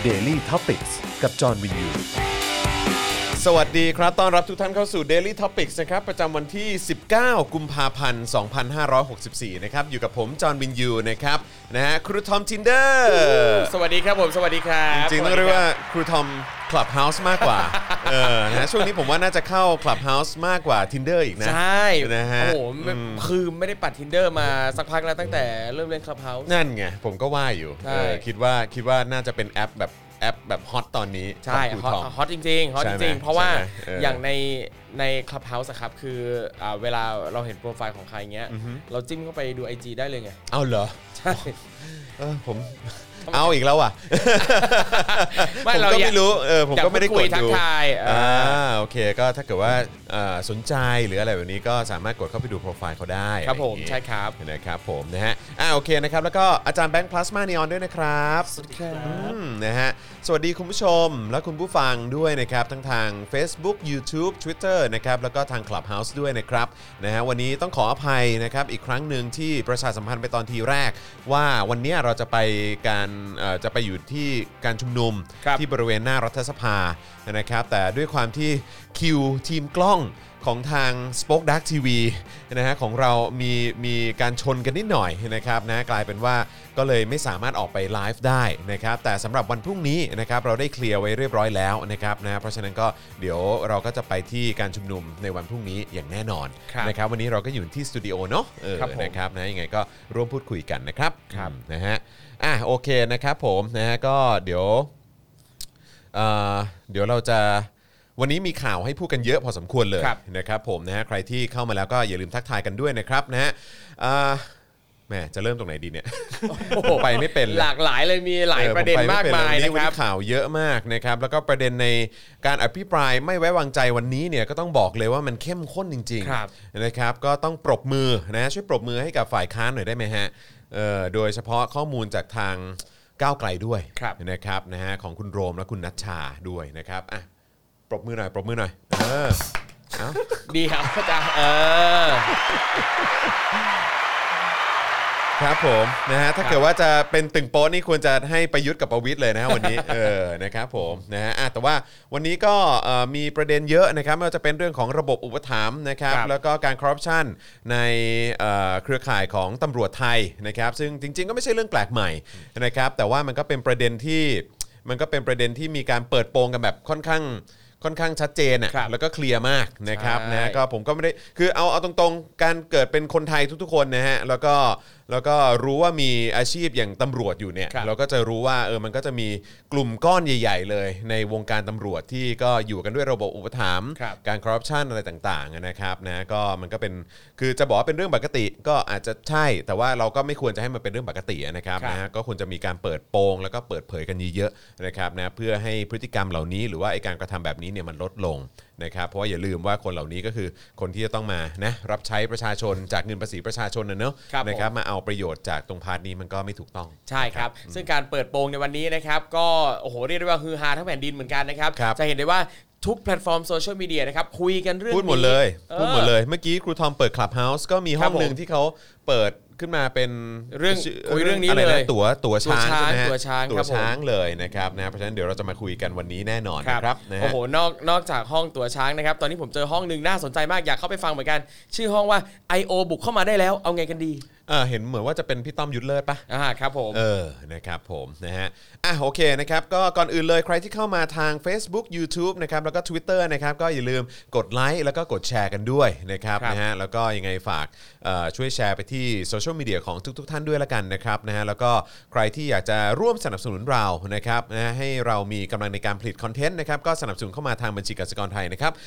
Daily Topics กับจอห์นวินยูสวัสดีครับต้อนรับทุกท่านเข้าสู่ Daily Topics นะครับประจำวันที่19กุมภาพันธ์2564นะครับอยู่กับผมจอห์นวินยูนะครับนะฮะครูทอม Tinder สวัสดีครับผมสวัสดีครับจริงๆต้องเรียกว่าครูทอม Clubhouse มากกว่านะช่วงนี้ผมว่าน่าจะเข้า Clubhouse มากกว่า Tinder อีกนะใช่นะฮะโอ้โหคือไม่ได้ปัด Tinder มาสักพักแล้วตั้งแต่เริ่มเล่น Clubhouse นั่นไงผมก็ว่าอยู่คิดว่าน่าจะเป็นแอปแบบฮอตตอนนี้ใช่ฮอตจริงๆฮอตจริงๆเพราะว่าอย่างใน Clubhouse อะครับคือเวลาเราเห็นโปรไฟล์ของใครเงี้ยเราจิ้มเข้าไปดู IG ได้เลยไงเอาเหรอใช่ผมเอาอีกแล้วอ่ะผมก็ไม่รู้ผมก็ไม่ได้กดดูโอเคก็ถ้าเกิดว่าสนใจหรืออะไรแบบนี้ก็สามารถกดเข้าไปดูโปรไฟล์เขาได้ครับผมใช่ครับนะครับผมนะฮะโอเคนะครับแล้วก็อาจารย์แบงค์พลาสมานีออนด้วยนะครับสวัสดีครับนะฮะสวัสดีคุณผู้ชมและคุณผู้ฟังด้วยนะครับทั้งทาง Facebook YouTube Twitter นะครับแล้วก็ทาง Clubhouse ด้วยนะครับนะฮะวันนี้ต้องขออภัยนะครับอีกครั้งหนึ่งที่ประชาสัมพันธ์ไปตอนทีแรกว่าวันนี้เราจะไปอยู่ที่การชุมนุมที่บริเวณหน้ารัฐสภานะครับแต่ด้วยความที่คิวทีมกล้องของทาง Spoke Dark TV นะฮะของเรามีการชนกันนิดหน่อยนะครับนะกลายเป็นว่าก็เลยไม่สามารถออกไปไลฟ์ได้นะครับแต่สำหรับวันพรุ่งนี้นะครับเราได้เคลียร์ไว้เรียบร้อยแล้วนะครับนะเพราะฉะนั้นก็เดี๋ยวเราก็จะไปที่การชุมนุมในวันพรุ่งนี้อย่างแน่นอนนะครับวันนี้เราก็อยู่ที่สตูดิโอเนาะนะครับนะยังไงก็ร่วมพูดคุยกันนะครับนะฮะโอเคนะครับผมนะฮะก็เดี๋ยวเราจะวันนี้มีข่าวให้พูดกันเยอะพอสมควรเลยนะครับผมนะฮะใครที่เข้ามาแล้วก็อย่าลืมทักทายกันด้วยนะครับนะฮะแม่จะเริ่มตรงไหนดีเนี่ยไปไม่เป็นหลากหลายเลยมีหลายประเด็นมากมายนะครับข่าวเยอะมากนะครับแล้วก็ประเด็นในการอภิปรายไม่ไว้วางใจวันนี้เนี่ยก็ต้องบอกเลยว่ามันเข้มข้นจริงๆนะครับก็ต้องปรบมือนะช่วยปรบมือให้กับฝ่ายค้านหน่อยได้ไหมฮะโดยเฉพาะข้อมูลจากทางก้าวไกลด้วยนะครับนะฮะของคุณโรมและคุณณัชชาด้วยนะครับปรบมือหน่อยดีครับอาจารย์ครับผมนะฮะถ้าเกิดว่าจะเป็นตึงโป๊ะนี่ควรจะให้ประยุทธ์กับประวิตรเลยนะวันนี้นะครับผมนะฮะแต่ว่าวันนี้ก็มีประเด็นเยอะนะครับไม่ว่าจะเป็นเรื่องของระบบอุปถัมภ์นะครับแล้วก็การคอร์รัปชันในเครือข่ายของตำรวจไทยนะครับซึ่งจริงๆก็ไม่ใช่เรื่องแปลกใหม่นะครับแต่ว่ามันก็เป็นประเด็นที่มีการเปิดโปงกันแบบค่อนข้างชัดเจนแล้วก็เคลียร์มากนะครับนะก็ผมก็ไม่ได้คือเอาตรงๆการเกิดเป็นคนไทยทุกๆคนนะฮะแล้วก็รู้ว่ามีอาชีพอย่างตำรวจอยู่เนี่ยเราก็จะรู้ว่ามันก็จะมีกลุ่มก้อนใหญ่ๆเลยในวงการตำรวจที่ก็อยู่กันด้วยระบบอุปถัมภ์การคอร์รัปชันอะไรต่างๆนะครับนะก็มันก็เป็นคือจะบอกว่าเป็นเรื่องปกติก็อาจจะใช่แต่ว่าเราก็ไม่ควรจะให้มันเป็นเรื่องปกตินะครับนะก็ควรจะมีการเปิดโปงแล้วก็เปิดเผยกันเยอะๆนะครับนะเพื่อให้พฤติกรรมเหล่านี้หรือว่าไอ้การกระทำแบบนี้เนี่ยมันลดลงนะครับเพราะว่าอย่าลืมว่าคนเหล่านี้ก็คือคนที่จะต้องมานะรับใช้ประชาชนจากเงินภาษีประชาชนนะเนอะนะครับมาเอาประโยชน์จากตรงพาร์ทนี้มันก็ไม่ถูกต้องใช่ครับซึ่งการเปิดโปงในวันนี้นะครับก็โอ้โหเรียกได้ว่าฮือฮาทั้งแผ่นดินเหมือนกันนะครับจะเห็นได้ว่าทุกแพลตฟอร์มโซเชียลมีเดียนะครับคุยกันเรื่องนี้พูดหมดเลยเมื่อกี้ครูทอมเปิด Clubhouse ก็มีห้องนึงที่เขาเปิดขึ้นมาเป็นคุยเรื่องนี้เลยตัวช้างใช่ไหมตัวช้างเลยนะครับนะเพราะฉะนั้นเดี๋ยวเราจะมาคุยกันวันนี้แน่นอนนะครับโอ้โหนอกจากห้องตัวช้างนะครับตอนนี้ผมเจอห้องนึงน่าสนใจมากอยากเข้าไปฟังเหมือนกันชื่อห้องว่า IO บุกเข้ามาได้แล้วเอาไงกันดีเห็นเหมือนว่าจะเป็นพี่ต้อมยุทธเลิศป่ะครับผมนะครับผมนะฮะโอเคนะครับก็ก่อนอื่นเลยใครที่เข้ามาทาง Facebook YouTube นะครับแล้วก็ Twitter นะครับก็อย่าลืมกดไลค์แล้วก็กดแชร์กันด้วยนะครับนะฮะแล้วก็ยังไงฝากช่วยแชร์ไปที่โซเชียลมีเดียของทุกท่านด้วยละกันนะครับนะฮะแล้วก็ใครที่อยากจะร่วมสนับสนุนเรานะครับนะให้เรามีกำลังในการผลิตคอนเทนต์นะครับก็สนับสนุนเข้ามาทางบัญชีกสิกรไทยนะครับ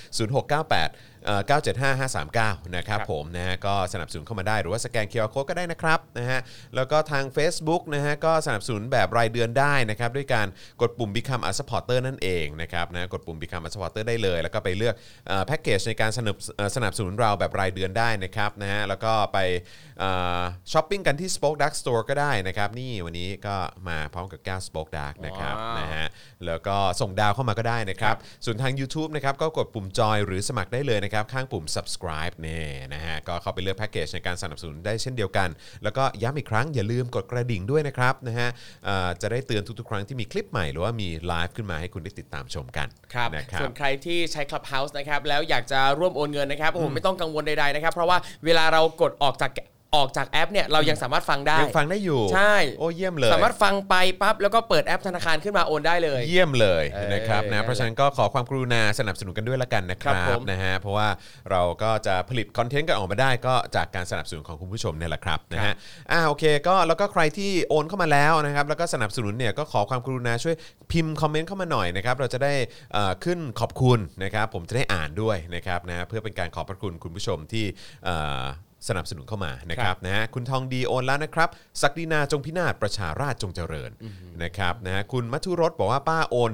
0698975539นะครับผมนะฮะก็สนับสนุนเข้ามาได้หรือว่าสแกน QR Code ก็ได้นะครับนะฮะแล้วก็ทาง Facebook นะฮะก็สนับสนุนแบบรายเดือนได้นะครับด้วยการกดปุ่ม Become a Supporter นั่นเองนะครับนะกดปุ่ม Become a Supporter ได้เลยแล้วก็ไปเลือกแพ็กเกจในการสนับสนุนเราแบบรายเดือนได้นะครับนะฮะแล้วก็ไปช้อปปิ้งกันที่ Spoke Dark Store ก็ได้นะครับนี่วันนี้ก็มาพร้อมกับแก้ว Spoke Dark นะครับนะฮะแล้วก็ส่งดาวเข้ามาก็ได้นะครับส่วนทาง YouTube นะครับก็กดปุ่มจอยหรือสมัครได้เลยนะครับข้างปุ่ม subscribe เนี่ยนะฮะก็เข้าไปเลือกแพ็กเกจในการสนับสนุนได้เช่นเดียวกันแล้วก็ย้ำอีกครั้งอย่าลืมกดกระดิ่งด้วยนะครับนะฮะจะได้เตือนทุกๆครั้งที่มีคลิปใหม่หรือว่ามีไลฟ์ขึ้นมาให้คุณได้ติดตามชมกันนะครับส่วนใครที่ใช้ Clubhouse นะครับแล้วอยากจะร่วมโอนเงินนะครับผมไม่ต้องกังวลใดๆนะครับเพราะว่าเวลาเรากดออกจากแอปเนี่ยเรายังสามารถฟังได้ยังฟังได้อยู่ใช่โอ้เยี่ยมเลยสามารถฟังไปปั๊บแล้วก็เปิดแอปธนาคารขึ้นมาโอนได้เลยเยี่ยมเลยนะครับนะเพราะฉะนั้นก็ขอความกรุณาสนับสนุนกันด้วยละกันนะครับนะฮะเพราะว่าเราก็จะผลิตคอนเทนต์กันออกมาได้ก็จากการสนับสนุนของคุณผู้ชมเนี่ยแหละครับนะฮะโอเคก็แล้วก็ใครที่โอนเข้ามาแล้วนะครับแล้วก็สนับสนุนเนี่ยก็ขอความกรุณาช่วยพิมพ์คอมเมนต์เข้ามาหน่อยนะครับเราจะได้ขึ้นขอบคุณนะครับผมจะได้อ่านด้วยนะครับนะเพื่อเป็นการขอบพระคุณคุณผู้ชมที่สนับสนุนเข้ามานะครับนะฮะคุณทองดีโอนแล้วนะครับศักดินาจงพินาศประชาราชจงเจริญนะครับนะฮะคุณมัทุรสบอกว่าป้าโอน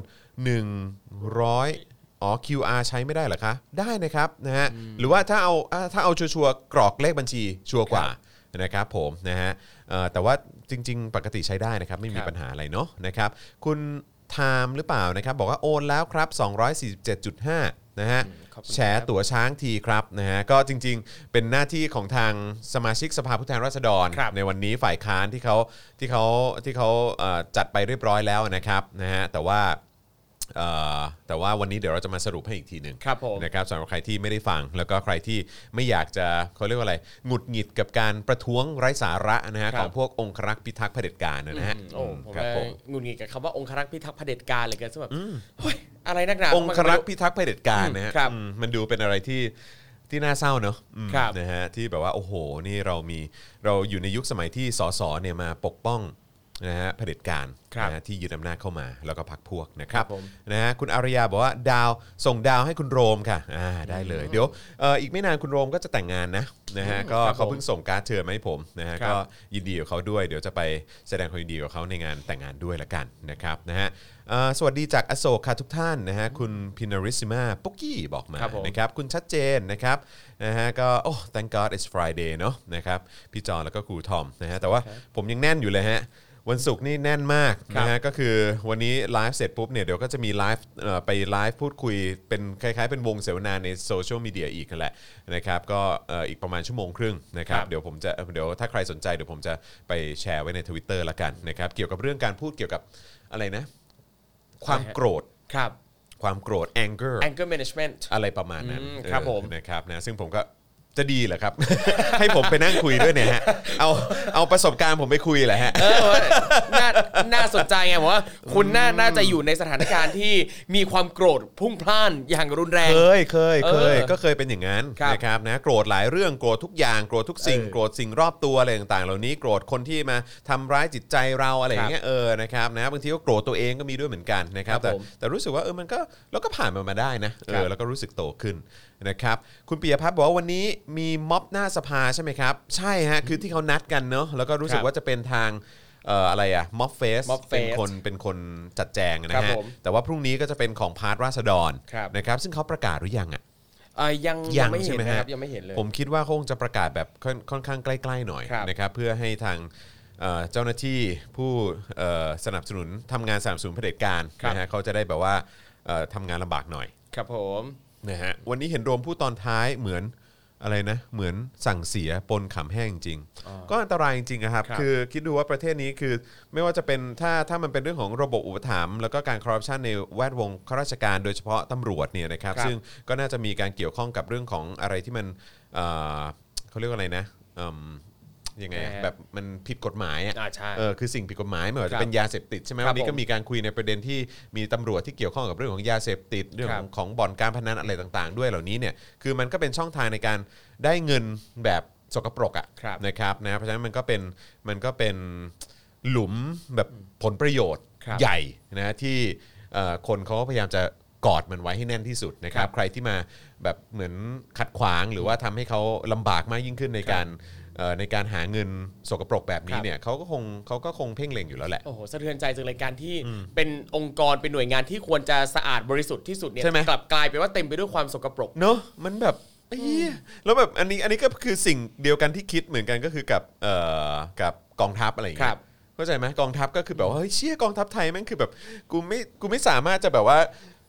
100QR ใช้ไม่ได้เหรอคะได้นะครับนะฮะหรือว่าถ้าเอาชัวร์กรอกเลขบัญชีชัวร์กว่านะครับผมนะฮะแต่ว่าจริงๆปกติใช้ได้นะครับไม่มีปัญหาอะไรเนาะนะครับคุณไทม์หรือเปล่านะครับบอกว่าโอนแล้วครับ247.5นะฮะแฉตั๋วช้างทีครับนะฮะก็จริงๆเป็นหน้าที่ของทางสมาชิกสภาผู้แทนราษฎรในวันนี้ฝ่ายค้านที่เขาจัดไปเรียบร้อยแล้วนะครับนะฮะแต่ว่าวันนี้เดี๋ยวเราจะมาสรุปให้อีกทีหนึ่งนะครับสำหรับใครที่ไม่ได้ฟังแล้วก็ใครที่ไม่อยากจะเขาเรียกว่าอะไรหงุดหงิดกับการประท้วงไร้สาระนะฮะของพวกองครักษ์พิทักษ์เผด็จการนะฮะผมหงุดหงิดกับคำว่าองครักษ์พิทักษ์เผด็จการเลยกันซะแบบอะไรนักหนาองครักษ์พิทักษ์เผด็จการนะฮะมันดูเป็นอะไรที่น่าเศร้าเนอะนะฮะที่แบบว่าโอ้โหนี่เราอยู่ในยุคสมัยที่สสเนี่ยมาปกป้องนะฮะเผด็จการนะที่ยึดอำนาจเข้ามาแล้วก็พรรคพวกนะครับนะฮะคุณอารยาบอกว่าส่งดาวให้คุณโรมค่ะได้เลยเดี๋ยวอีกไม่นานคุณโรมก็จะแต่งงานนะฮะก็เขาเพิ่งส่งการ์ดเชิญมาให้ผมนะฮะก็ยินดีกับเขาด้วยเดี๋ยวจะไปแสดงความยินดีกับเขาในงานแต่งงานด้วยละกันนะครับนะฮะสวัสดีจากอโศกค่ะทุกท่านนะฮะคุณพินาริซิมาปุ๊กกี้บอกมานะครับคุณชัดเจนนะครับนะฮะก็โอ้ thank God it's Friday เนาะนะครับพี่จอนแล้วก็ครูทอมนะฮะแต่ว่าผมยังแน่นอยู่เลยฮะวันศุกร์นี่แน่นมากนะฮะก็คือวันนี้ไลฟ์เสร็จปุ๊บเนี่ยเดี๋ยวก็จะมีไลฟ์ไปไลฟ์พูดคุยเป็นคล้ายๆเป็นวงเสวนาในโซเชียลมีเดียอีกนั่นแหละนะครับก็อีกประมาณชั่วโมงครึ่งนะครับเดี๋ยวถ้าใครสนใจเดี๋ยวผมจะไปแชร์ไว้ใน Twitter ละกันนะครับเกี่ยวกับเรื่องการพูดเกี่ยวกับอะไรนะความโกรธความโกรธ anger management อะไรประมาณนั้นครับผมนะครับนะซึ่งผมก็จะดีเหรอครับ ให้ผมไปนั่งคุยด้วยเนี่ยฮะเอาประสบการณ์ผมไปคุยแหละฮะน่าสนใจไงผมว่าคุณน่าจะอยู่ในสถานการณ์ที่มีความโกรธพุ่งพล่านอย่างรุนแรงเคยก็เคยเป็นอย่างนั้นนะครับนะโกรธหลายเรื่องโกรธทุกอย่างโกรธทุกสิ่งโกรธสิ่งรอบตัวอะไรต่างๆเหล่านี้โกรธคนที่มาทำร้ายจิตใจเราอะไรอย่างเงี้ยนะครับนะบางทีก็โกรธตัวเองก็มีด้วยเหมือนกันนะครับแต่รู้สึกว่ามันก็เราก็ผ่านมันมาได้นะแล้วก็รู้สึกโตขึ้นนะครับคุณปิยพัฒน์บอกว่าวันนี้มีม็อบหน้าสภาใช่ไหมครับใช่ฮะคือที่เขานัดกันเนาะแล้วก็รู้สึกว่าจะเป็นทางอะไรอะม็อบเฟสเป็นคนจัดแจงนะฮะแต่ว่าพรุ่งนี้ก็จะเป็นของพาร์ทราษฎรนะครับซึ่งเขาประกาศหรือยังยังไม่เห็นนะครับยังไม่เห็นเลยผมคิดว่าคงจะประกาศแบบค่อนข้างใกล้ๆหน่อยนะครับเพื่อให้ทางเจ้าหน้าที่ผู้สนับสนุนทำงานสนับสนุนเผด็จการนะฮะเขาจะได้แบบว่าทำงานลำบากหน่อยครับผมนะฮะวันนี้เห็นโรมพูดตอนท้ายเหมือนอะไรนะเหมือนสั่งเสียปนขำแห้งจริงก็อันตรายจริงๆครับคือคิดดูว่าประเทศนี้คือไม่ว่าจะเป็นถ้ามันเป็นเรื่องของระบบอุปถัมภ์แล้วก็การคอร์รัปชันในแวดวงข้าราชการโดยเฉพาะตำรวจเนี่ยนะครับซึ่งก็น่าจะมีการเกี่ยวข้องกับเรื่องของอะไรที่มันเขาเรียกว่าอะไรนะยังไงแบบมันผิดกฎหมายคือสิ่งผิดกฎหมายไม่ว่าจะเป็นยาเสพติดใช่ไหมวันนี้ก็มีการคุยในประเด็นที่มีตำรวจที่เกี่ยวข้องกับเรื่องของยาเสพติดเรื่องของบ่อนการพนันอะไรต่างๆด้วยเหล่านี้เนี่ยคือมันก็เป็นช่องทางในการได้เงินแบบสกปรกนะครับนะเพราะฉะนั้นมันก็เป็นหลุมแบบผลประโยชน์ใหญ่นะที่คนเขาพยายามจะกอดมันไว้ให้แน่นที่สุดนะครับใครที่มาแบบเหมือนขัดขวางหรือว่าทำให้เขาลำบากมากยิ่งขึ้นในการหาเงินสกปรกแบบนี้เนี่ยเขาก็คงเพ่งเล็งอยู่แล้วแหละโอ้โหสะเทือนใจจังเลยการที่เป็นองค์กรเป็นหน่วยงานที่ควรจะสะอาดบริสุทธิ์ที่สุดเนี่ยกลับกลายเป็นว่าเต็มไปด้วยความสกปรกเนอะมันแบบแล้วแบบอันนี้ก็คือสิ่งเดียวกันที่คิดเหมือนกันก็คือกับกองทัพอะไรอย่างเงี้ยเข้าใจไหมกองทัพก็คือแบบว่าเฮ้ยเชี่ยกองทัพไทยแม่งคือแบบกูไม่สามารถจะแบบว่า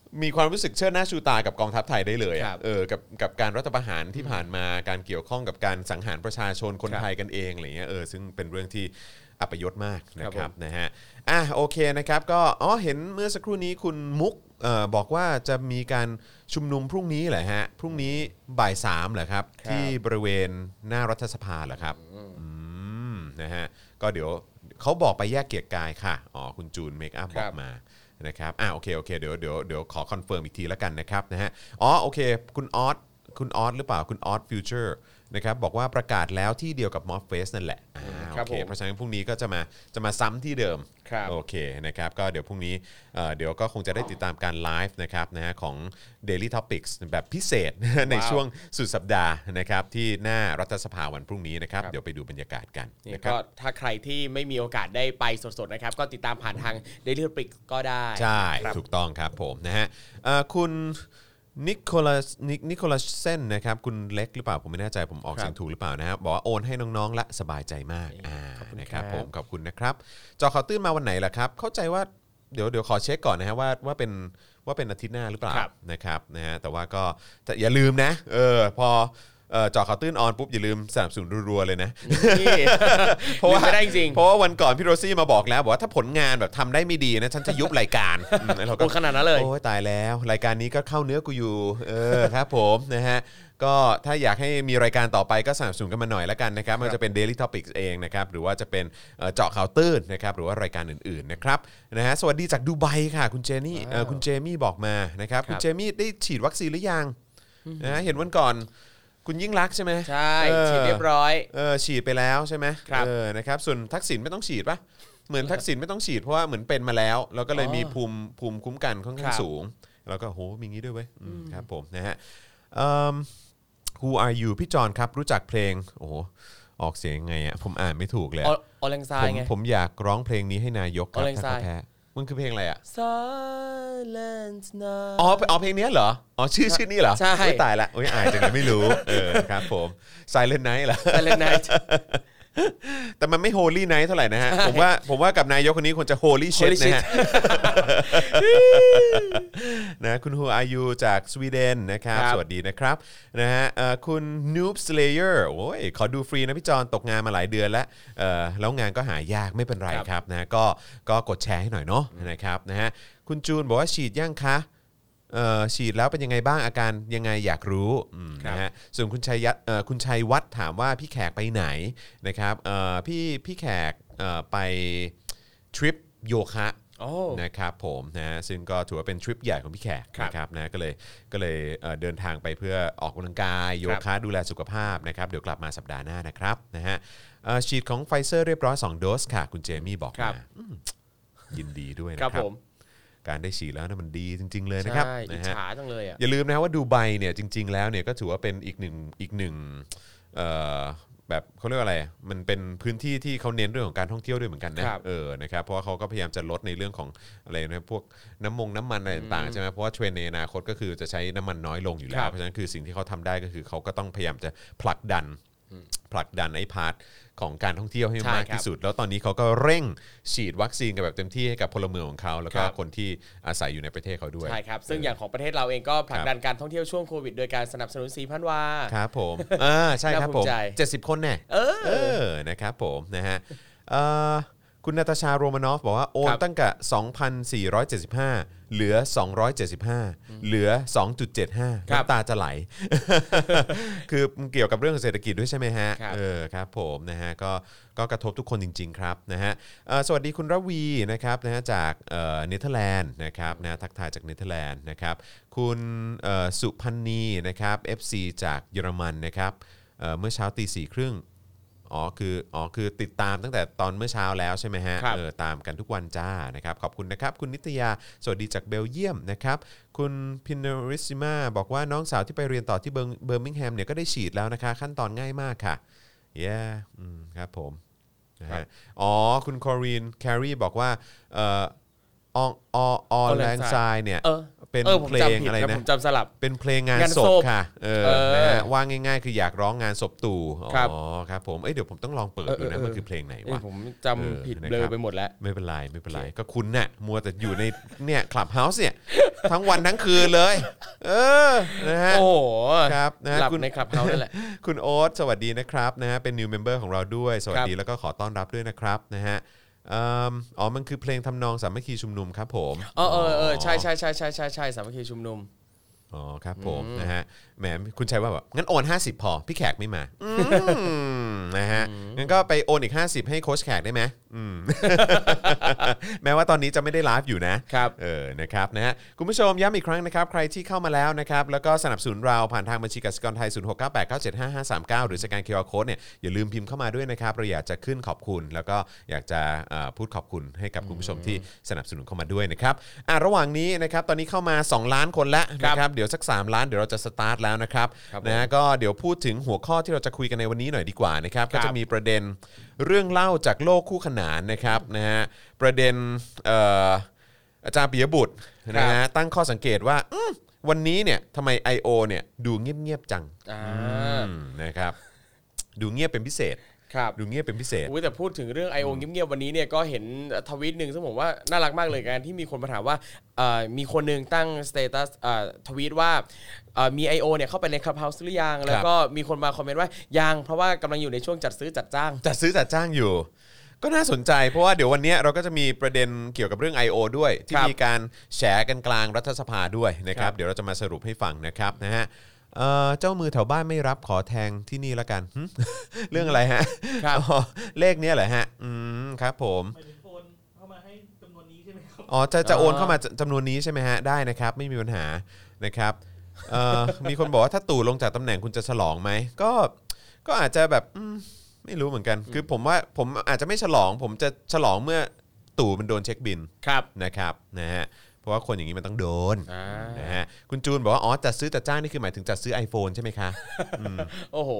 มีความรู้สึกเชิดหน้าชูตากับกองทัพไทยได้เลยครับกับการรัฐประหารที่ผ่านมาการเกี่ยวข้องกับการสังหารประชาชนคนไทยกันเองอะไรเงี้ยซึ่งเป็นเรื่องที่อัปยศมากนะครับนะฮะโอเคนะครับก็เห็นเมื่อสักครู่นี้คุณมุกบอกว่าจะมีการชุมนุมพรุ่งนี้เหรอฮะพรุ่งนี้บ่าย 3เหรอครับที่บริเวณหน้ารัฐสภาเหรอครับนะฮะก็เดี๋ยวเขาบอกไปแยกเกียรติกายค่ะคุณจูนเมคอัพบอกมานะครับโอเคเดี๋ยวขอคอนเฟิร์มอีกทีแล้วกันนะครับนะฮะโอเคคุณออสหรือเปล่าคุณออสฟิวเจอร์นะครับบอกว่าประกาศแล้วที่เดียวกับมอฟเฟสนั่นแหละโอเคเพราะฉะนั้นพรุ่งนี้ก็จะมาซ้ำที่เดิมโอเคนะครับก็เดี๋ยวพรุ่งนี้เดี๋ยวก็คงจะได้ติดตามการไลฟ์นะครับนะฮะของ Daily Topics แบบพิเศษ ในช่วงสุดสัปดาห์นะครับที่หน้ารัฐสภาวันพรุ่งนี้นะครับเดี๋ยวไปดูบรรยากาศกันนะครับก็ถ้าใครที่ไม่มีโอกาสได้ไปสดๆนะครับก็ติดตามผ่านทาง Daily Topics ก็ได้ใช่ถูกต้องครับผมนะฮะคุณนิโคลัสเซนนะครับคุณเล็กหรือเปล่าผมไม่แน่ใจผมออกเสียงถูกหรือเปล่านะครับบอกว่าโอนให้น้องๆละสบายใจมากนะครับผมขอบคุณนะครับจอข่าวตื้นมาวันไหนล่ะครับเข้าใจว่าเดี๋ยวขอเช็คก่อนนะฮะว่าเป็นอาทิตย์หน้าหรือเปล่านะครับนะฮะแต่ว่าก็อย่าลืมนะพอจอข่าวตื้นออนปุ๊บอย่าลืมสนับสนุนรัวๆเลยนะเพราะว่าไม่ได้จริงเพราะว่าวันก่อนพี่โรซี่มาบอกแล้วบอกว่าถ้าผลงานแบบทำได้ไม่ดีนะฉันจะยุบรายการโอ้ขนาดนั้นเลยโอ้ตายแล้วรายการนี้ก็เข้าเนื้อกูอยู่ครับผมนะฮะก็ถ้าอยากให้มีรายการต่อไปก็สนับสนุนกันมาหน่อยแล้วกันนะครับมันจะเป็น Daily Topics เองนะครับหรือว่าจะเป็นเจาะข่าวตื้นนะครับหรือว่ารายการอื่นๆนะครับนะฮะสวัสดีจากดูไบค่ะคุณเจนี่คุณเจมี่บอกมานะครับคุณเจมี่ได้ฉีดวัคซีนหรือยังนะเห็นวันก่อนคุณยิ่งรักใช่ไหมใช่ฉีดเรียบร้อยฉีดไปแล้วใช่ไหมนะครับส่วนทักษิณไม่ต้องฉีดป่ะเหมือนทักษิณไม่ต้องฉีดเพราะว่าเหมือนเป็นมาแล้วก็เลยมีภูมิคุ้มกันค่อนข้างสูงแล้วก็โหมีงี้ด้วยเว้ยครับผมนะฮะWho are you พี่จอนครับรู้จักเพลงโอ้โหออกเสียงไงอ่ะผมอ่านไม่ถูกเลยออแรงซายไงผมอยากร้องเพลงนี้ให้นายกครับถ้าเขาแพ้มันคือเพลงอะไรอ่ะ Silence Night เพลงนี้เหรอชื่อนี้เหรอใช่ตายละอ่านจังเลยไม่รู้ครับผม Silent Night เหรอ Silent Night แต่มันไม่ Holy Night เท่าไหร่นะฮะผมว่ากับนายกคนนี้ควรจะ Holy Shit นะฮะนะคุณ Who are you จากสวีเดนนะครับสวัสดีนะครับนะฮะคุณ Noob Slayer โอ้ยขอดูฟรีนะพี่จอนตกงานมาหลายเดือนแล้วงานก็หายากไม่เป็นไรครับนะก็กดแชร์ให้หน่อยเนาะนะครับนะฮะคุณจูนบอกว่าฉีดยังคะฉีดแล้วเป็นยังไงบ้างอาการยังไงอยากรู้นะฮะส่วนคุณชัยวัฒน์ถามว่าพี่แขกไปไหนนะครับพี่แขกไปทริปโยคะนะครับผมนะซึ่งก็ถือว่าเป็นทริปใหญ่ของพี่แขกนะครับนะก็เลยเดินทางไปเพื่อออกกำลังกายโยคะดูแลสุขภาพนะครับเดี๋ยวกลับมาสัปดาห์หน้านะครับนะฮะฉีดของไฟเซอร์เรียบร้อย2โดสค่ะคุณเจมี่บอกมายินดีด้วยนะครับการได้ฉีดแล้วนะมันดีจริงๆเลยนะครับอิจฉาจังเลยอ่ะอย่าลืมนะว่าดูไบเนี่ยจริงๆแล้วเนี่ยก็ถือว่าเป็นอีกหนึ่งแบบเขาเรียกว่าอะไรมันเป็นพื้นที่ที่เขาเน้นเรื่องของการท่องเที่ยวด้วยเหมือนกันนะนะครับเพราะว่าเขาก็พยายามจะลดในเรื่องของอะไรนะพวกน้ำมันอะไรต่างๆใช่ไหมเพราะว่าเทรนด์ในอนาคตก็คือจะใช้น้ำมันน้อยลงอยู่แล้วเพราะฉะนั้นคือสิ่งที่เขาทำได้ก็คือเขาก็ต้องพยายามจะผลักดันไอ้พาร์ทของการท่องเที่ยวให้มากที่สุดแล้วตอนนี้เขาก็เร่งฉีดวัคซีนกันแบบเต็มที่ให้กับพลเมืองของเขาแล้วก็คนที่อาศัยอยู่ในประเทศเขาด้วยใช่ครับซึ่งอย่างของประเทศเราเองก็ผลักดันการท่องเที่ยวช่วงโควิดโดยการสนับสนุน 4,000 วาครับผมใช่ครับผม70 คนแน่นะครับผมนะฮะคุณนาตาชาโรมานอฟบอกว่าโอนตั้งแต่ 2,475 เหลือ 275 เหลือ 2.75 น้ำตาจะไหล คือเกี่ยวกับเรื่องเศรษฐกิจด้วยใช่ไหมฮะครับผมนะฮะก็กระทบทุกคนจริงๆครับนะฮะสวัสดีคุณระวีนะครับนะฮะจากเนเธอร์แลนด์นะครับนะทักทายจากเนเธอร์แลนด์นะครับคุณสุพันนีนะครับ FC จากเยอรมันนะครับเมื่อเช้า 4:30 นคือติดตามตั้งแต่ตอนเมื่อเช้าแล้วใช่ไหมฮะตามกันทุกวันจ้านะครับขอบคุณนะครับคุณนิตยาสวัสดีจากเบลเยียมนะครับคุณพินเนริซิมาบอกว่าน้องสาวที่ไปเรียนต่อที่เบอร์มิงแฮมเนี่ยก็ได้ฉีดแล้วนะคะขั้นตอนง่ายมากค่ะครับผมนะฮะคุณคอรีนแครีบอกว่าแลนด์ไซน์เนี่ยเป็นเพลงอะไรนะผมจำสลับเป็นเพลงงานศพค่ะนะฮะว่าง่ายๆคืออยากร้องงานศพตู่ครับผมเดี๋ยวผมต้องลองเปิดดูนะมันคือเพลงไหนวะผมจำผิดเลยไปหมดแล้วไม่เป็นไรก็คุณน่ะมัวแต่อยู่ในเนี่ยคลับเฮาส์เนี่ยทั้งวันทั้งคืนเลยนะฮะโอ้โหครับนะหลับในคลับเฮาส์นั่นแหละคุณโอ๊ตสวัสดีนะครับนะฮะเป็น new member ของเราด้วยสวัสดีแล้วก็ขอต้อนรับด้วยนะครับนะฮะมันคือเพลงทำนองสามัคคีชุมนุมครับผมใช่สามัคคีชุมนุมครับผมนะฮะแหมคุณชัยว่าแบบงั้นโอน50พอพี่แขกไม่มานะฮะงั้นก็ไปโอนอีก50ให้โค้ชแขกได้ไหมแม้ว่าตอนนี้จะไม่ได้ไลฟ์อยู่นะครับนะครับนะฮะคุณผู้ชมย้ำอีกครั้งนะครับใครที่เข้ามาแล้วนะครับแล้วก็สนับสนุนเราผ่านทางบัญชีกสิกรไทย0698975539หรือสแกน QR Code เนี่ยอย่าลืมพิมพ์เข้ามาด้วยนะครับเราอยากจะขึ้นขอบคุณแล้วก็อยากจะพูดขอบคุณให้กับคุณผู้ชมที่สนับสนุนเข้ามาด้วยนะครับระหว่างนี้นะครับตอนนี้เข้ามา2ล้านคนแล้วนะครับเดี๋ยวสัก3ล้านเดี๋ยวเราจะสตาร์ทแล้วนะครับนะก็เดี๋ยวพูดถึงหัวข้อที่เราจะคุยกันในวันนี้หน่อยดีกว่านะครับก็จะมีประเด็นเรื่องเล่าจากโลกคู่ขนานนะครับนะฮะประเด็นอาจารย์ปิยบุตรนะฮะตั้งข้อสังเกตว่าวันนี้เนี่ยทำไม I.O. เนี่ยดูเงียบๆจังนะครับดูเงียบเป็นพิเศษดูเงียบเป็นพิเศษแต่พูดถึงเรื่อง I.O. เงียบๆวันนี้เนี่ยก็เห็นทวีตนึงซึ่งผมว่าน่ารักมากเลยการที่มีคนมาถามว่ามีคนนึงตั้งสเตตัสทวีตว่ามี I.O. เนี่ยเข้าไปใน Clubhouse หรือยังแล้วก็มีคนมาคอมเมนต์ว่ายังเพราะว่ากำลังอยู่ในช่วงจัดซื้อจัดจ้างอยู่ก็น่าสนใจเพราะว่าเดี๋ยววันนี้เราก็จะมีประเด็นเกี่ยวกับเรื่อง I.O. ด้วยที่มีการแฉกันกลางรัฐสภาด้วยนะครับเดี๋ยวเราจะมาสรุปให้ฟังนะครับนะฮะเจ้ามือแถวบ้านไม่รับขอแทงที่นี่ละกัน เรื่องอะไรฮะเลขนี้เหรอฮะครับผมโอนเข้ามาให้จำนวนนี้ใช่ไหมครับจะโอนเข้ามาจำนวนนี้ใช่ไหมฮะได้นะครับไม่มีปัญหานะครับมีคนบอกว่าถ้าตู่ลงจากตำแหน่งคุณจะฉลองไหมก็อาจจะแบบไม่รู้เหมือนกันคือผมว่าผมอาจจะไม่ฉลองผมจะฉลองเมื่อตู่มันโดนเช็คบินนะครับนะฮะเพราะว่าคนอย่างนี้มันต้องโดนนะฮะคุณจูนบอกว่าจัดซื้อจัดจ้างนี่คือหมายถึงจัดซื้อ iPhone ใช่ไหมคะโอ้โห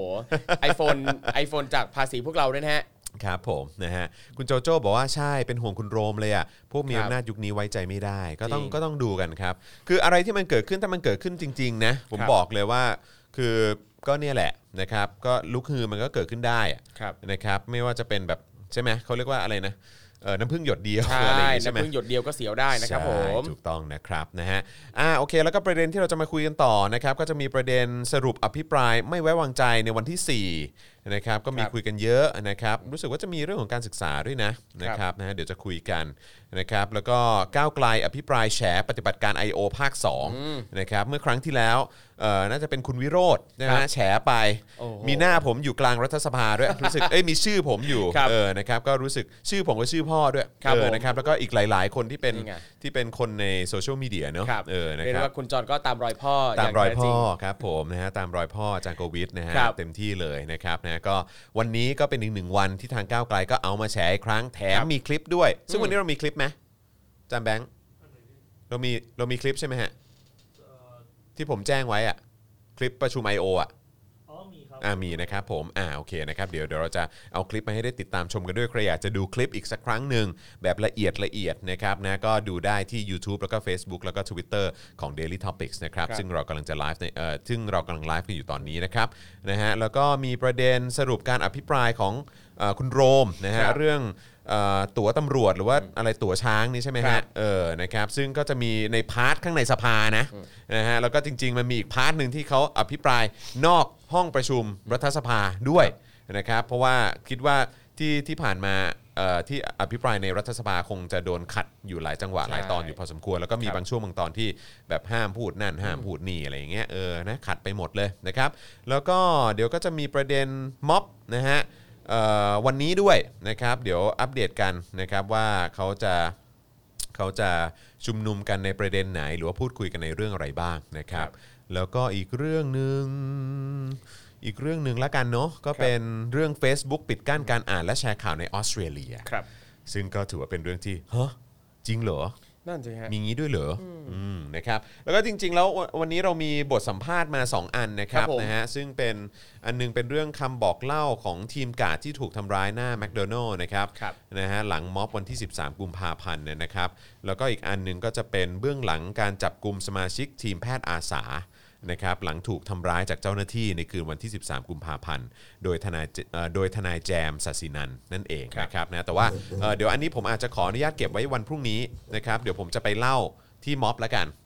iPhone จากภาษีพวกเราด้วยนะฮะครับผมนะฮะคุณโจโจ้บอกว่าใช่เป็นห่วงคุณโรมเลยอ่ะพวกมีอำนาจยุคนี้ไว้ใจไม่ได้ก็ต้องดูกันครับคืออะไรที่มันเกิดขึ้นถ้ามันเกิดขึ้นจริงๆนะผมบอกเลยว่าคือก็เนี่ยแหละนะครับก็ลุกฮือมันก็เกิดขึ้นได้นะครับไม่ว่าจะเป็นแบบใช่ไหมเขาเรียกว่าอะไรนะน้ำผึ้งหยดเดียวอะไรใช่ไหมน้ำผึ้งหยดเดียวก็เสียวได้นะครับผมถูกต้องนะครับนะฮะโอเคแล้วก็ประเด็นที่เราจะมาคุยกันต่อนะครับก็จะมีประเด็นสรุปอภิปรายไม่ไว้วางใจในวันที่4นะครับก็มีคุยกันเยอะนะครับรู้สึกว่าจะมีเรื่องของการศึกษาด้วยนะครับนะฮะเดี๋ยวจะคุยกันนะครับแล้วก็ก้าวไกลอภิปรายแฉปฏิบัติการ I.O. ภาค2นะครับเมื่อครั้งที่แล้วน่าจะเป็นคุณวิโรจน์นะฮะแฉไปมีหน้าผมอยู่กลางรัฐสภาด้วยรู้สึกมีชื่อผมอยู่นะครับก็รู้สึกชื่อผมก็ชื่อพ่อด้วยนะครับแล้วก็อีกหลายๆคนที่เป็นคนในโซเชียลมีเดียเนาะนะครับเรียกว่าคุณจอนก็ตามรอยพ่อครับผมนะฮะตามรอยพ่ออาจารย์โควิดนะฮะเต็มที่เลยนะครับนะก็วันนี้ก็เป็นอีก1วันที่ทางก้าวไกลก็เอามาแฉอีกครั้งแถมมีคลิปด้วยซึ่งวันนี้เรามีคลิปไหมอาจารย์แบงค์เรามีคลิปใช่ไหมฮะที่ผมแจ้งไว้อะคลิปประชุม I.O. อ่ะมีครับมีนะครับผมโอเคนะครับเดี๋ยวเราจะเอาคลิปมาให้ได้ติดตามชมกันด้วยใครอยากจะดูคลิปอีกสักครั้งหนึ่งแบบละเอียดนะครับนะก็ดูได้ที่ YouTube แล้วก็ Facebook แล้วก็ Twitter ของ Daily Topics นะครับซึ่งเรากำลังจะไลฟ์ซึ่งเรากำลังไลฟ์กันอยู่ตอนนี้นะครับนะฮะแล้วก็มีประเด็นสรุปการอภิปรายของคุณโรมนะฮะเรื่องตั๋วตำรวจหรือว่าอะไรตั๋วช้างนี่ใช่ไหมฮะนะครับซึ่งก็จะมีในพาร์ทข้างในสภานะฮะแล้วก็จริงๆมันมีอีกพาร์ทนึงที่เขาอภิปรายนอกห้องประชุมรัฐสภาด้วยนะครับเพราะว่าคิดว่าที่ผ่านมาที่อภิปรายในรัฐสภาคงจะโดนขัดอยู่หลายจังหวะหลายตอนอยู่พอสมควรแล้วก็มีบางช่วงบางตอนที่แบบห้ามพูดนั่นห้ามพูดนี่อะไรอย่างเงี้ยนะขัดไปหมดเลยนะครับแล้วก็เดี๋ยวก็จะมีประเด็นม็อบนะฮะวันนี้ด้วยนะครับเดี๋ยวอัปเดตกันนะครับว่าเขาจะชุมนุมกันในประเด็นไหนหรือว่าพูดคุยกันในเรื่องอะไรบ้างนะครับแล้วก็อีกเรื่องนึงละกันเนาะก็เป็นเรื่อง Facebook ปิดกั้นการอ่านและแชร์ข่าวในออสเตรเลียซึ่งก็ถือว่าเป็นเรื่องที่จริงเหรอนั่นสิฮะมีงี้ด้วยเหรอนะครับแล้วก็จริงๆแล้ววันนี้เรามีบทสัมภาษณ์มา2อันนะครับนะฮะซึ่งเป็นอันนึงเป็นเรื่องคำบอกเล่าของทีมการ์ดที่ถูกทำร้ายหน้าแมคโดนัลล์นะครับนะฮะหลังม็อบวันที่13กุมภาพันธ์เนี่ยนะครับแล้วก็อีกอันนึงก็จะเป็นเบื้องหลังการจับกุมสมาชิกทีมแพทย์อาสานะครับหลังถูกทำร้ายจากเจ้าหน้าที่ในคืนวันที่13กุมภาพันธ์โดยทนายแจมศศินันท์นั่นเองนะครับนะแต่ว่าเดี๋ยวอันนี้ผมอาจจะขออนุญาตเก็บไว้วันพรุ่งนี้นะครับเดี๋ยวผมจะไปเล่าที่ม็อบแล้วกัน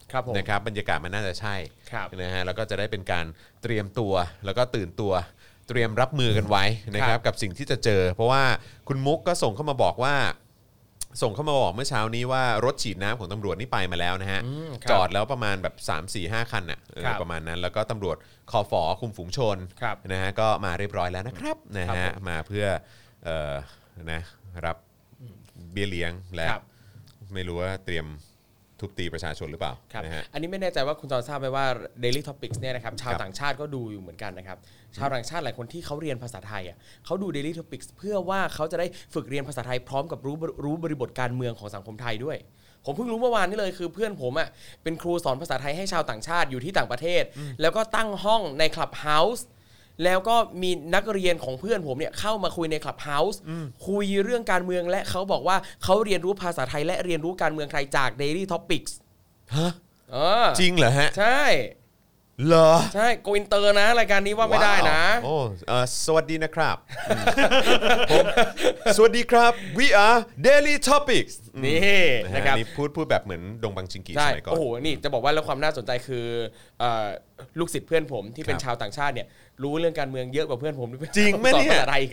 ครับผมนะครับบรรยากาศมันน่าจะใช่ครับนะฮะแล้วก็จะได้เป็นการเตรียมตัวแล้วก็ตื่นตัวเตรียมรับมือกันไว้นะครับกับสิ่งที่จะเจอ เพราะว่าคุณมุกก็ส่งเข้ามาบอกเมื่อเช้านี้ว่ารถฉีดน้ำของตำรวจนี่ไปมาแล้วนะฮะครับจอดแล้วประมาณแบบ 3-4-5 คันน่ะครับประมาณนั้นแล้วก็ตำรวจคอฝอคุมฝูงชนครับนะฮะก็มาเรียบร้อยแล้วนะครับนะครัฮะบผมมาเพื่อนะรับเบี้ยเลี้ยงและครับไม่รู้ว่าเตรียมทุบตีประชาชนหรือเปล่าครับนะฮะอันนี้ไม่แน่ใจว่าคุณจอนทราบไหมว่า Daily Topics เนี่ยนะครับชาวครับต่างชาติก็ดูอยู่เหมือนกันนะครับชาวต่างชาติหลายคนที่เขาเรียนภาษาไทยอ่ะเขาดู Daily Topics เพื่อว่าเขาจะได้ฝึกเรียนภาษาไทยพร้อมกับรู้บริบทการเมืองของสังคมไทยด้วย ผมเพิ่งรู้เมื่อวานนี้เลยคือเพื่อนผมอ่ะเป็นครูสอนภาษาไทยให้ชาวต่างชาติอยู่ที่ต่างประเทศ แล้วก็ตั้งห้องใน Clubhouse แล้วก็มีนักเรียนของเพื่อนผมเนี่ยเข้ามาคุยใน Clubhouse คุยเรื่องการเมืองและเขาบอกว่าเขาเรียนรู้ภาษาไทยและเรียนรู้การเมืองไทยจาก Daily Topics ฮะจจริงเหรอฮะใช่เหรอใช่โกอินเตอร์นะรายการนี้ว่าไม่ได้นะว้าวโอ้สวัสดีนะครับผมสวัสดีครับ we are Daily Topics นี่นะครับนี่พูดแบบเหมือนดงบังจิงกีสใช่มัยก่อนโอ้โหนี่จะบอกว่าแล้วความน่าสนใจคือลูกศิษย์เพื่อนผมที่เป็นครับชาวต่างชาติเนี่ยรู้เรื่องการเมืองเยอะกว่าเพื่อนผมที่เป็นจริงไหมเนี่ยสอนภาษาไทยอีกอะ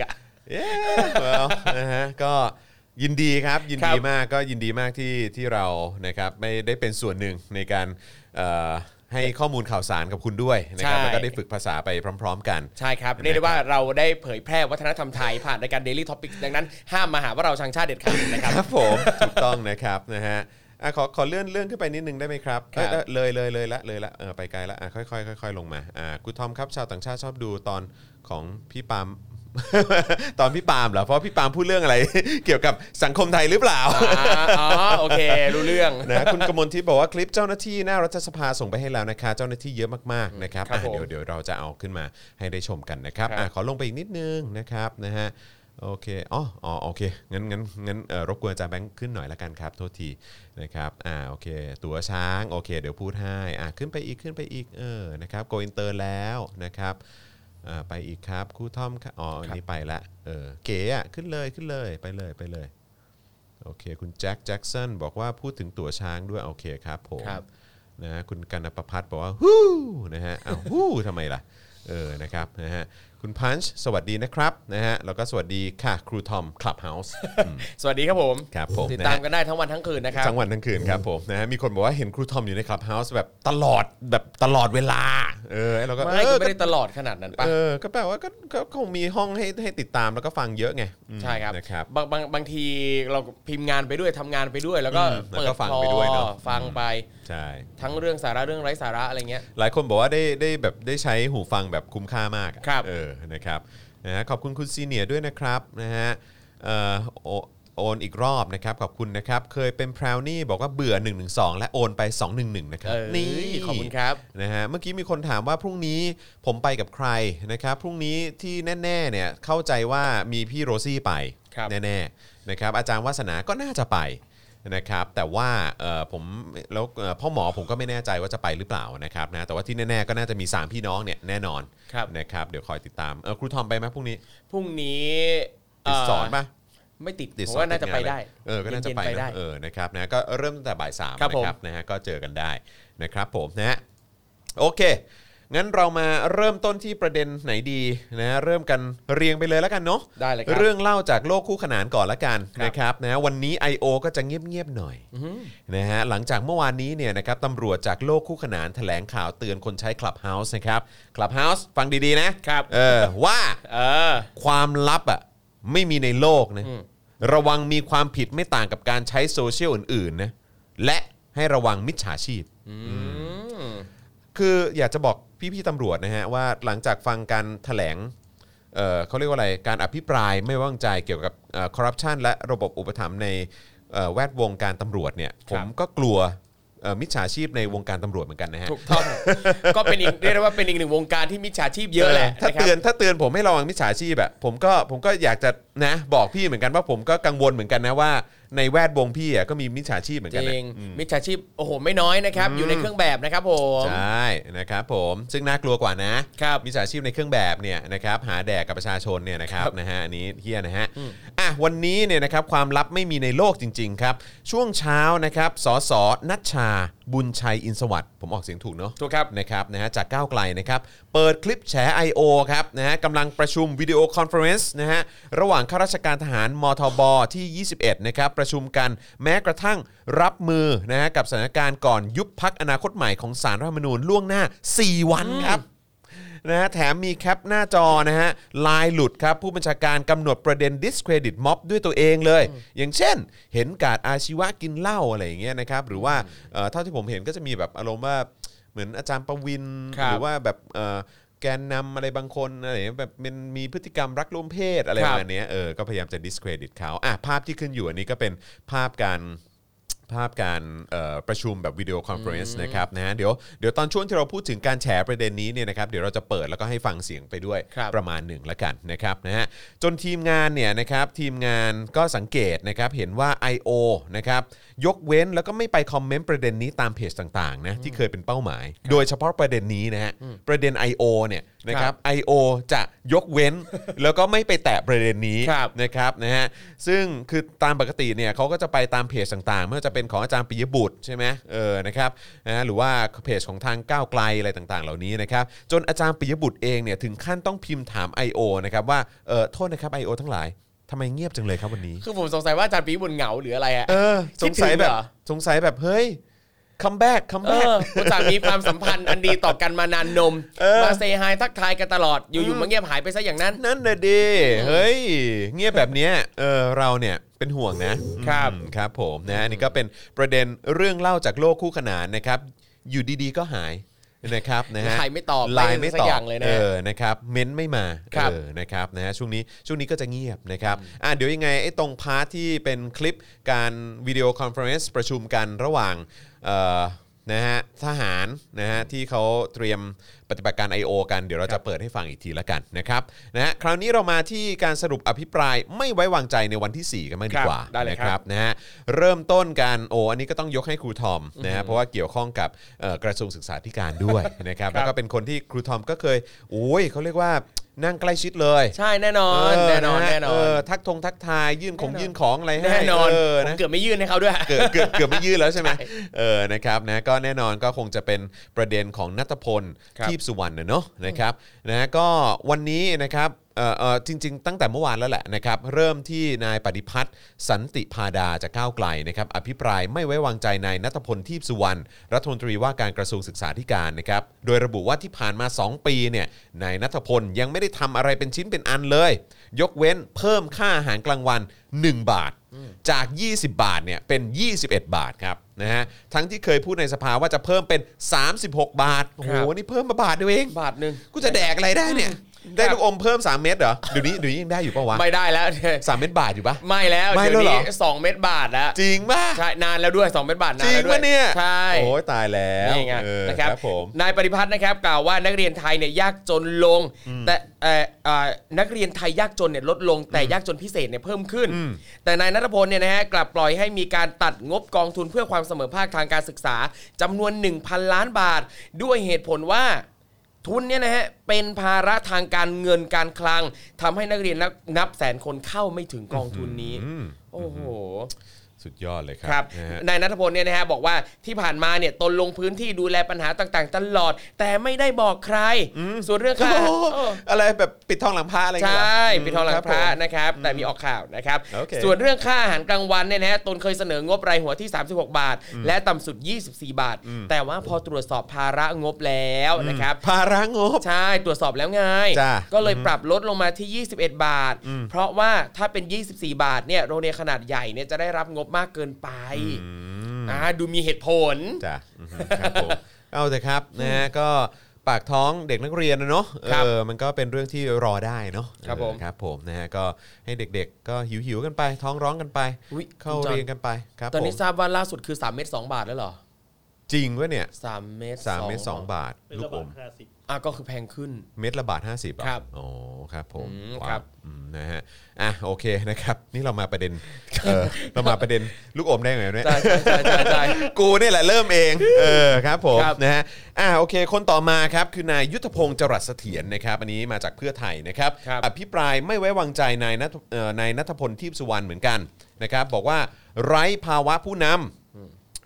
well นะฮะก็ยินดีครับยินดีครับมากก็ยินดีมากที่เรานะครับไม่ได้เป็นส่วนหนึ่งในการให้ข้อมูลข่าวสารกับคุณด้วยนะครับแล้วก็ได้ฝึกภาษาไปพร้อมๆกันใช่ครับเรียกได้ว่าเราได้เผยแพร่วัฒนธรรมไทยผ่านรายการ Daily Topics ดังนั้นห้ามมาหาว่าเราชังชาติเด็ดขาดนะครับครับผมถูกต้องนะครับนะฮะขอเลื่อนขึ้นไปนิดนึงได้ไหมครับครับเลยละไปไกลละค่อยลงมาคุณทอมครับชาวต่างชาติชอบดูตอนของพี่ปาล์ม ตอนพี่ปาล์มเหรอเพราะพี่ปาล์มพูดเรื่องอะไร เกี่ยวกับสังคมไทยหรือเปล่าอ๋อโอเครู้เรื่องนะคุณกมลทิพย์บอกว่าคลิปเจ้าหน้าที่หน้ารัฐสภาส่งไปให้แล้วนะคะเจ้าหน้าที่เยอะมากๆนะครับครับผมเดี๋ยวเราจะเอาขึ้นมาให้ได้ชมกันนะครับครับขอลงไปอีกนิดนึงนะครับนะฮะโอเคโอเคงั้นรบกวนอาจารย์แบงค์ขึ้นหน่อยละกันครับโทษทีนะครับโอเคตั๋วช้างโอเคเดี๋ยวพูดให้ขึ้นไปอีกนะครับโกอินเตอร์แล้วนะครับไปอีกครับครูทอมครับอันนี้ไปละเก๋ขึ้นเลยไปเลยโอเคคุณแจ็คสันบอกว่าพูดถึงตั๋วช้างด้วยโอเคครับผมครับนะคุณกันประพัฒน์บอกว่าฮู้นะฮะฮู้ทำไมล่ะนะครับนะฮะคุณพันช์สวัสดีนะครับนะฮะแล้วก็สวัสดีค่ะครูทอมคลับเฮาส์สวัสดีครับผมครับผมติดตามกันได้ทั้งวันทั้งคืนนะครับทั้งวันทั้งคืนครับผมนะฮะมีคนบอกว่าเห็นครูทอมอยู่ในคลับเฮาส์แบบตลอดเวลาเราก็ไม่ได้ตลอดขนาดนั้นปะก็แปลว่าก็คงมีห้องให้ติดตามแล้วก็ฟังเยอะไงใช่ครับนะครับบางทีเราพิมพ์งานไปด้วยทำงานไปด้วยแล้วก็แล้วเปิก็ดฟังคอไปด้วยเนอะฟังไปใช่ทั้งเรื่องสาระเรื่องไร้สาระอะไรเงี้ยหลายคนบอกว่าได้แบบได้ใช้หูฟังแบบคุ้มค่ามากอะครับนะครับนะฮะขอบคุณคุณซีเนียร์ด้วยนะครับนะฮะโอนอีกรอบนะครับขอบคุณนะครับเคยเป็นพราวนี่บอกว่าเบื่อ112และโอนไป211นะครับขอบคุณครับนะฮะเมื่อกี้มีคนถามว่าพรุ่งนี้ผมไปกับใครนะครับพรุ่งนี้ที่แน่ๆเนี่ยเข้าใจว่ามีพี่โรซี่ไปครับแน่ๆนะครับอาจารย์วาสนาก็น่าจะไปนะครับแต่ว่าผมแล้วพ่อหมอผมก็ไม่แน่ใจว่าจะไปหรือเปล่านะครับนะแต่ว่าที่แน่ๆก็น่าจะมี3พี่น้องเนี่ยแน่นอนครับนะครับเดี๋ยวคอยติดตามครูทอมไปไหมพรุ่งนี้พรุ่งนี้ติดสอนปะไม่ติดติดผสมอนว่าน่าจะติดไปงเลยได้ก็น่าจะไปเย็นๆนะนะครับนะก็เริ่มตั้งแต่บ่ายสามครับนะครับนะฮะก็เจอกันได้นะครับผมนะฮะโอเคงั้นเรามาเริ่มต้นที่ประเด็นไหนดีนะเริ่มกันเรียงไปเลยแล้วกันเนาะได้เลยครับเรื่องเล่าจากโลกคู่ขนานก่อนละกันครับนะครับนะวันนี้ I.O. ก็จะเงียบๆหน่อยนะฮะหลังจากเมื่อวานนี้เนี่ยนะครับตำรวจจากโลกคู่ขนานแถลงข่าวเตือนคนใช้ Clubhouse นะครับ Clubhouse ฟังดีๆนะครับว่า ความลับอ่ะไม่มีในโลกนะระวังมีความผิดไม่ต่างกับการใช้โซเชียลอื่นๆนะและให้ระวังมิจฉาชีพคืออยากจะบอกพี่ๆตำรวจนะฮะว่าหลังจากฟังการแถลงเขาเรียกว่าอะไรการอภิปรายไม่ไว้วางใจเกี่ยวกับคอร์รัปชันและระบบอุปถัมภ์ในแวดวงการตำรวจเนี่ยผมก็กลัวมิจฉาชีพในวงการตำรวจเหมือนกันนะฮะถูกต้อง ก็เป็นอีกเรียกได้ว่าเป็นอีกหนึ่งวงการที่มิจฉาชีพเยอะแหละถ้านะครับเตือนผมให้ระวังมิจฉาชีพอะผมก็อยากจะนะบอกพี่เหมือนกันว่าผมก็กังวลเหมือนกันนะว่าในแวดวงพี่อะก็มีมิจฉาชีพเหมือนจกันรินะงมิจฉาชีพโอ้โหไม่น้อยนะครับอยู่ในเครื่องแบบนะครับผมใช่นะครับผมซึ่งน่ากลัวกว่านะครับมิจฉาชีพในเครื่องแบบเนี่ยนะครับหาแดกกับประชาชนเนี่ยนะครับนะฮะอันนี้เฮียนะฮะวันนี้เนี่ยนะครับความลับไม่มีในโลกจริงๆครับช่วงเช้านะครับสสนัชชาบุญชัยอินสวัสดิ์ผมออกเสียงถูกเนาะถูกครับนะครับนะฮะจากก้าวไกลนะครับเปิดคลิปแฉ I.O. ครับนะฮะกำลังประชุมวิดีโอคอนเฟอเรนซ์นะฮะระหว่างข้าราชการทหารมทบที่21นะครับประชุมกันแม้กระทั่งรับมือนะฮะกับสถานการณ์ก่อนยุบพรรคอนาคตใหม่ของศาลรัฐธรรมนูญล่วงหน้า4 วันครับนะฮะแถมมีแคปหน้าจอนะฮะลายหลุดครับผู้บัญชาการกำหนดประเด็น discredit mob ด้วยตัวเองเลยอย่างเช่นเห็นกาดอาชีวะกินเหล้าอะไรอย่างเงี้ยนะครับหรือว่าเท่าที่ผมเห็นก็จะมีแบบอารมณ์ว่าเหมือนอาจารย์ประวินหรือว่าแบบแกนนำอะไรบางคนอะไรแบบมีพฤติกรรมรักร่วมเพศอะไรประมาณนี้ก็พยายามจะ discredit เขาภาพที่ขึ้นอยู่อันนี้ก็เป็นภาพการประชุมแบบวิดีโอคอนเฟอเรนซ์นะครับนะฮะเดี๋ยวตอนช่วงที่เราพูดถึงการแฉประเด็นนี้เนี่ยนะครับเดี๋ยวเราจะเปิดแล้วก็ให้ฟังเสียงไปด้วยประมาณหนึ่งละกันนะครับนะฮะจนทีมงานเนี่ยนะครับทีมงานก็สังเกตนะครับเห็นว่า I.O. นะครับยกเว้นแล้วก็ไม่ไปคอมเมนต์ประเด็นนี้ตามเพจต่างๆนะที่เคยเป็นเป้าหมายโดยเฉพาะประเด็นนี้นะฮะประเด็น I.O. เนี่ยนะครับ I.O. จะยกเว้นแล้วก็ไม่ไปแตะประเด็นนี้นะครับนะฮะซึ่งคือตามปกติเนี่ยเขาก็จะไปตามเพจต่างๆไม่ว่าจะเป็นของอาจารย์ปิยบุตรใช่ไหมนะครับนะหรือว่าเพจของทางก้าวไกลอะไรต่างๆเหล่านี้นะครับจนอาจารย์ปิยบุตรเองเนี่ยถึงขั้นต้องพิมพ์ถาม I.O. นะครับว่าโทษนะครับ I.O. ทั้งหลายทำไมเงียบจังเลยครับวันนี้คือผมสงสัยว่าอาจารย์ปิยบุตรเหงาหรืออะไรอะสงสัยแบบเฮ้ยคัมแบ็กคุณจากมีความสัมพันธ์อันดีต่อกันมานานนมมาเซฮายทักทายกันตลอดอยู่ๆมาเงียบหายไปซะอย่างนั้นนั่นเลยดิเฮ้ยเงียบแบบเนี้ยเราเนี่ยเป็นห่วงนะครับผมนะอันนี้ก็เป็นประเด็นเรื่องเล่าจากโลกคู่ขนานนะครับอยู่ดีๆก็หายนะครับนะฮะไลน์ไม่ตอบเลยนะนะครับเม้นไม่มานะครับนะฮะช่วงนี้ก็จะเงียบนะครับเดี๋ยวยังไงไอ้ตรงพาร์ทที่เป็นคลิปการวิดีโอคอนเฟอเรนซ์ประชุมกันระหว่างนะฮะทหารนะฮะที่เขาเตรียมปฏิบัติการ I.O. กันเดี๋ยวเราจะเปิดให้ฟังอีกทีละกันนะครับนะฮะคราวนี้เรามาที่การสรุปอภิปรายไม่ไว้วางใจในวันที่4กันมากดีกว่านะครับนะฮะเริ่มต้นกันอันนี้ก็ต้องยกให้ครูทอมนะฮะเพราะว่าเกี่ยวข้องกับกระทรวงศึกษาธิการด้วยนะครับแล้วก็เป็นคนที่ครูทอมก็เคยเขาเรียกว่านั่งใกล้ชิดเลยใช่แน่นอนทักทายยื่นของอะไรให้แน่นอนผมเกือบไม่ยื่นให้เขาด้วยเกือบไม่ยื่นแล้วใช่ไหมนะครับนะก็แน่นอนก็คงจะเป็นประเด็นของณัฐพลทีพสุวรรณเนาะนะครับนะก็วันนี้นะครับจริงๆตั้งแต่เมื่อวานแล้วแหละนะครับเริ่มที่นายปฏิพัฒน์สันติพาดาจากก้าวไกลนะครับอภิปรายไม่ไว้วางใจนายณัฐพลทีพสุวรรณรัฐมนตรีว่าการกระทรวงศึกษาธิการนะครับโดยระบุว่าที่ผ่านมา2ปีเนี่ยนายณัฐพลยังไม่ได้ทำอะไรเป็นชิ้นเป็นอันเลยยกเว้นเพิ่มค่าอาหารกลางวัน1 บาทจาก20 บาทเนี่ยเป็น21 บาทครับนะฮะทั้งที่เคยพูดในสภาว่าจะเพิ่มเป็น36 บาทโอ้โหนี่เพิ่มมาบาทเดียวเองบาทนึงกูจะแดกอะไรได้เนี่ยได้ลูกอมเพิ่ม3เม็ดเหรอเดี๋ยวนี้ยังได้อยู่ป่าววะไม่ได้แล้ว 3เม็ดบาทอยู่ปะไม่แล้วเดี๋ยวนี้2เม็ดบาทแล้วจริงป่ะใช่นานแล้วด้วย2เม็ดบาทนานแล้วด้วยจริงป่ะเนี่ยใช่โอ้ยตายแล้วนี่ไงนะครับนายปฏิพัฒน์นะครับกล่าวว่านักเรียนไทยเนี่ยยากจนลงแต่นักเรียนไทยยากจนเนี่ยลดลงแต่ยากจนพิเศษเนี่ยเพิ่มขึ้นแต่นายณัฐพลเนี่ยนะฮะกลับปล่อยให้มีการตัดงบกองทุนเพื่อความเสมอภาคทางการศึกษาจำนวน 1,000 ล้านบาทด้วยเหตุผลว่าทุนเนี่ยนะฮะเป็นภาระทางการเงินการคลังทำให้นักเรียนนับแสนคนเข้าไม่ถึงกองทุนนี้โอ้โหสุดยอดเลยครับนายณัฐพลเนี่ยนะฮะบอกว่าที่ผ่านมาเนี่ยตนลงพื้นที่ดูแลปัญหาต่างๆตลอดแต่ไม่ได้บอกใครส่วนเรื่องค่าอะไรแบบปิดทองหลังพระอะไรใช่ปิดทองหลังพระนะครับแต่มีออกข่าวนะครับส่วนเรื่องค่าอาหารกลางวันเนี่ยนะฮะตนเคยเสนองบรายหัวที่36 บาทและต่ำสุด24 บาทแต่ว่าพอตรวจสอบภาระงบแล้วนะครับภาระงบใช่ตรวจสอบแล้วไงก็เลยปรับลดลงมาที่21 บาทเพราะว่าถ้าเป็น24 บาทเนี่ยโรงเรียนขนาดใหญ่เนี่ยจะได้รับงบมากเกินไปดูมีเหตุผลจ้ะครับผมเอาแต่ครับนะฮะก็ปากท้องเด็กนักเรียนนะเนาะมันก็เป็นเรื่องที่รอได้เนาะครับผมนะฮะก็ให้เด็กๆก็หิวกันไปท้องร้องกันไปเข้าเรียนกันไปครับตอนนี้ทราบว่าล่าสุดคือ3เม็ด2 บาทแล้วเหรอจริงวะเนี่ย 3เม็ด 2 บาทลูกอมก็คือแพงขึ้นเม็ดละบาท50 ครับโอ้ครับผมครับนะฮะโอเคนะครับนี่เรามาประเด็นลูกอมได้ไงเนี่ยใช่กูนี่แหละเริ่มเองครับผมนะฮะโอเคคนต่อมาครับคือนายยุทธพงศ์จรัสเสถียรนะครับอันนี้มาจากเพื่อไทยนะครับอภิปรายไม่ไว้วางใจนายณัฐพลทีพสุวรรณเหมือนกันนะครับบอกว่าไร้ภาวะผู้นำ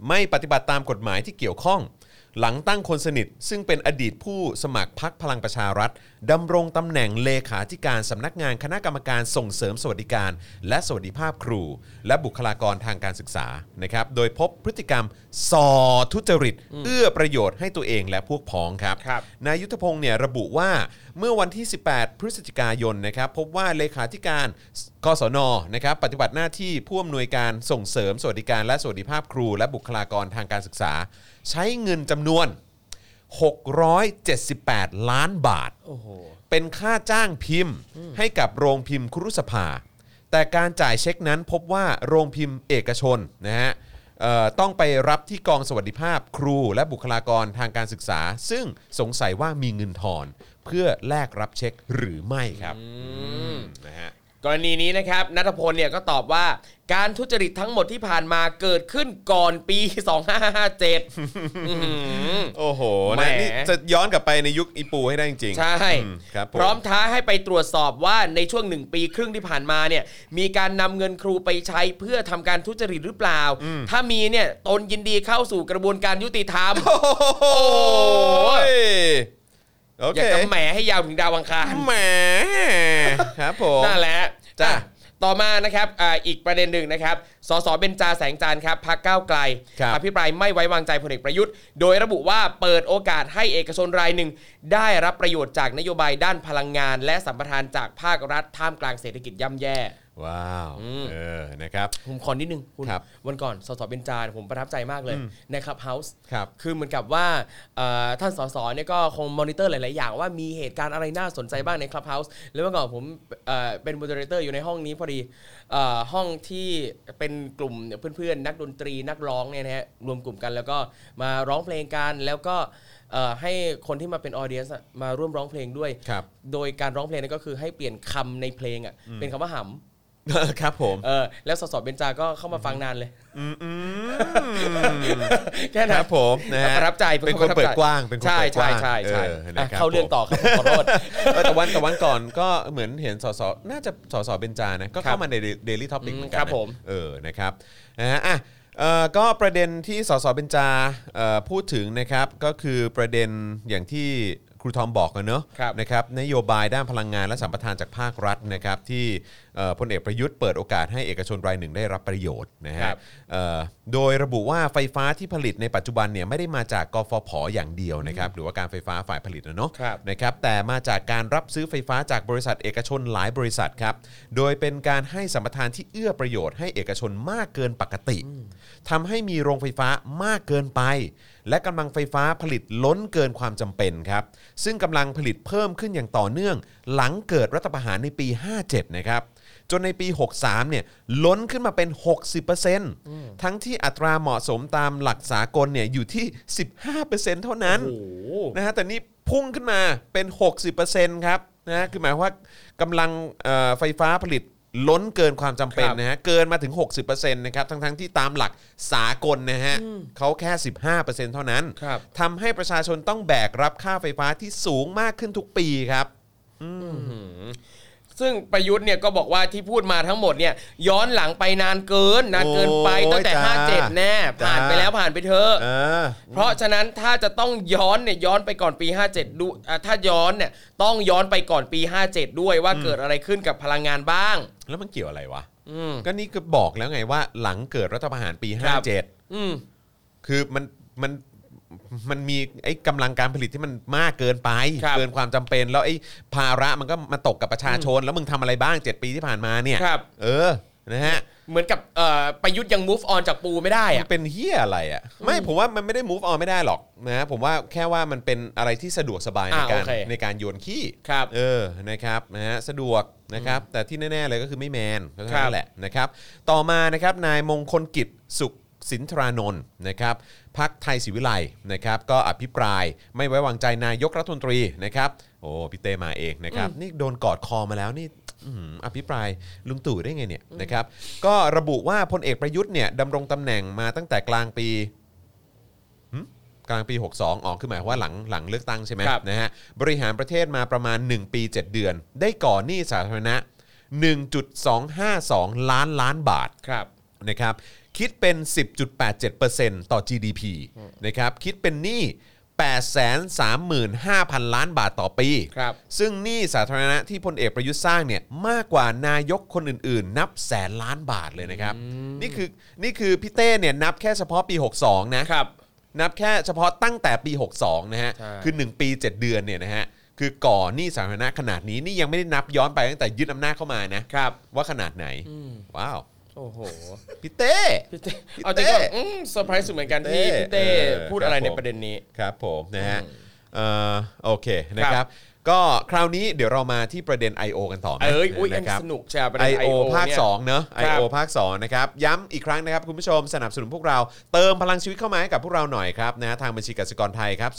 ไม่ปฏิบัติตามกฎหมายที่เกี่ยวข้องหลังตั้งคนสนิทซึ่งเป็นอดีตผู้สมัครพรรคพลังประชารัฐดำรงตำแหน่งเลขาธิการสำนักงานคณะกรรมการส่งเสริมสวัสดิการและสวัสดิภาพครูและบุคลากรทางการศึกษานะครับโดยพบพฤติกรรมส่อทุจริตเอื้อประโยชน์ให้ตัวเองและพวกพ้องครับนายยุทธพงศ์เนี่ยระบุว่าเมื่อวันที่18พฤศจิกายนนะครับพบว่าเลขาธิการกศนนะครับปฏิบัติหน้าที่ผู้อำนวยการส่งเสริมสวัสดิการและสวัสดิภาพครูและบุคลากรทางการศึกษาใช้เงินจำนวน678ล้านบาทเป็นค่าจ้างพิมพ์ให้กับโรงพิมพ์ครุสภาแต่การจ่ายเช็คนั้นพบว่าโรงพิมพ์เอกชนนะฮะต้องไปรับที่กองสวัสดิภาพครูและบุคลากรทางการศึกษาซึ่งสงสัยว่ามีเงินทอนเพื่อแลกรับเช็คหรือไม่ครับนะฮะกรณีนี้นะครับณัฐพลเนี่ยก็ตอบว่าการทุจริตทั้งหมดที่ผ่านมาเกิดขึ้นก่อนปี 2557 โอ้โหนี่จะย้อนกลับไปในยุคอีปูให้ได้จริงๆใช่ครับพร้อมท้าให้ไปตรวจสอบว่าในช่วง1ปีครึ่งที่ผ่านมาเนี่ยมีการนำเงินครูไปใช้เพื่อทำการทุจริตหรือเปล่าถ้ามีเนี่ยตนยินดีเข้าสู่กระบวนการยุติธรรมโอ้ยอยากจะแหมให้ยาวถึงดาวอังคารแหมครับผมนั่นแหละจ้ะต่อมานะครับอีกประเด็นหนึ่งนะครับสสเบญจาแสงจันทร์ครับพรรคก้าวไกลอภิปรายไม่ไว้วางใจพลเอกประยุทธ์โดยระบุว่าเปิดโอกาสให้เอกชนรายหนึ่งได้รับประโยชน์จากนโยบายด้านพลังงานและสัมปทานจากภาครัฐท่ามกลางเศรษฐกิจย่ำแย่ว้าวนะครับผมขอนิดนึงคุณวันก่อนสสเบญจาผมประทับใจมากเลยในคลับเฮาส์คือเหมือนกับว่าท่านสสเนี่ยก็คงมอนิเตอร์หลายๆอย่างว่ามีเหตุการณ์อะไรน่าสนใจบ้างในคลับเฮาส์แล้วเมื่อก่อนผมเป็นโมเดเลเตอร์อยู่ในห้องนี้พอดีห้องที่เป็นกลุ่มเพื่อนๆนักดนตรีนักร้องเนี่ยนะฮะรวมกลุ่มกันแล้วก็มาร้องเพลงกันแล้วก็ให้คนที่มาเป็นออเดียนซ์มาร่วมร้องเพลงด้วยโดยการร้องเพลงนั้นก็คือให้เปลี่ยนคำในเพลงเป็นคำว่าหำครับผมแล้วสสเบญจาก็เข้ามาฟังนานเลยแค่นั้นผมนะฮะประทับใจเป็นคนเปิดกว้างเป็นคนเปิดกว้างใช่เข้าเรื่องต่อครับขอโทษแต่วันก่อนก็เหมือนเห็นสสน่าจะสสเบญจานะก็เข้ามาใน Daily Topic เหมือนกันครับผมนะครับก็ประเด็นที่สสเบญจาพูดถึงนะครับก็คือประเด็นอย่างที่ครูทอมบอกกันเนอะนะครับนโยบายด้านพลังงานและสัมปทานจากภาครัฐนะครับที่พลเอกประยุทธ์เปิดโอกาสให้เอกชนรายหนึ่งได้รับประโยชน์นะฮะโดยระบุว่าไฟฟ้าที่ผลิตในปัจจุบันเนี่ยไม่ได้มาจากกฟผ.อย่างเดียวนะครับหรือว่าการไฟฟ้าฝ่ายผลิตนะเนาะนะครับแต่มาจากการรับซื้อไฟฟ้าจากบริษัทเอกชนหลายบริษัทครับโดยเป็นการให้สัมปทานที่เอื้อประโยชน์ให้เอกชนมากเกินปกติทำให้มีโรงไฟฟ้ามากเกินไปและกำลังไฟฟ้าผลิตล้นเกินความจำเป็นครับซึ่งกำลังผลิตเพิ่มขึ้นอย่างต่อเนื่องหลังเกิดรัฐประหารในปี 57 นะครับจนในปี 63 เนี่ยล้นขึ้นมาเป็น 60% ทั้งที่อัตราเหมาะสมตามหลักสากลเนี่ยอยู่ที่ 15% เท่านั้นนะฮะแต่นี่พุ่งขึ้นมาเป็น 60% ครับนะคือหมายว่ากำลังไฟฟ้าผลิตล้นเกินความจำเป็นนะฮะเกินมาถึง 60% นะครับทั้งที่ตามหลักสากลนะฮะเขาแค่ 15% เท่านั้นทำให้ประชาชนต้องแบกรับค่าไฟฟ้าที่สูงมากขึ้นทุกปีครับซึ่งประยุทธ์เนี่ยก็บอกว่าที่พูดมาทั้งหมดเนี่ยย้อนหลังไปนานเกินไปตั้งแต่57แน่ผ่านไปแล้วผ่านไปเถอะเพราะฉะนั้นถ้าจะต้องย้อนเนี่ยย้อนไปก่อนปี57ดูถ้าย้อนเนี่ยต้องย้อนไปก่อนปี57ด้วยว่าเกิดอะไรขึ้นกับพลังงานบ้างแล้วมันเกี่ยวอะไรวะก็นี่คือบอกแล้วไงว่าหลังเกิดรัฐประหารปี57คือมันมีไอ้กำลังการผลิตที่มันมากเกินไปเกินความจำเป็นแล้วไอ้ภาระมันก็มาตกกับประชาชนแล้วมึงทำอะไรบ้าง7ปีที่ผ่านมาเนี่ยนะฮะเหมือนกับประยุทธ์ยัง move on จากปูไม่ได้อะเป็นเหี้ยอะไรอ่ะไม่ผมว่ามันไม่ได้ move on ไม่ได้หรอกนะผมว่าแค่ว่ามันเป็นอะไรที่สะดวกสบายในการโยนขี้นะครับนะฮะสะดวกนะครับแต่ที่แน่ๆเลยก็คือไม่แมนก็เท่านั้นแหละนะครับต่อมานะครับนายมงคลกิจสุขสินทรานนท์นะครับพรรคไทยศรีวิไลนะครับก็อภิปรายไม่ไว้วางใจนายกรัฐมนตรีนะครับโอ้พี่เต้มาเองนะครับนี่โดนกอดคอมาแล้วนี่อภิปรายลุงตู่ได้ไงเนี่ยนะครับก็ระบุว่าพลเอกประยุทธ์เนี่ยดำรงตำแหน่งมาตั้งแต่กลางปี62คือหมายว่าหลังเลือกตั้งใช่ไหมนะฮะบริหารประเทศมาประมาณ1ปี7เดือนได้ก่อหนี้สาธารณะ 1.252 ล้านบาทครับนะครับคิดเป็น 10.87% ต่อ GDP นะครับคิดเป็นหนี้ 835,000 ล้านบาทต่อปีครับซึ่งหนี้สาธารณะที่พลเอกประยุทธ์สร้างเนี่ยมากกว่านายกคนอื่นๆนับแสนล้านบาทเลยนะครับนี่คือพี่เต้เนี่ยนับแค่เฉพาะปี62นะครับ นับแค่เฉพาะตั้งแต่ปี62นะฮะใช่คือ1ปี7เดือนเนี่ยนะฮะคือก่อหนี้สาธารณะขนาดนี้นี่ยังไม่ได้นับย้อนไปตั้งแต่ยึดอำนาจเข้ามานะครับว่าขนาดไหนว้าวโอ้โหพี่เต้พี่เต้เอาจริงก็เซอร์ไพรส์เหมือนกันที่พี่เต้พูดอะไรในประเด็นนี้ครับผมนะฮะโอเคนะครับก็คราวนี้เดี๋ยวเรามาที่ประเด็น I.O. กันต่อไหมอุ้ยอันนะครับสนุกใช่ประเด็น I.O. ภาคเนี่ย 2เนอะครับ I.O. ภาค2นะครับย้ำอีกครั้งนะครับคุณผู้ชมสนับสนุนพวกเราเติมพลังชีวิตเข้ามาให้กับพวกเราหน่อยครับนะทางบัญชีกสิกรไทยครับ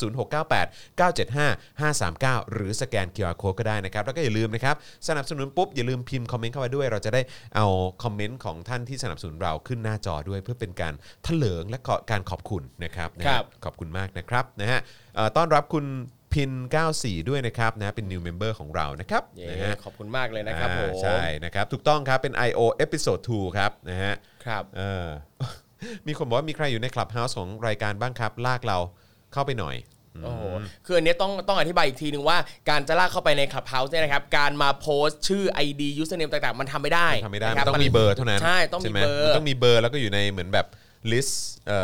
0698975539หรือสแกน QR Code ก็ได้นะครับแล้วก็อย่าลืมนะครับสนับสนุนปุ๊บอย่าลืมพิมพ์คอมเมนต์เข้ามาด้วยเราจะได้เอาคอมเมนต์ของท่านที่สนับสนุนเราขึ้นหน้าจอด้วยเพื่อเป็นการเถลิงและการขอบคุณนะครับนะคฮะรับขอบคุณมากนะครับนะฮะต้อนรับคุณพิน94ด้วยนะครับนะเป็น new member ของเรานะครับเย้นะฮะขอบคุณมากเลยนะครับผมใช่นะครับถูกต้องครับเป็น I.O. episode 2ครับนะฮะครับมีคนบอกว่ามีใครอยู่ใน Clubhouse ของรายการบ้างครับลากเราเข้าไปหน่อยโอ้โหคืออันนี้ต้องอธิบายอีกทีนึงว่าการจะลากเข้าไปใน Clubhouse เนี่ยนะครับการมาโพสต์ชื่อ ID username ต่างๆมันทำไม่ได้ทำไม่ได้นะคมัรับนต้องมีเบอร์เท่านั้นใช่ต้องมีไหเบอร์มันต้องมีเบอร์แล้วก็อยู่ในเหมือนแบบ list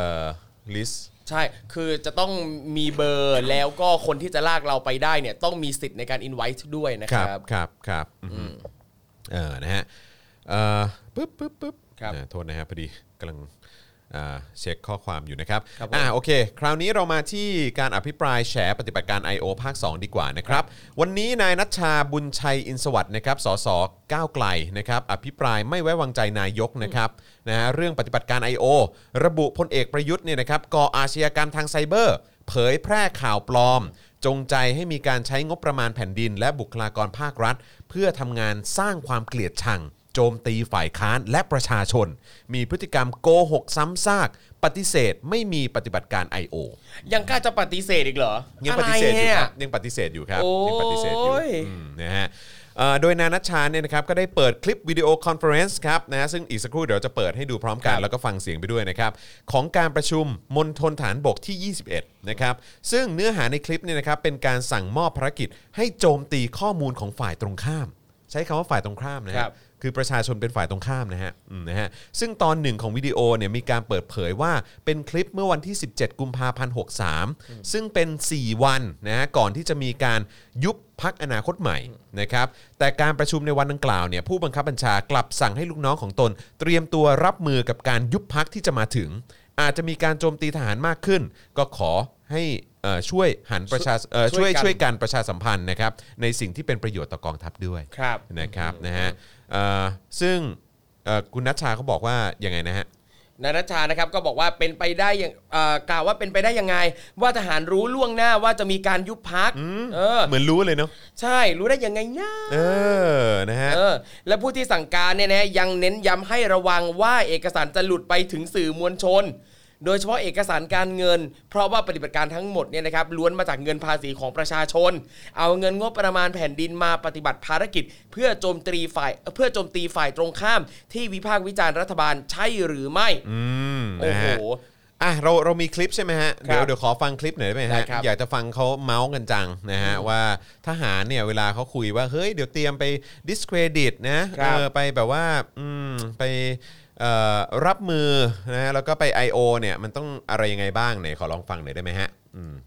list ใช่คือจะต้องมีเบอร์แล้วก็คนที่จะลากเราไปได้เนี่ยต้องมีสิทธิ์ในการ invite ด้วยนะคครัรับบ ครับนะฮะปึ๊บครับโทษนะครับพอดีกำลังเช็คข้อความอยู่นะครับครับผมโอเคคราวนี้เรามาที่การอภิปรายแฉปฏิบัติการ I.O. ภาค 2 ดีกว่านะครับวันนี้นายณัชชาบุญชัยอินทร์สวัสดิ์นะครับสสก้าวไกลนะครับอภิปรายไม่ไว้วางใจนายกนะครับนะฮะเรื่องปฏิบัติการ I.O. ระบุพลเอกประยุทธ์เนี่ยนะครับก่ออาชญากรรมทางไซเบอร์เผยแพร่ข่าวปลอมจงใจให้มีการใช้งบประมาณแผ่นดินและบุคลากรภาครัฐเพื่อทำงานสร้างความเกลียดชังโจมตีฝ่ายค้านและประชาชนมีพฤติกรรมโกหกซ้ำซากปฏิเสธไม่มีปฏิบัติการ I.O. ยังกล้าจะปฏิเสธอีกเหรอยังปฏิเสธอยู่ครับะไยังปฏิเสธอยู่ครับโอ้ยยังปฏิเสธอยู่นะฮะโดยนายณัชชาเนี่ยนะครับก็ได้เปิดคลิปวิดีโอคอนเฟอเรนซ์ครับนะซึ่งอีกสักครู่เดี๋ยวจะเปิดให้ดูพร้อมกันแล้วก็ฟังเสียงไปด้วยนะครับของการประชุมมณฑลฐานบกที่ 21นะครับซึ่งเนื้อหาในคลิปเนี่ยนะครับเป็นการสั่งมอบภารกิจให้โจมตีข้อมูลของฝ่ายตรงข้ามใช้คำว่าฝ่ายตรงข้ามนะคครัรับบ คือประชาชนเป็นฝ่ายตรงข้ามนะฮะซึ่งตอนหนึ่งของวิดีโอเนี่ยมีการเปิดเผยว่าเป็นคลิปเมื่อวันที่17กุมภาพันธ์63ซึ่งเป็น4วันนะก่อนที่จะมีการยุบพรรคอนาคตใหม่นะครับแต่การประชุมในวันดังกล่าวเนี่ยผู้บังคับบัญชากลับสั่งให้ลูกน้องของตนเตรียมตัวรับมือกับการยุบพรรคที่จะมาถึงอาจจะมีการโจมตีทหารมากขึ้นก็ขอให้ช่วยช่วยกันประชาสัมพันธ์นะครับในสิ่งที่เป็นประโยชน์ต่อกองทัพด้วยครับนะครับนะฮะซึ่งคุณณัชชาเขาบอกว่ายังไงนะฮะนายณัชชานะครับก็บอกว่าเป็นไปได้อย่างกล่าวว่าเป็นไปได้ยังไงว่าทหารรู้ล่วงหน้าว่าจะมีการยุบพรรคเหมือนรู้เลยเนาะใช่รู้ได้ยังไงนะนะฮะและผู้ที่สั่งการเนี่ยนะยังเน้นย้ำให้ระวังว่าเอกสารจะหลุดไปถึงสื่อมวลชนโดยเฉพาะเอกสารการเงินเพราะว่าปฏิบัติการทั้งหมดเนี่ยนะครับล้วนมาจากเงินภาษีของประชาชนเอาเงินงบประมาณแผ่นดินมาปฏิบัติภารกิจเพื่อโจมตีฝ่ายตรงข้ามที่วิพากษ์วิจารณ์รัฐบาลใช่หรือไม่โอ้โหเรามีคลิปใช่ไหมฮะเดี๋ยวขอฟังคลิปหน่อยได้ไหมฮะอยากจะฟังเขาเมาส์กันจังนะฮะว่าทหารเนี่ยเวลาเขาคุยว่าเฮ้ยเดี๋ยวเตรียมไป discredit นะไปแบบว่าไปรับมือนะแล้วก็ไป I.O. เนี่ยมันต้องอะไรยังไงบ้างไหนขอลองฟังหน่อยได้ไหมฮะ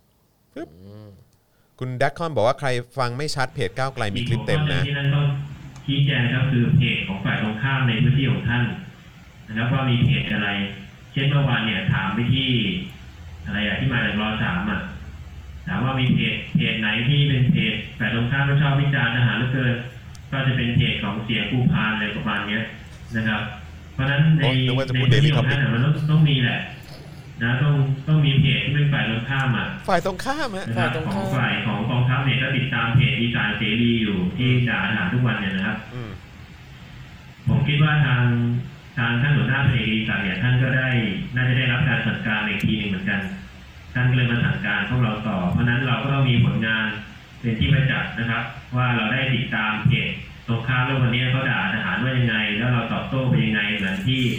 คุณดักคอนบอกว่าใครฟังไม่ชัดเพจก้าวไกลมีคลิปเต็มนะที่นั่นต้องชี้แจงก็คือเพจของฝ่ายตรงข้ามในพื้นที่ของท่านนะครับว่ามีเพจอะไรเช่นเมื่อวานเนี่ยถามไปที่อะไรที่มาจากร.3ถามว่ามีเพจไหนที่เป็นเพจฝ่ายตรงข้ามที่ชอบวิจารณ์ทหารเหลือเกินก็จะเป็นเพจของเสียภูพานอะไรประมาณนี้นะครับเพราะฉะนั้นในที่ของท่านมันต้องมีแหละนะต้องมีเพจที่เป็นฝ่ายตรงข้ามฝ่ายตรงข้ามของฝ่ายของกองทัพเนี่ยก็ติดตามเพจอีสานเสรีอยู่ที่ด่าทหารทุกวันเนี่ยนะครับผมคิดว่าทางท่านหัวหน้าเพจอีสานเนี่ยท่านก็น่าจะได้รับการสั่งการอีกทีนึงเหมือนกันท่านก็เลยมาสั่งการพวกเราต่อเพราะนั้นเราก็ต้องมีผลงานเป็นที่ประจักษ์นะครับว่าเราได้ติดตามเพจตรงข้ามแล้ววันนี้เขาด่าทหารว่ายังไงแล้วเราตอบโต้ไปยังไงเหมือนที่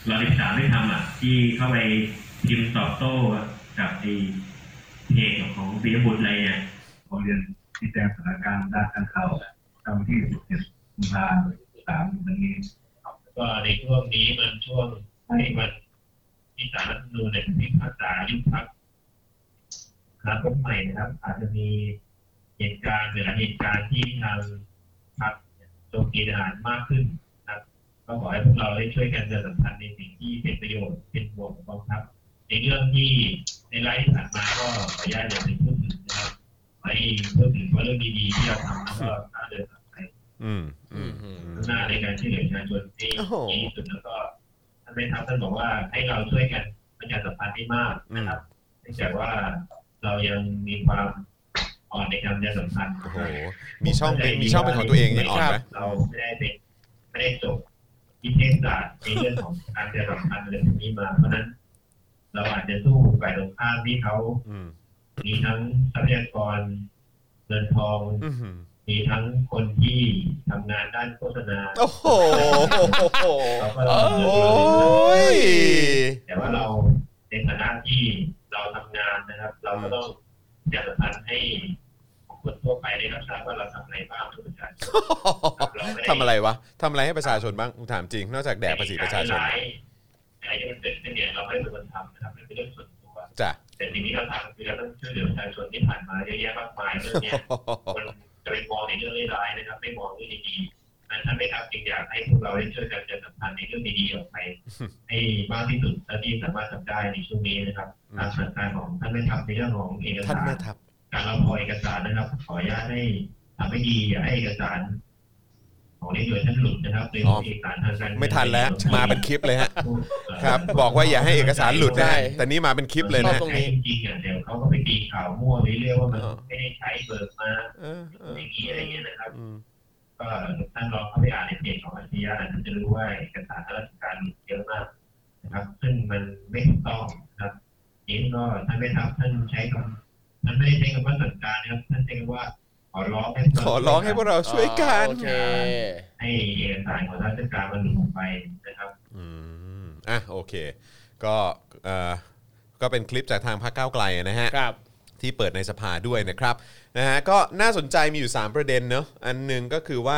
รอ13ได้ทำที่เข้าไปพิมพ์ตอบโต้กับไอ้เพจของปิยบุตรอะไรเนี่ยผมเรียนที่แจ้งสถานการณ์ด้านการข่าวตามที่17 กุมภาพันธ์3วันนี้ก็ในช่วงนี้มันช่วงให้มันที่ศาลรัฐธรรมนูญในพิพากษายุบพรรคครั้งใหม่นะครับอาจจะมีเหตุการณ์หรือเหตุการณ์ที่ทางพรรคโจมตีทหารมากขึ้นนะครับก็ขอให้พวกเราได้ช่วยกันประชาสัมพันธ์ในสิ่งที่เป็นประโยชน์เป็นบวกของกองทัพในเรื่องที่ในไลฟ์ที่ผ่านมาก็ขออนุญาตอย่าไปพูดถึงนะครับให้พูดถึงว่าเรื่องดีๆที่เราทำแล้วก็เดินต่อไปหน้าในการช่วยเหลือประชาชนที่ดีที่สุดแล้วก็ท่านแม่ทัพท่านบอกว่าให้เราช่วยกันประชาสัมพันธ์ให้มากนะครับเนื่องจากว่าเรายังมีความอ่อนในการประชาสัมพันธ์โอ้โหมีช่องเป็นของตัวเองยังอ่อนไหมเราไม่ได้จบที่เทคศาสตร์ในเรื่องของการประชาสัมพันธ์อะไรแบบนี้มาเพราะนั้นเราอาจจะสู้ฝ่ายตรงข้ามที่เขามีทั้งทรัพยากรเงินทองมีทั้งคนที่ทำงานด้านโฆษณาโอ้โหแต่ว่าเราในฐานะที่เราทำงานนะครับเราก็ต้องประชาสัมพันธ์ให้คนทั่วไปได้รับทราบว่าเราทำอะไรบ้างทุกประชาชนทำอะไรวะทำอะไรให้ประชาชนบ้างถามจริงนอกจากแดกภาษีประชาชนอะไรที่มันเกิดขึ้นเนี่ยเราไม่ได้เป็นคนทำนะครับมันเป็นเรื่องส่วนตัวจ้ะแต่สิ่งที่เราทำคือเราต้องช่วยเหลือประชาชนที่ผ่านมาเยอะแยะมากมายเรื่องนี้มันจะไปมองในเรื่องร้ายๆนะครับไม่มองเรื่องดีๆนั้นท่านไม่ทำจริงอยากให้พวกเราได้ช่วยกันประชาสัมพันธ์ในเรื่องดีๆออกไปให้มากที่สุดเท่าที่สามารถทำได้ในช่วงนี้นะครับตามสั่งการของท่านไม่ทำในเรื่องของเอกสารการรับพอเอกสารนะครับขออนุญาตให้ทำให้ดีอย่าให้เอกสารของในโดยท่านหลุดนะครับในเอกสารทางการไม่ทันแล้วมาเป็นคลิปเลยฮะครับบอกว่าอย่าให้เอกสารหลุดได้แต่นี่มาเป็นคลิปเลยนะจริงๆเดี๋ยวเขาก็ไปตีข่าวมั่วไปเรื่อยว่ามันไม่ได้ใช้เบิกมาอย่างนี้อะไรเงี้ยนะครับก็ท่านลองเข้าไปอ่านในเพจของอาชีพท่านจะรู้ว่าเอกสารราชการเยอะมากนะครับซึ่งมันไม่ถูกต้องนะครับนี้ก็ท่านไม่ทำท่านใช้คำท่านไม่ได้ใช้คำว่าสั่งการนะครับท่านใช้คำว่าขอร้องให้พวกเราช่วยกันให้เอกสารของราชการมันหลุดออกไปนะครับโอเคก็เป็นคลิปจากทางพรรคก้าวไกลนะฮะที่เปิดในสภาด้วยนะครับนะฮะก็น่าสนใจมีอยู่3ประเด็นเนอะอันนึงก็คือว่า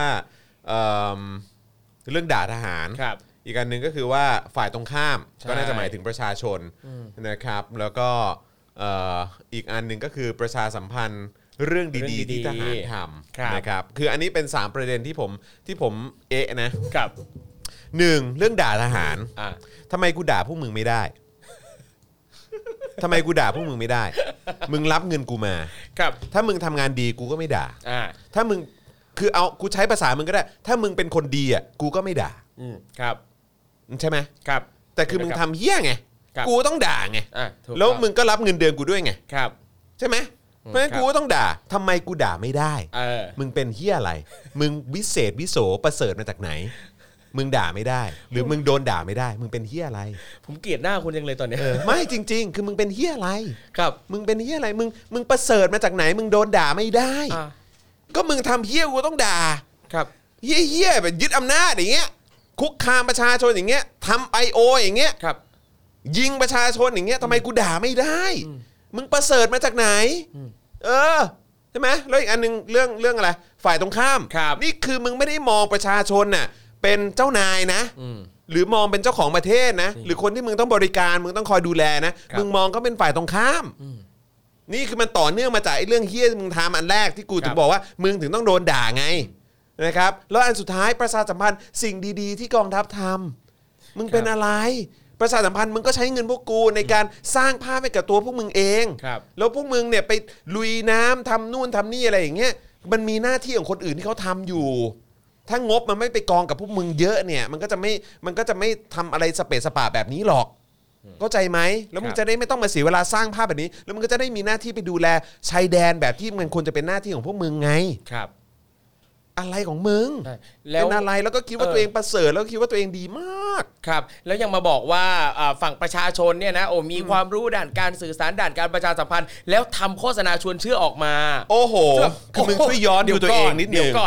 เรื่องด่าทหารอีกอันนึงก็คือว่าฝ่ายตรงข้ามก็น่าจะหมายถึงประชาชนนะครับแล้วก็อีกอันนึงก็คือประชาสัมพันธ์เรื่องดีๆที่ทหารทำนะครับคืออันนี้เป็น3ประเด็นที่ผมนะครับ1เรื่องด่าทหารทำไมกูด่าพวกมึงไม่ได้ทำไมกูด่าพวกมึงไม่ได้มึงรับเงินกูมาถ้ามึงทำงานดีกูก็ไม่ด่าถ้ามึงคือเอากูใช้ภาษามึงก็ได้ถ้ามึงเป็นคนดีอ่ะกูก็ไม่ด่าครับใช่ไหมครับแต่คือมึงทำเหี้ยไงกูต้องด่าไงแล้วมึงก็รับเงินเดือนกูด้วยไงใช่ไหมเพราะฉะนั้นกูก็ต้องด่าทำไมกูด่าไม่ได้มึงเป็นเหี้ยอะไรมึงวิเศษวิโสประเสริฐมาจากไหนมึงด่าไม่ได้หรือมึงโดนด่าไม่ได้มึงเป็นเหี้ยอะไรผมเกลียดหน้าคุณยังเลยตอนนี้ไม่จริงๆคือมึงเป็นเหี้ยอะไรครับมึงเป็นเหี้ยอะไรมึงประเสริฐมาจากไหนมึงโดนด่าไม่ได้ก็มึงทำเหี้ยกูต้องด่าครับเหี้ยแบบยึดอำนาจอย่างเงี้ยคุกคามประชาชนอย่างเงี้ยทำ IO อย่างเงี้ยครับยิงประชาชนอย่างเงี้ยทำไมกูด่าไม่ได้มึงประเสริฐมาจากไหนใช่ไหมแล้วอีกอันนึงเรื่องอะไรฝ่ายตรงข้ามนี่คือมึงไม่ได้มองประชาชนน่ะเป็นเจ้านายนะหรือมองเป็นเจ้าของประเทศนะหรือคนที่มึงต้องบริการมึงต้องคอยดูแลนะมึงมองเขาเป็นฝ่ายตรงข้ามนี่คือมันต่อเนื่องมาจากไอ้เรื่องเฮี้ยมึงทำอันแรกที่กูถึงบอกว่ามึงถึงต้องโดนด่าไงนะครับแล้วอันสุดท้ายประชาสัมพันธ์สิ่งดีๆที่กองทัพทำมึงเป็นอะไรประชาสัมพันธ์มึงก็ใช้เงินพวกกูในการสร้างภาพให้กับตัวพวกมึงเองแล้วพวกมึงเนี่ยไปลุยน้ำทำนู่นทำนี่อะไรอย่างเงี้ยมันมีหน้าที่ของคนอื่นที่เขาทำอยู่ถ้างบมันไม่ไปกองกับพวกมึงเยอะเนี่ยมันก็จะไม่ทำอะไรสเปซสปาแบบนี้หรอกเข้าใจไหมแล้วมึงจะได้ไม่ต้องมาเสียเวลาสร้างภาพแบบนี้แล้วมึงก็จะได้มีหน้าที่ไปดูแลชายแดนแบบที่มันควรจะเป็นหน้าที่ของพวกมึงไงครับอะไรของมึงเป็นอะไรแล้วก็คิดว่าตัวเองประเสริฐแล้วก็คิดว่าตัวเองดีมากครับแล้วยังมาบอกว่าฝั่งประชาชนเนี่ยนะมีความรู้ด้านการสื่อสารด้านการประชาสัมพันธ์แล้วทำโฆษณาชวนเชื่อออกมาโอ้โหคือมึงช่วยย้อนดูตัวเองนิดนึงเดี๋ยวก่อน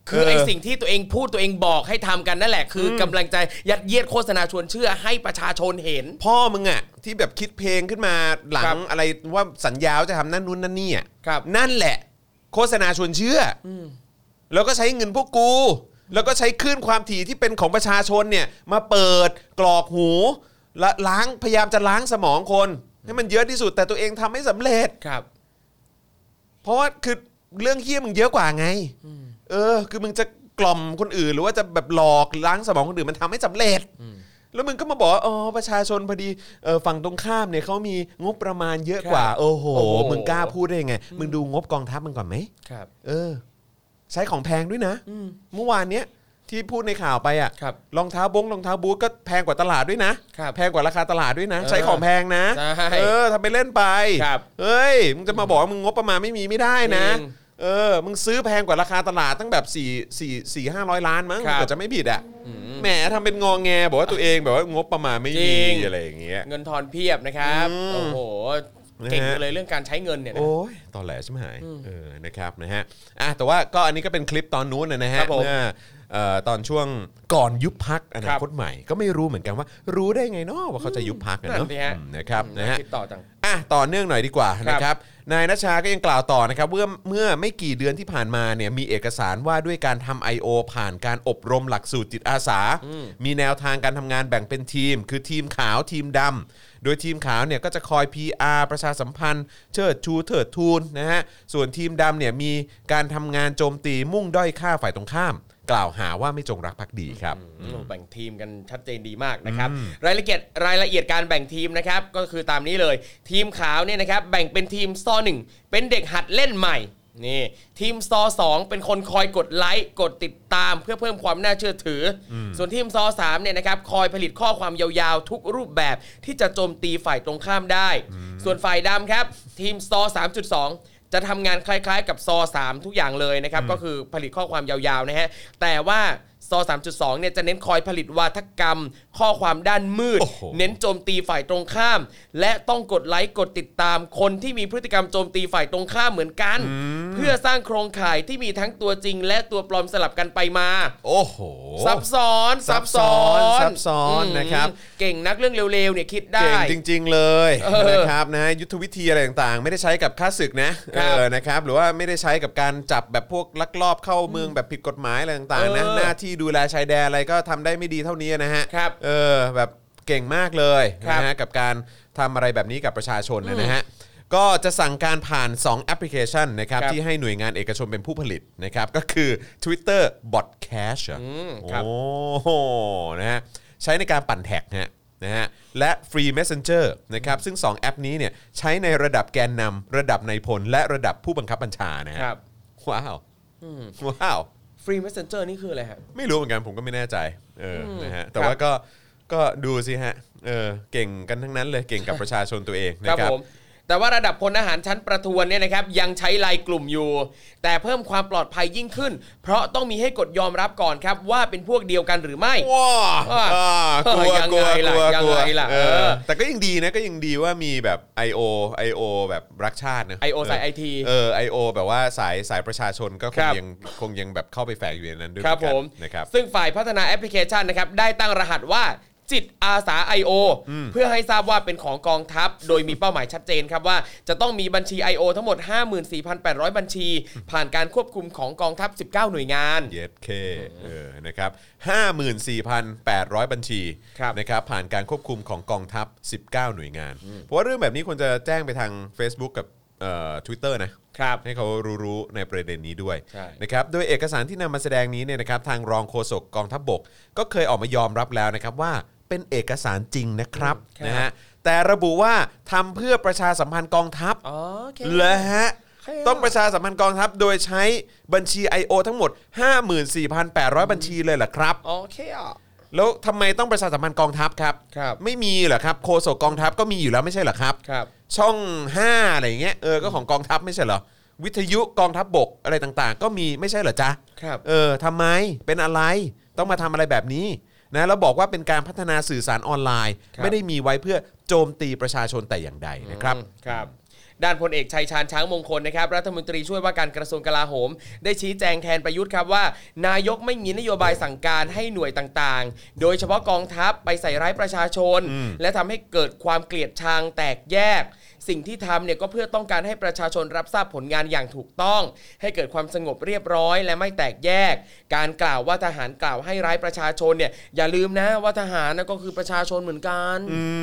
คือไอ้สิ่งที่ตัวเองพูดตัวเองบอกให้ทำกันนั่นแหละคือกำลังจะยัดเยียดโฆษณาชวนเชื่อให้ประชาชนเห็นพ่อมึงอ่ะที่แบบคิดเพลงขึ้นมาหลังอะไรว่าสัญญาจะทำนั่นนู่นนั่นนี่อ่ะนั่นแหละโฆษณาชวนเชื่อแล้วก็ใช้เงินพวกกูแล้วก็ใช้คลื่นความถี่ที่เป็นของประชาชนเนี่ยมาเปิดกรอกหูและพยายามจะล้างสมองคนให้มันเยอะที่สุดแต่ตัวเองทำไม่สำเร็จครับเพราะว่าคือเรื่องเหี้ยมึงเยอะกว่าไงคือมึงจะกล่อมคนอื่นหรือว่าจะแบบหลอกล้างสมองคนอื่นมันทำไม่สำเร็จแล้วมึงก็มาบอกประชาชนพอดีฝั่งตรงข้ามเนี่ยเขามีงบประมาณเยอะกว่าโอ้โหมึงกล้าพูดได้ยังไงมึงดูงบกองทัพมึงก่อนไหมครับใช้ของแพงด้วยนะเมื่อวานเนี้ยที่พูดในข่าวไปอ่ะรองเท้าบูทก็แพงกว่าตลาดด้วยนะแพงกว่าราคาตลาดด้วยนะใช้ของแพงนะทำไปเล่นไปเฮ้ยมึงจะมาบอกว่ามึงงบประมาณไม่ได้นะมึงซื้อแพงกว่าราคาตลาดตั้งแบบ4-500 ล้านมั้งแต่จะไม่ผิดอ่ะแหมทำเป็นงอแงบอกว่าตัวเองแบบว่างบประมาณไม่มีอะไรอย่างเงี้ยเงินทอนเพียบนะครับโอ้โหเก่งเลยเรื่องการใช้เงินเนี่ยโอ้ยตอนแหลใช่ไหมนะครับนะฮะแต่ว่าก็อันนี้ก็เป็นคลิปตอนนู้นนะฮะเมื่อตอนช่วงก่อนยุบพรรคอนาคตใหม่ก็ไม่รู้เหมือนกันว่ารู้ได้ไงเนาะว่าเขาจะยุบพรรคกันเนาะนะครับนะฮะต่อเนื่องหน่อยดีกว่านะครับนายณชาก็ยังกล่าวต่อนะครับเมื่อไม่กี่เดือนที่ผ่านมาเนี่ยมีเอกสารว่าด้วยการทำ I.O. ผ่านการอบรมหลักสูตรจิตอาสามีแนวทางการทำงานแบ่งเป็นทีมคือทีมขาวทีมดำโดยทีมขาวเนี่ยก็จะคอย PR ประชาสัมพันธ์เชิดชูเถิดทูนนะฮะส่วนทีมดำเนี่ยมีการทำงานโจมตีมุ่งด้อยค่าฝ่ายตรงข้ามกล่าวหาว่าไม่จงรักภักดีครับแบ่งทีมกันชัดเจนดีมากนะครับรายละเอียดการแบ่งทีมนะครับก็คือตามนี้เลยทีมขาวเนี่ยนะครับแบ่งเป็นทีมซอ1เป็นเด็กหัดเล่นใหม่นี่ทีมซอ2เป็นคนคอยกดไลค์กดติดตามเพื่อเพิ่มความน่าเชื่อถือส่วนทีมซอ3เนี่ยนะครับคอยผลิตข้อความยาวๆทุกรูปแบบที่จะโจมตีฝ่ายตรงข้ามได้ส่วนฝ่ายดำครับทีมซอ 3.2 จะทำงานคล้ายๆกับซอ3ทุกอย่างเลยนะครับก็คือผลิตข้อความยาวๆนะฮะแต่ว่าซอ 3.2 เนี่ยจะเน้นคอยผลิตวาทกรรมข้อความด้านมืดเน้นโจมตีฝ่ายตรงข้ามและต้องกดไลค์กดติดตามคนที่มีพฤติกรรมโจมตีฝ่ายตรงข้ามเหมือนกันเพื่อสร้างโครงข่ายที่มีทั้งตัวจริงและตัวปลอมสลับกันไปมาโอ้โหซับซ้อนนะครับเก่งนักเรื่องเร็วๆเนี่ยคิดได้เก่งจริงๆเลยนะครับนะยุทธวิธีอะไรต่างๆไม่ได้ใช้กับฆ่าศึกนะนะครับหรือว่าไม่ได้ใช้กับการจับแบบพวกลักลอบเข้าเมืองแบบผิดกฎหมายอะไรต่างๆนะหน้าที่ดูแลชายแดนอะไรก็ทำได้ไม่ดีเท่านี้นะฮะแบบเก่งมากเลยนะฮะกับการทำอะไรแบบนี้กับประชาชนนะฮะก็จะสั่งการผ่าน2แอปพลิเคชันนะครับที่ให้หน่วยงานเอกชนเป็นผู้ผลิตนะครับก็คือ Twitter Bot Cash โอ้โหนะฮะใช้ในการปั่นแท็กนะฮะและ Free Messenger นะครับซึ่ง2แอปนี้เนี่ยใช้ในระดับแกนนำระดับนายพลและระดับผู้บังคับบัญชานะครับว้าว Free Messenger นี่คืออะไรฮะไม่รู้เหมือนกันผมก็ไม่แน่ใจนะฮะแต่ว่าก็ดูสิฮะเก่งกันทั้งนั้นเลยเก่งกับประชาชนตัวเองนะครับแต่ว่าระดับพลทหารชั้นประทวนเนี่ยนะครับยังใช้ไลน์กลุ่มอยู่แต่เพิ่มความปลอดภัยยิ่งขึ้นเพราะต้องมีให้กดยอมรับก่อนครับว่าเป็นพวกเดียวกันหรือไม่กลัวแต่ก็ยังดีนะก็ยังดีว่ามีแบบ IO แบบรักชาตินะ IO สาย IT IO แบบว่าสายประชาชนก็คงยังแบบเข้าไปแฝงอยู่ในนั้นด้วยครับผมนะครับซึ่งฝ่ายพัฒนาแอปพลิเคชันนะครับได้ตั้งรหัสว่าจิตอาสา IO เพื่อให้ทราบว่าเป็นของกองทัพโดยมีเป้าหมายชัดเจนครับว่าจะต้องมีบัญชี IO ทั้งหมด 54,800 บัญชีผ่านการควบคุมของกองทัพ19หน่วยงาน YK นะครับ 54,800 บัญชีนะครับผ่านการควบคุมของกองทัพ19หน่วยงานเพราะว่าเรื่องแบบนี้ควรจะแจ้งไปทาง Facebook กับTwitter นะให้เขารู้ในประเด็นนี้ด้วยนะครับโดยเอกสารที่นำมาแสดงนี้เนี่ยนะครับทางรองโฆษกกองทัพบกก็เคยออกมายอมรับแล้วนะครับว่าเป็นเอกสารจริงนะครับนะฮะแต่ระบุว่าทำเพื่อประชาสัมพันธ์กองทัพเลยฮะต้องประชาสัมพันธ์กองทัพโดยใช้บัญชี IO ทั้งหมด 54,800 บัญชีเลยเหรอครับโอเคแล้วทำไมต้องประชาสัมพันธ์กองทัพครับไม่มีเหรอครับโฆษกกองทัพก็มีอยู่แล้วไม่ใช่เหรอครับช่อง5อะไรอย่างเงี้ยก็ของกองทัพไม่ใช่เหรอวิทยุกองทัพบกอะไรต่างๆก็มีไม่ใช่เหรอจ๊ะทำไมเป็นอะไรต้องมาทำอะไรแบบนี้นะแล้วบอกว่าเป็นการพัฒนาสื่อสารออนไลน์ไม่ได้มีไว้เพื่อโจมตีประชาชนแต่อย่างใดนะครับด้านพลเอกชัยชาญช้างมงคลนะครับรัฐมนตรีช่วยว่าการกระทรวงกลาโหมได้ชี้แจงแทนประยุทธ์ครับว่านายกไม่มีนโยบายสั่งการให้หน่วยต่างๆโดยเฉพาะกองทัพไปใส่ร้ายประชาชนและทำให้เกิดความเกลียดชังแตกแยกสิ่งที่ทำเนี่ยก็เพื่อต้องการให้ประชาชนรับทราบผลงานอย่างถูกต้องให้เกิดความสงบเรียบร้อยและไม่แตกแยกการกล่าวว่าทหารกล่าวให้ร้ายประชาชนเนี่ยอย่าลืมนะว่าทหารก็คือประชาชนเหมือนกัน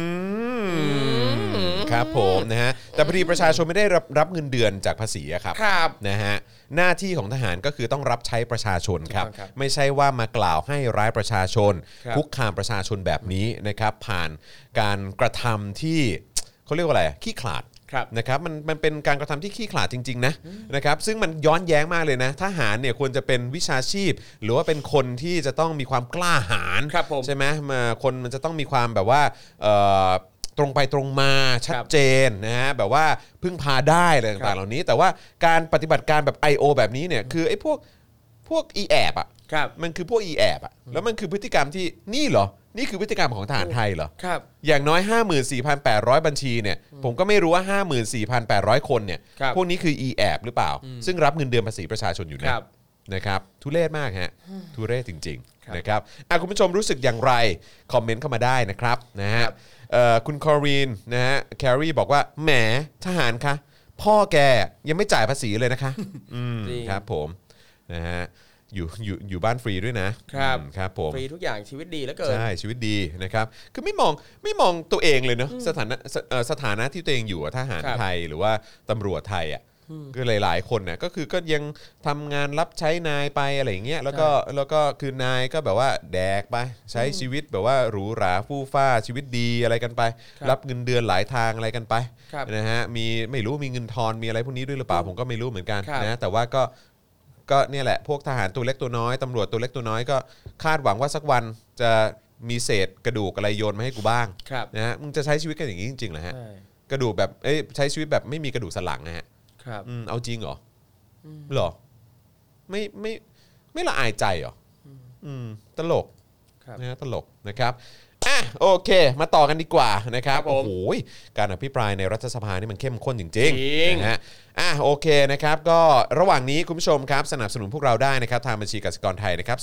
ครับผมนะฮะแต่พอดีประชาชนไม่ได้รับเงินเดือนจากภาษีครับนะฮะหน้าที่ของทหารก็คือต้องรับใช้ประชาชนครับไม่ใช่ว่ามากล่าวให้ร้ายประชาชนคุกคามประชาชนแบบนี้นะครับผ่านการกระทำที่เขาเรียกว่าอะไรขี้ขลาดนะครับมันเป็นการกระทำที่ขี้ขลาดจริงๆนะครับซึ่งมันย้อนแย้งมากเลยนะทหารเนี่ยควรจะเป็นวิชาชีพหรือว่าเป็นคนที่จะต้องมีความกล้าหาญใช่ไหมคนมันจะต้องมีความแบบว่าตรงไปตรงมาชัดเจนนะฮะแบบว่าพึ่งพาได้อะไรต่างๆเหล่านี้แต่ว่าการปฏิบัติการแบบ I.O. แบบนี้เนี่ยคือไอ้พวกอีแอบอ่ะมันคือพวกอีแอบอ่ะแล้วมันคือพฤติกรรมที่นี่เหรอนี่คือพฤติกรรมของทหารไทยเหรออย่างน้อย 54,800 บัญชีเนี่ยผมก็ไม่รู้ว่า 54,800 คนเนี่ยพวกนี้คืออีแอบหรือเปล่าซึ่งรับเงินเดือนภาษีประชาชนอยู่นะครับทุเรศมากฮะทุเรศจริงๆนะครับคุณผู้ชมรู้สึกอย่างไรคอมเมนต์เข้ามาได้นะครับนะฮะคุณคอรีนนะฮะแครีบอกว่าแหมทหารคะพ่อแกยังไม่จ่ายภาษีเลยนะคะครับผมนะฮะอยู่บ้านฟรีด้วยนะครับผมฟรีทุกอย่างชีวิตดีแล้วเกินใช่ชีวิตดีนะครับคือไม่มองตัวเองเลยเนาะสถานะที่ตัวเองอยู่ทหารไทยหรือว่าตำรวจไทยอ่ะก็หลายๆคนเนี่ยก็คือก็ยังทำงานรับใช้นายไปอะไรอย่างเงี้ยแล้วก็คือนายก็แบบว่าแดกไปใช้ชีวิตแบบว่าหรูหราฟู่ฟ้าชีวิตดีอะไรกันไปรับเงินเดือนหลายทางอะไรกันไปนะฮะไม่รู้มีเงินทอนมีอะไรพวกนี้ด้วยหรือเปล่าผมก็ไม่รู้เหมือนกันนะแต่ว่าก็เนี่ยแหละพวกทหารตัวเล็กตัวน้อยตำรวจตัวเล็กตัวน้อยก็คาดหวังว่าสักวันจะมีเศษกระดูกอะไรโยนมาให้กูบ้างนะฮะมึงจะใช้ชีวิตกันอย่างนี้จริงๆเหรอฮะกระดูกแบบใช้ชีวิตแบบไม่มีกระดูกสันหลังนะฮะเอาจริงเหรอหรอไม่ละอายใจเหรอตลกนะตลกนะครับโอเคมาต่อกันดีกว่านะครับโอ้โหการอภิปรายในรัฐสภานี่มันเข้มข้นจริงๆนะฮะโอเคนะครับก็ระหว่างนี้คุณผู้ชมครับสนับสนุนพวกเราได้นะครับทางบัญชีกสิกรไทยนะครับ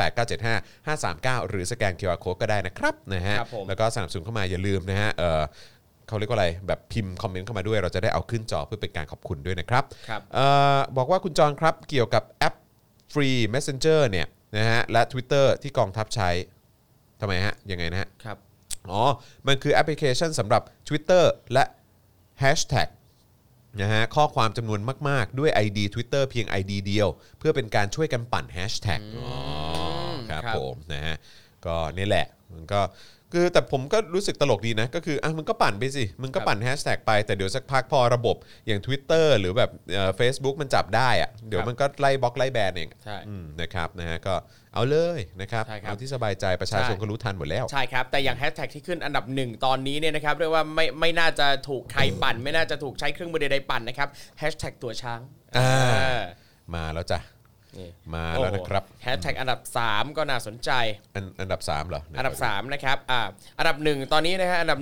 0698975539หรือสแกน QR Code ก็ได้นะครับนะฮะแล้วก็สนับสนุนเข้ามาอย่าลืมนะฮะเขาเรียกว่าอะไรแบบพิมพ์คอมเมนต์เข้ามาด้วยเราจะได้เอาขึ้นจอเพื่อเป็นการขอบคุณด้วยนะครับบอกว่าคุณจรครับเกี่ยวกับแอป Free Messenger เนี่ยนะฮะและ Twitter ที่กองทัพใช้ทำไมฮะยังไงนะฮะครับมันคือแอปพลิเคชันสำหรับ Twitter และ Hashtag นะฮะข้อความจำนวนมากๆด้วย ID Twitter เพียง ID เดียวเพื่อเป็นการช่วยกันปั่น Hashtag ครับผมนะฮะก็นี่แหละมันก็คือแต่ผมก็รู้สึกตลกดีนะก็คือมึงก็ปั่นไปสิมึงก็ปั่นแฮชแท็กไปแต่เดี๋ยวสักพักพอระบบอย่าง Twitter หรือแบบFacebook มันจับได้อะเดี๋ยวมันก็ไล่บล็อกไล่แบนเองนะครับนะฮะก็เอาเลยนะครับเอาที่สบายใจประชาชนก็รู้ทันหมดแล้วใช่ครับแต่อย่างแฮชแท็กที่ขึ้นอันดับ1ตอนนี้เนี่ยนะครับเรียกว่าไม่น่าจะถูกใครปั่นไม่น่าจะถูกใช้เครื่องมือใดๆปั่นนะครับแฮชแท็กตัวช้างมาแล้วจ้ะมาแล้วนะครับแฮชแท็กอันดับ3ก็น่าสนใจอันดับ3เหรออันดับ3นะครับอันดับ1ตอนนี้นะฮะอันดับ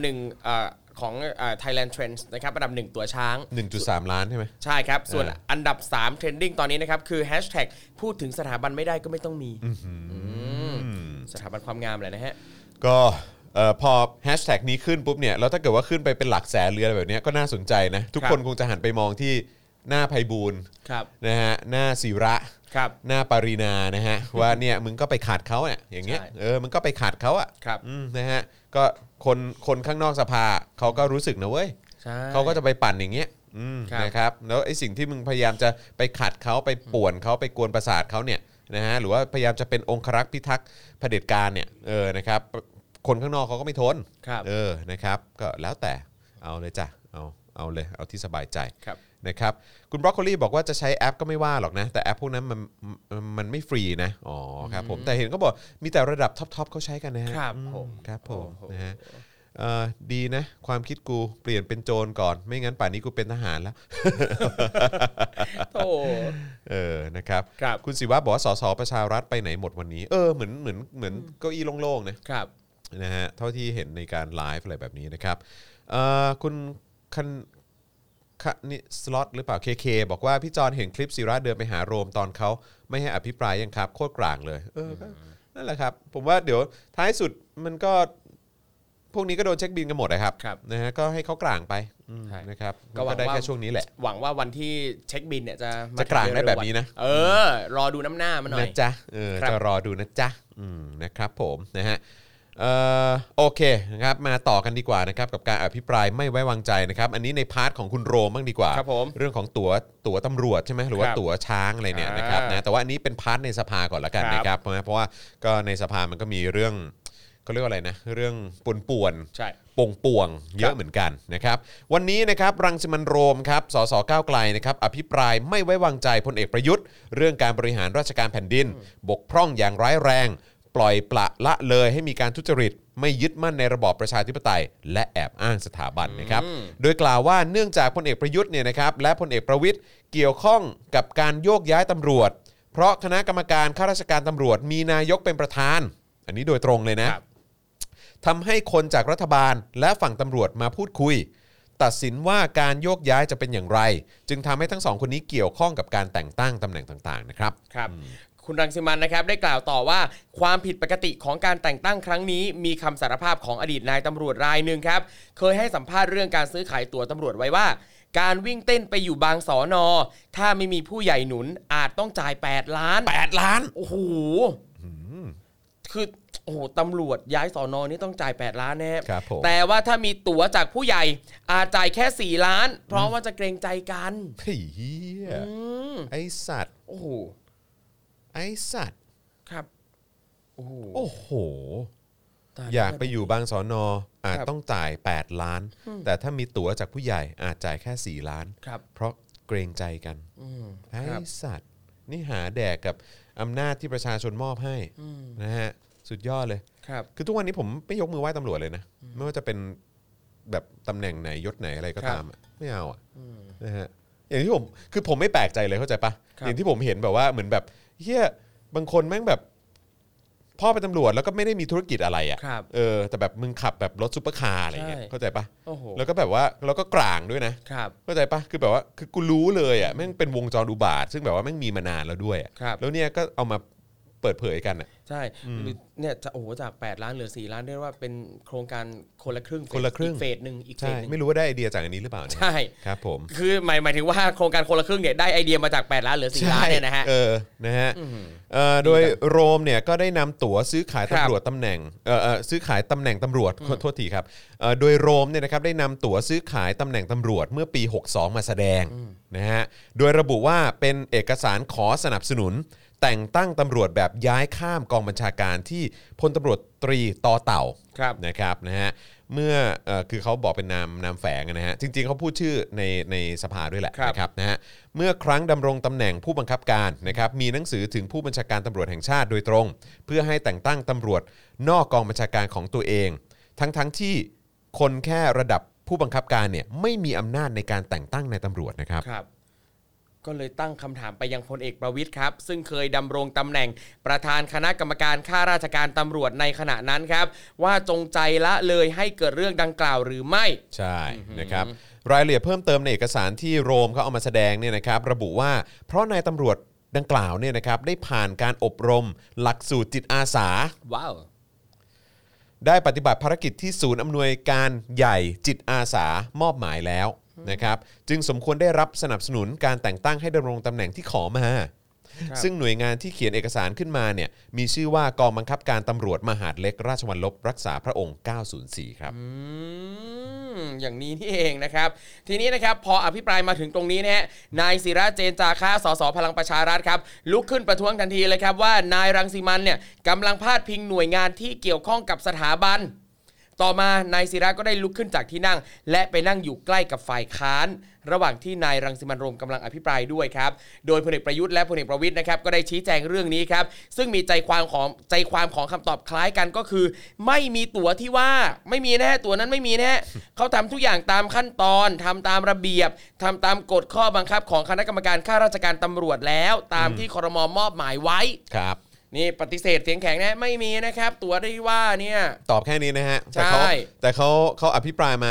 1ของThailand Trends นะครับอันดับ1ตัวช้าง 1.3 ล้านใช่ไหมใช่ครับส่วนอันดับ3 trending ตอนนี้นะครับคือแฮชแท็กพูดถึงสถาบันไม่ได้ก็ไม่ต้องมีสถาบันความงามเลยนะฮะก็พอแฮชแท็กนี้ขึ้นปุ๊บเนี่ยแล้วถ้าเกิดว่าขึ้นไปเป็นหลักแสนเรืออะไรแบบนี้ก็น่าสนใจนะทุกคนคงจะหันไปมองที่หน้าไพบูลย์นะฮะหน้าศิระหน้าปรินานะฮะว่าเนี่ยมึงก็ไปขาดเขาเนี่ยอย่างเงี้ยมึงก็ไปขาดเขาอ่ะนะฮะก็คนข้างนอกสภาเขาก็รู้สึกนะเว้ยเขาก็จะไปปั่นอย่างเงี้ยนะครับแล้วไอ้สิ่งที่มึงพยายามจะไปขัดเขาไปป่วนเขาไปกวนประสาทเขาเนี่ยนะฮะหรือว่าพยายามจะเป็นองครักษ์พิทักษ์เผด็จการเนี่ยนะครับคนข้างนอกเขาก็ไม่ทนนะครับก็แล้วแต่เอาเลยจ้ะเอาเลยเอาที่สบายใจนะครับคุณบรอกโคลีบอกว่าจะใช้แอปก็ไม่ว่าหรอกนะแต่แอปพวกนั้นมันไม่ฟรีนะครับผมแต่เห็นเขาบอกมีแต่ระดับท็อปเขาใช้กันนะฮะครับผมนะฮะดีนะความคิดกูเปลี่ยนเป็นโจรก่อนไม่งั้นป่านนี้กูเป็นทหารแล้วโอ้นะครับคุณศิวะบอกว่าสสประชารัฐไปไหนหมดวันนี้เหมือนเก้าอี้โล่งๆนะฮะเท่าที่เห็นในการไลฟ์อะไรแบบนี้นะครับคุณนี่สล็อตหรือเปล่าเคบอกว่าพี่จอนเห็นคลิปศิระเดินไปหาโรมตอนเขาไม่ให้อภิปรายยังครับโคตรกลางเลยก็นั่นแหละครับผมว่าเดี๋ยวท้ายสุดมันก็พวกนี้ก็โดนเช็คบินกันหมดนะครับนะฮะก็ให้เขากลางไปนะครับก็ได้แค่ช่วงนี้แหละหวังว่าวันที่เช็คบินเนี่ยจะกลางได้แบบนี้นะรอดูน้ำหน้ามันหน่อยนะจ๊ะจะรอดูนะจ๊ะนะครับผมนะฮะโอเคนะครับมาต่อกันดีกว่านะครับกับการอภิปรายไม่ไว้วางใจนะครับอันนี้ในพาร์ทของคุณโรมบ้างดีกว่าเรื่องของตั๋วตำรวจใช่ไหมหรือว่าตั๋วช้างอะไรเนี่ยนะครับนะแต่ว่าอันนี้เป็นพาร์ทในสภาก่อนละกันนะครับเพราะว่าก็ในสภามันก็มีเรื่องเขาเรียกว่าอะไรนะเรื่องป่วนป่วงเยอะเหมือนกันนะครับวันนี้นะครับรังสิมันต์โรมครับสสก้าวไกลนะครับอภิปรายไม่ไว้วางใจพลเอกประยุทธ์เรื่องการบริหารราชการแผ่นดินบกพร่องอย่างร้ายแรงปล่อยปละละเลยให้มีการทุจริตไม่ยึดมั่นในระบอบประชาธิปไตยและแอบอ้างสถาบันนะครับโดยกล่าวว่าเนื่องจากพลเอกประยุทธ์เนี่ยนะครับและพลเอกประวิตรเกี่ยวข้องกับการโยกย้ายตำรวจเพราะคณะกรรมการข้าราชการตำรวจมีนายกเป็นประธานอันนี้โดยตรงเลยนะทำให้คนจากรัฐบาลและฝั่งตำรวจมาพูดคุยตัดสินว่าการโยกย้ายจะเป็นอย่างไรจึงทำให้ทั้งสองคนนี้เกี่ยวข้องกับการแต่งตั้งตำแหน่งต่างๆนะครับคุณรังสิมันต์นะครับได้กล่าวต่อว่าความผิดปกติของการแต่งตั้งครั้งนี้มีคำสารภาพของอดีตนายตำรวจรายหนึ่งครับเคยให้สัมภาษณ์เรื่องการซื้อขายตั๋วตำรวจไว้ว่าการวิ่งเต้นไปอยู่บางสน.ถ้าไม่มีผู้ใหญ่หนุนอาจต้องจ่าย8 ล้าน 8 ล้านโอ้โหคือโอ้โหตำรวจย้ายสน.นี่ต้องจ่าย8 ล้านแน่แต่ว่าถ้ามีตั๋วจากผู้ใหญ่อาจจ่ายแค่4 ล้านเพราะว่าจะเกรงใจกันเฮ้ยไอ้สัตว์โอ้โหไอ้สัตว์ครับโอ้โหอยากไปอยู่บางสน.อาจต้องจ่าย8 ล้านแต่ถ้ามีตั๋วจากผู้ใหญ่อาจจ่ายแค่4 ล้านเพราะเกรงใจกันไอ้สัตว์นี่หาแดกกับอำนาจที่ประชาชนมอบให้นะฮะสุดยอดเลยคือทุกวันนี้ผมไม่ยกมือไหว้ตำรวจเลยนะไม่ว่าจะเป็นแบบตำแหน่งไหนยศไหนอะไรก็ตามไม่เอานะฮะอย่างที่ผมไม่แปลกใจเลยเข้าใจปะอย่างที่ผมเห็นแบบว่าเหมือนแบบเฮียบางคนแม่งแบบพ่อเป็นตำรวจแล้วก็ไม่ได้มีธุรกิจอะไรอ่ะแต่แบบมึงขับแบบรถซุปเปอร์คาร์อะไรเงี้ยเข้าใจปะแล้วก็แบบว่าแล้วก็กลางด้วยนะเข้าใจปะคือแบบว่าคือกูรู้เลยอ่ะแม่งเป็นวงจรอุบาทซึ่งแบบว่าแม่งมีมานานแล้วด้วยแล้วเนี่ยก็เอามาเปิดเผยกันอ่ะใช่เนี่ยจะโอ้โหจาก8 ล้านเหลือ4 ล้านเรียกว่าเป็นโครงการคนละครึ่งอีกเฟสนึงไม่รู้ว่าได้ไอเดียจากอันนี้หรือเปล่าใช่ครับผมคือหมายถึงว่าโครงการคนละครึ่งเนี่ยได้ไอเดียมาจาก8 ล้านเหลือ4 ล้านเนี่ยนะฮะนะฮะโดยโรมเนี่ยก็ได้นำตั๋วซื้อขายตำรวจตำแหน่งซื้อขายตำแหน่งตำรวจโทษทีครับโดยโรมเนี่ยนะครับได้นำตั๋วซื้อขายตำแหน่งตำรวจเมื่อปี62มาแสดงนะฮะโดยระบุว่าเป็นเอกสารขอสนับสนุนแต่งตั้งตำรวจแบบย้ายข้ามกองบัญชาการที่พลตำรวจตรีต่อเต่านะครับนะฮะเมื่อคือเขาบอกเป็นนามแฝงนะฮะจริงๆเขาพูดชื่อในสภาด้วยแหละนะครับนะฮะเมื่อครั้งดำรงตำแหน่งผู้บังคับการนะครับมีหนังสือถึงผู้บัญชาการตำรวจแห่งชาติโดยตรงเพื่อให้แต่งตั้งตำรวจนอกกองบัญชาการของตัวเองทั้งที่คนแค่ระดับผู้บังคับการเนี่ยไม่มีอำนาจในการแต่งตั้งในตำรวจนะครับก็เลยตั้งคำถามไปยังพลเอกประวิตรครับซึ่งเคยดำรงตำแหน่งประธานคณะกรรมการข้าราชการตำรวจในขณะนั้นครับว่าจงใจละเลยให้เกิดเรื่องดังกล่าวหรือไม่ใช่นะครับรายละเอียดเพิ่มเติมในเอกสารที่โรมเขาเอามาแสดงเนี่ยนะครับระบุว่าเพราะนายตำรวจดังกล่าวเนี่ยนะครับได้ผ่านการอบรมหลักสูตรจิตอาสาได้ปฏิบัติภารกิจที่ศูนย์อำนวยการใหญ่จิตอาสามอบหมายแล้วนะครับจึงสมควรได้รับสนับสนุนการแต่งตั้งให้ดำรงตำแหน่งที่ขอมาซึ่งหน่วยงานที่เขียนเอกสารขึ้นมาเนี่ยมีชื่อว่ากองบังคับการตำรวจมหาดเล็กราชวัลลบรักษาพระองค์904ครับอย่างนี้นี่เองนะครับทีนี้นะครับพออภิปรายมาถึงตรงนี้นะฮะนายศิระเจนจาคะสสพลังประชารัฐครับลุกขึ้นประท้วงทันทีเลยครับว่านายรังสิมันต์เนี่ยกำลังพาดพิงหน่วยงานที่เกี่ยวข้องกับสถาบันต่อมานายศิระก็ได้ลุกขึ้นจากที่นั่งและไปนั่งอยู่ใกล้กับฝ่ายค้านระหว่างที่นายรังสิมันต์โรมกำลังอภิปรายด้วยครับโดยพลเอกประยุทธ์และพลเอกประวิตรนะครับก็ได้ชี้แจงเรื่องนี้ครับซึ่งมีใจความของคำตอบคล้ายกันก็คือไม่มีตั๋วที่ว่าไม่มีแน่ตั๋วนั้นไม่มีแน่เขาทำทุกอย่างตามขั้นตอนทำตามระเบียบทำตามกฎข้อบังคับของคณะกรรมการข้าราชการตำรวจแล้วตามที่ครม.มอบหมายไว้ครับนี่ปฏิเสธเสียงแข็งนะไม่มีนะครับตั๋วที่ว่าเนี่ยตอบแค่นี้นะฮะแต่เขาอภิปรายมา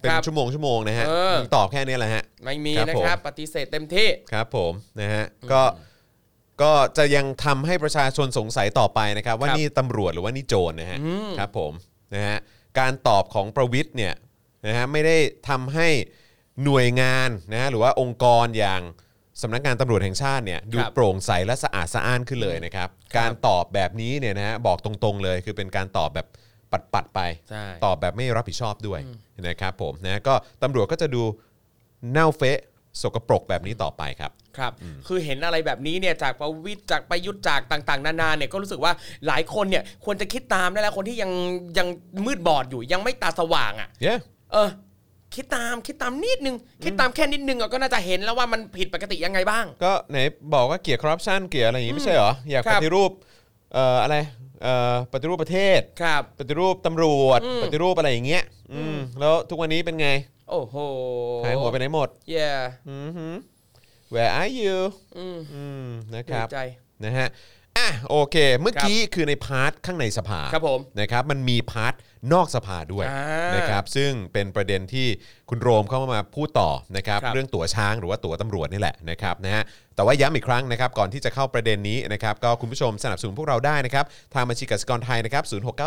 เป็นชั่วโมงนะฮะมึงตอบแค่นี้แหละฮะไม่มีนะครับปฏิเสธเต็มที่ครับผมนะฮะก็จะยังทำให้ประชาชนสงสัยต่อไปนะครับว่านี่ตำรวจหรือว่านี่โจรนะฮะครับผมนะฮะการตอบของประวิตรเนี่ยนะฮะไม่ได้ทำให้หน่วยงานนะฮะหรือว่าองค์กรอย่างสำนักงานตำรวจแห่งชาติเนี่ยดูโปร่งใสและสะอาดสะอ้านขึ้นเลยนะครับการตอบแบบนี้เนี่ยนะฮะบอกตรงๆเลยคือเป็นการตอบแบบปัดๆไปตอบแบบไม่รับผิดชอบด้วยนะครับผมนะก็ตำรวจก็จะดูเน่าเฟะสกปรกแบบนี้ต่อไปครับครับคือเห็นอะไรแบบนี้เนี่ยจากประวิตรจากประยุทธ์จากต่างๆนานาเนี่ยก็รู้สึกว่าหลายคนเนี่ยควรจะคิดตามได้แล้วคนที่ยังมืดบอดอยู่ยังไม่ตาสว่างอ่ะคิดตามนิดนึงคิดตามแค่นิดนึงก็น่าจะเห็นแล้วว่ามันผิดปกติยังไงบ้างก็ไหนบอกว่าเกลียดคอร์รัปชันเกลียดอะไรอย่างนี้ไม่ใช่เหรออยากปฏิรูปอะไรปฏิรูปประเทศปฏิรูปตำรวจปฏิรูปอะไรอย่างเงี้ยแล้วทุกวันนี้เป็นไงโอ้โหหายหัวไปไหนหมด yeah Where are you นะครับนะฮะโอเคเมื่อกี้คือในพาร์ทข้างในสภาครับผมนะครับมันมีพาร์ทนอกสภาด้วยนะครับซึ่งเป็นประเด็นที่คุณโรมเข้ามาพูดต่อนะครับเรื่องตั๋วช้างหรือว่าตั๋วตำรวจนี่แหละนะครับนะฮะแต่ว่าย้ำอีกครั้งนะครับก่อนที่จะเข้าประเด็นนี้นะครับก็คุณผู้ชมสนับสนุนพวกเราได้นะครับทางบัญชีกสิกรไทยนะครับ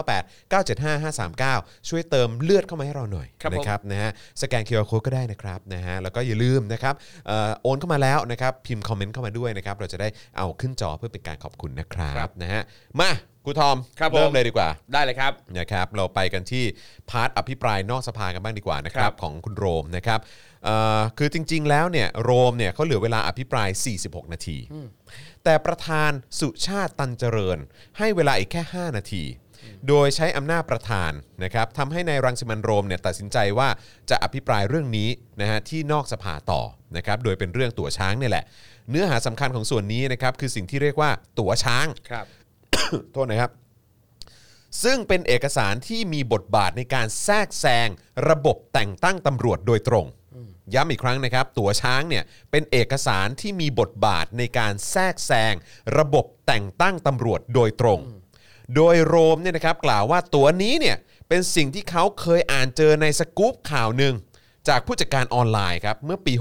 0698975539ช่วยเติมเลือดเข้ามาให้เราหน่อยนะครับนะฮะสแกน QR Code ก็ได้นะครับนะฮะแล้วก็อย่าลืมนะครับโอนเข้ามาแล้วนะครับพิมพ์คอมเมนต์เข้ามาด้วยนะครับเราจะได้เอาขึ้นจอเพื่อเป็นการขอบคุณนะครับนะฮะมาครูทอมเริ่มเลยดีกว่าได้เลยครับนะครับเราไปกันที่พาร์ทอภิปรายนอกสภากันบ้างดีกว่านะครับของคุณโรมนะครับคือจริงๆแล้วเนี่ยโรมเนี่ยเขาเหลือเวลาอภิปราย46นาทีแต่ประธานสุชาติตันเจริญให้เวลาอีกแค่5นาทีโดยใช้อำนาจประธานนะครับทำให้นายรังสิมันต์โรมเนี่ยตัดสินใจว่าจะอภิปรายเรื่องนี้นะฮะที่นอกสภาต่อนะครับโดยเป็นเรื่องตั๋วช้างเนี่ยแหละเนื้อหาสำคัญของส่วนนี้นะครับคือสิ่งที่เรียกว่าตั๋วช้างโทษนะครับซึ่งเป็นเอกสารที่มีบทบาทในการแทรกแซงระบบแต่งตั้งตำรวจโดยตรงย้ำอีกครั้งนะครับตั๋วช้างเนี่ยเป็นเอกสารที่มีบทบาทในการแทรกแซงระบบแต่งตั้งตำรวจโดยตรงโดยโรมเนี่ยนะครับกล่าวว่าตั๋วนี้เนี่ยเป็นสิ่งที่เขาเคยอ่านเจอในสกู๊ปข่าวหนึ่งจากผู้จัดการออนไลน์ครับเมื่อปี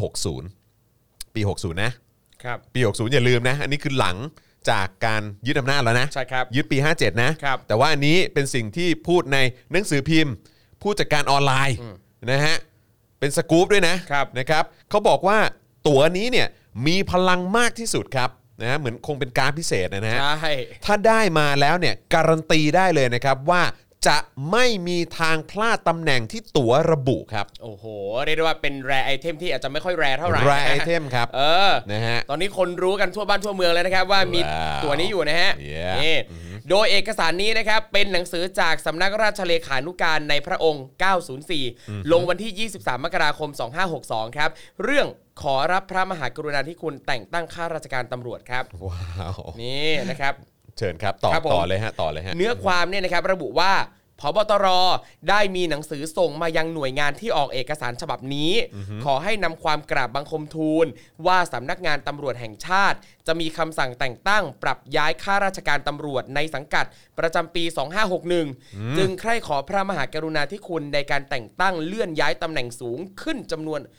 60นะครับปี60อย่าลืมนะอันนี้คือหลังจากการยึดอำนาจแล้วนะใช่ครับยึดปี57นะครับแต่ว่าอันนี้เป็นสิ่งที่พูดในหนังสือพิมพ์ผู้จัดการออนไลน์นะฮะเป็นสกู๊ปด้วยนะครับเขาบอกว่าตั๋วนี้เนี่ยมีพลังมากที่สุดครับนะเหมือนคงเป็นการพิเศษนะฮะถ้าได้มาแล้วเนี่ยการันตีได้เลยนะครับว่าจะไม่มีทางพลาดตำแหน่งที่ตั๋วระบุครับโอ้โหเรียกได้ว่าเป็นแรร์ไอเทมที่อาจจะไม่ค่อยแรร์เท่าไหร่แรร์ไอเทมครับนะฮะตอนนี้คนรู้กันทั่วบ้านทั่วเมืองเลยนะครับว่ามีตั๋วนี้อยู่นะฮะนี่โดยเอกสารนี้นะครับเป็นหนังสือจากสำนักราชเลขานุการในพระองค์904ลงวันที่23มกราคม2562ครับเรื่องขอรับพระมหากรุณาธิคุณแต่งตั้งข้าราชการตำรวจครับว้าวนี่นะครับเชิญครับต่อเลยฮะเนื้อความเนี่ยนะครับระบุว่าผบตรได้มีหนังสือส่งมายังหน่วยงานที่ออกเอกสารฉบับนี้ขอให้นำความกราบบังคมทูลว่าสำนักงานตำรวจแห่งชาติจะมีคำสั่งแต่งตั้งปรับย้ายข้าราชการตำรวจในสังกัดประจำปี2561จึงใคร่ขอพระมหากรุณาธิคุณในการแต่งตั้งเลื่อนย้ายตำแหน่งสูงขึ้นจำนวน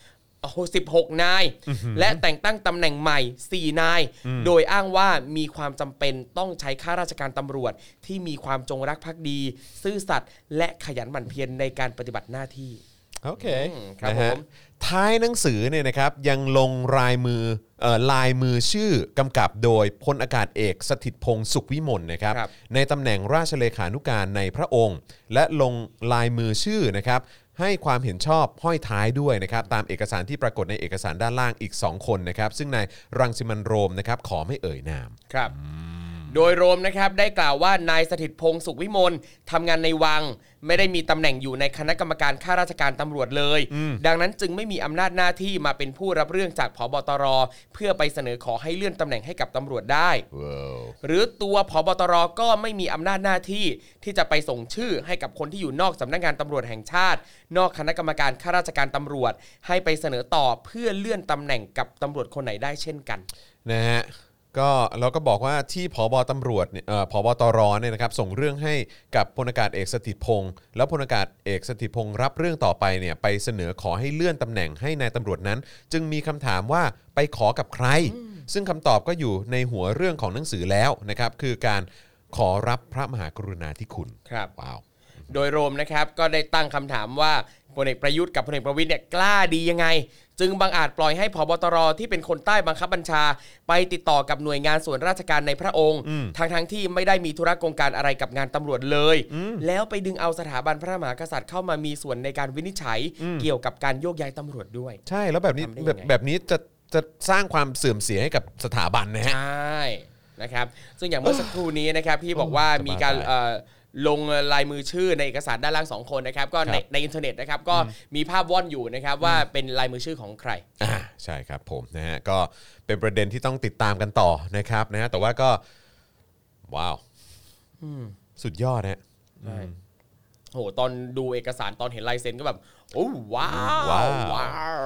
16 นายและแต่งตั้งตำแหน่งใหม่4 นายโดยอ้างว่ามีความจำเป็นต้องใช้ข้าราชการตำรวจที่มีความจงรักภักดีซื่อสัตย์และขยันหมั่นเพียรในการปฏิบัติหน้าที่โอเคครับผมท้ายหนังสือเนี่ยนะครับยังลงลายมือชื่อกำกับโดยพลอากาศเอกสถิตพงษ์สุขวิมลนะครับในตำแหน่งราชเลขานุการในพระองค์และลงลายมือชื่อนะครับให้ความเห็นชอบห้อยท้ายด้วยนะครับตามเอกสารที่ปรากฏในเอกสารด้านล่างอีก2คนนะครับซึ่งนายรังสิมันต์โรมนะครับขอไม่เอ่ยนามครับโดยโรมนะครับได้กล่าวว่านายสถิตพงษ์สุขวิมลทำงานในวังไม่ได้มีตำแหน่งอยู่ในคณะกรรมการข้าราชการตำรวจเลยดังนั้นจึงไม่มีอำนาจหน้าที่มาเป็นผู้รับเรื่องจากผบตรเพื่อไปเสนอขอให้เลื่อนตำแหน่งให้กับตำรวจได้ หรือตัวผบตรก็ไม่มีอำนาจหน้าที่ที่จะไปส่งชื่อให้กับคนที่อยู่นอกสำนักงานตำรวจแห่งชาตินอกคณะกรรมการข้าราชการตำรวจให้ไปเสนอต่อเพื่อเลื่อนตำแหน่งกับตำรวจคนไหนได้เช่นกันนะฮะก็เราก็บอกว่าที่ผบ.ตำรวจเนี่ยผบ.ตรเนี่ยนะครับส่งเรื่องให้กับพลอากาศเอกสถิตพงษ์แล้วพลอากาศเอกสถิตพงษ์รับเรื่องต่อไปเนี่ยไปเสนอขอให้เลื่อนตำแหน่งให้นายตำรวจนั้น จึงมีคำถามว่าไปขอกับใคร ซึ่งคำตอบก็อยู่ในหัวเรื่องของหนังสือแล้วนะครับคือการขอรับพระมหากรุณาธิคุณครับว้าวโดยรวมนะครับก็ได้ตั้งคำถามว่าพลเอกประยุทธ์กับพลเอกประวิตรเนี่ยกล้าดียังไงจึงบังอาจปล่อยให้ผบ.ตร.ที่เป็นคนใต้บังคับบัญชาไปติดต่อกับหน่วยงานส่วนราชการในพระองค์ทั้งที่ไม่ได้มีธุระกงการอะไรกับงานตำรวจเลยแล้วไปดึงเอาสถาบันพระมหากษัตริย์เข้ามามีส่วนในการวินิจฉัยเกี่ยวกับการโยกย้ายตำรวจด้วยใช่แล้วแบบนี้ทำได้ยังไงแบบนี้จะสร้างความเสื่อมเสียให้กับสถาบันนะฮะใช่นะครับซึ่งอย่างเมื่อสักครู่นี้นะครับที่บอกว่าสบายมีการลงลายมือชื่อในเอกสารด้านล่าง2คนนะครับก็ในอินเทอร์เน็ตนะครับก็มีภาพว่อนอยู่นะครับว่าเป็นลายมือชื่อของใครใช่ครับผมนะฮะก็เป็นประเด็นที่ต้องติดตามกันต่อนะครับนะฮะแต่ว่าก็ว้าวสุดยอดนะใช่โหตอนดูเอกสารตอนเห็นลายเซ็นก็แบบโอ้ว้าวว้าวว้าว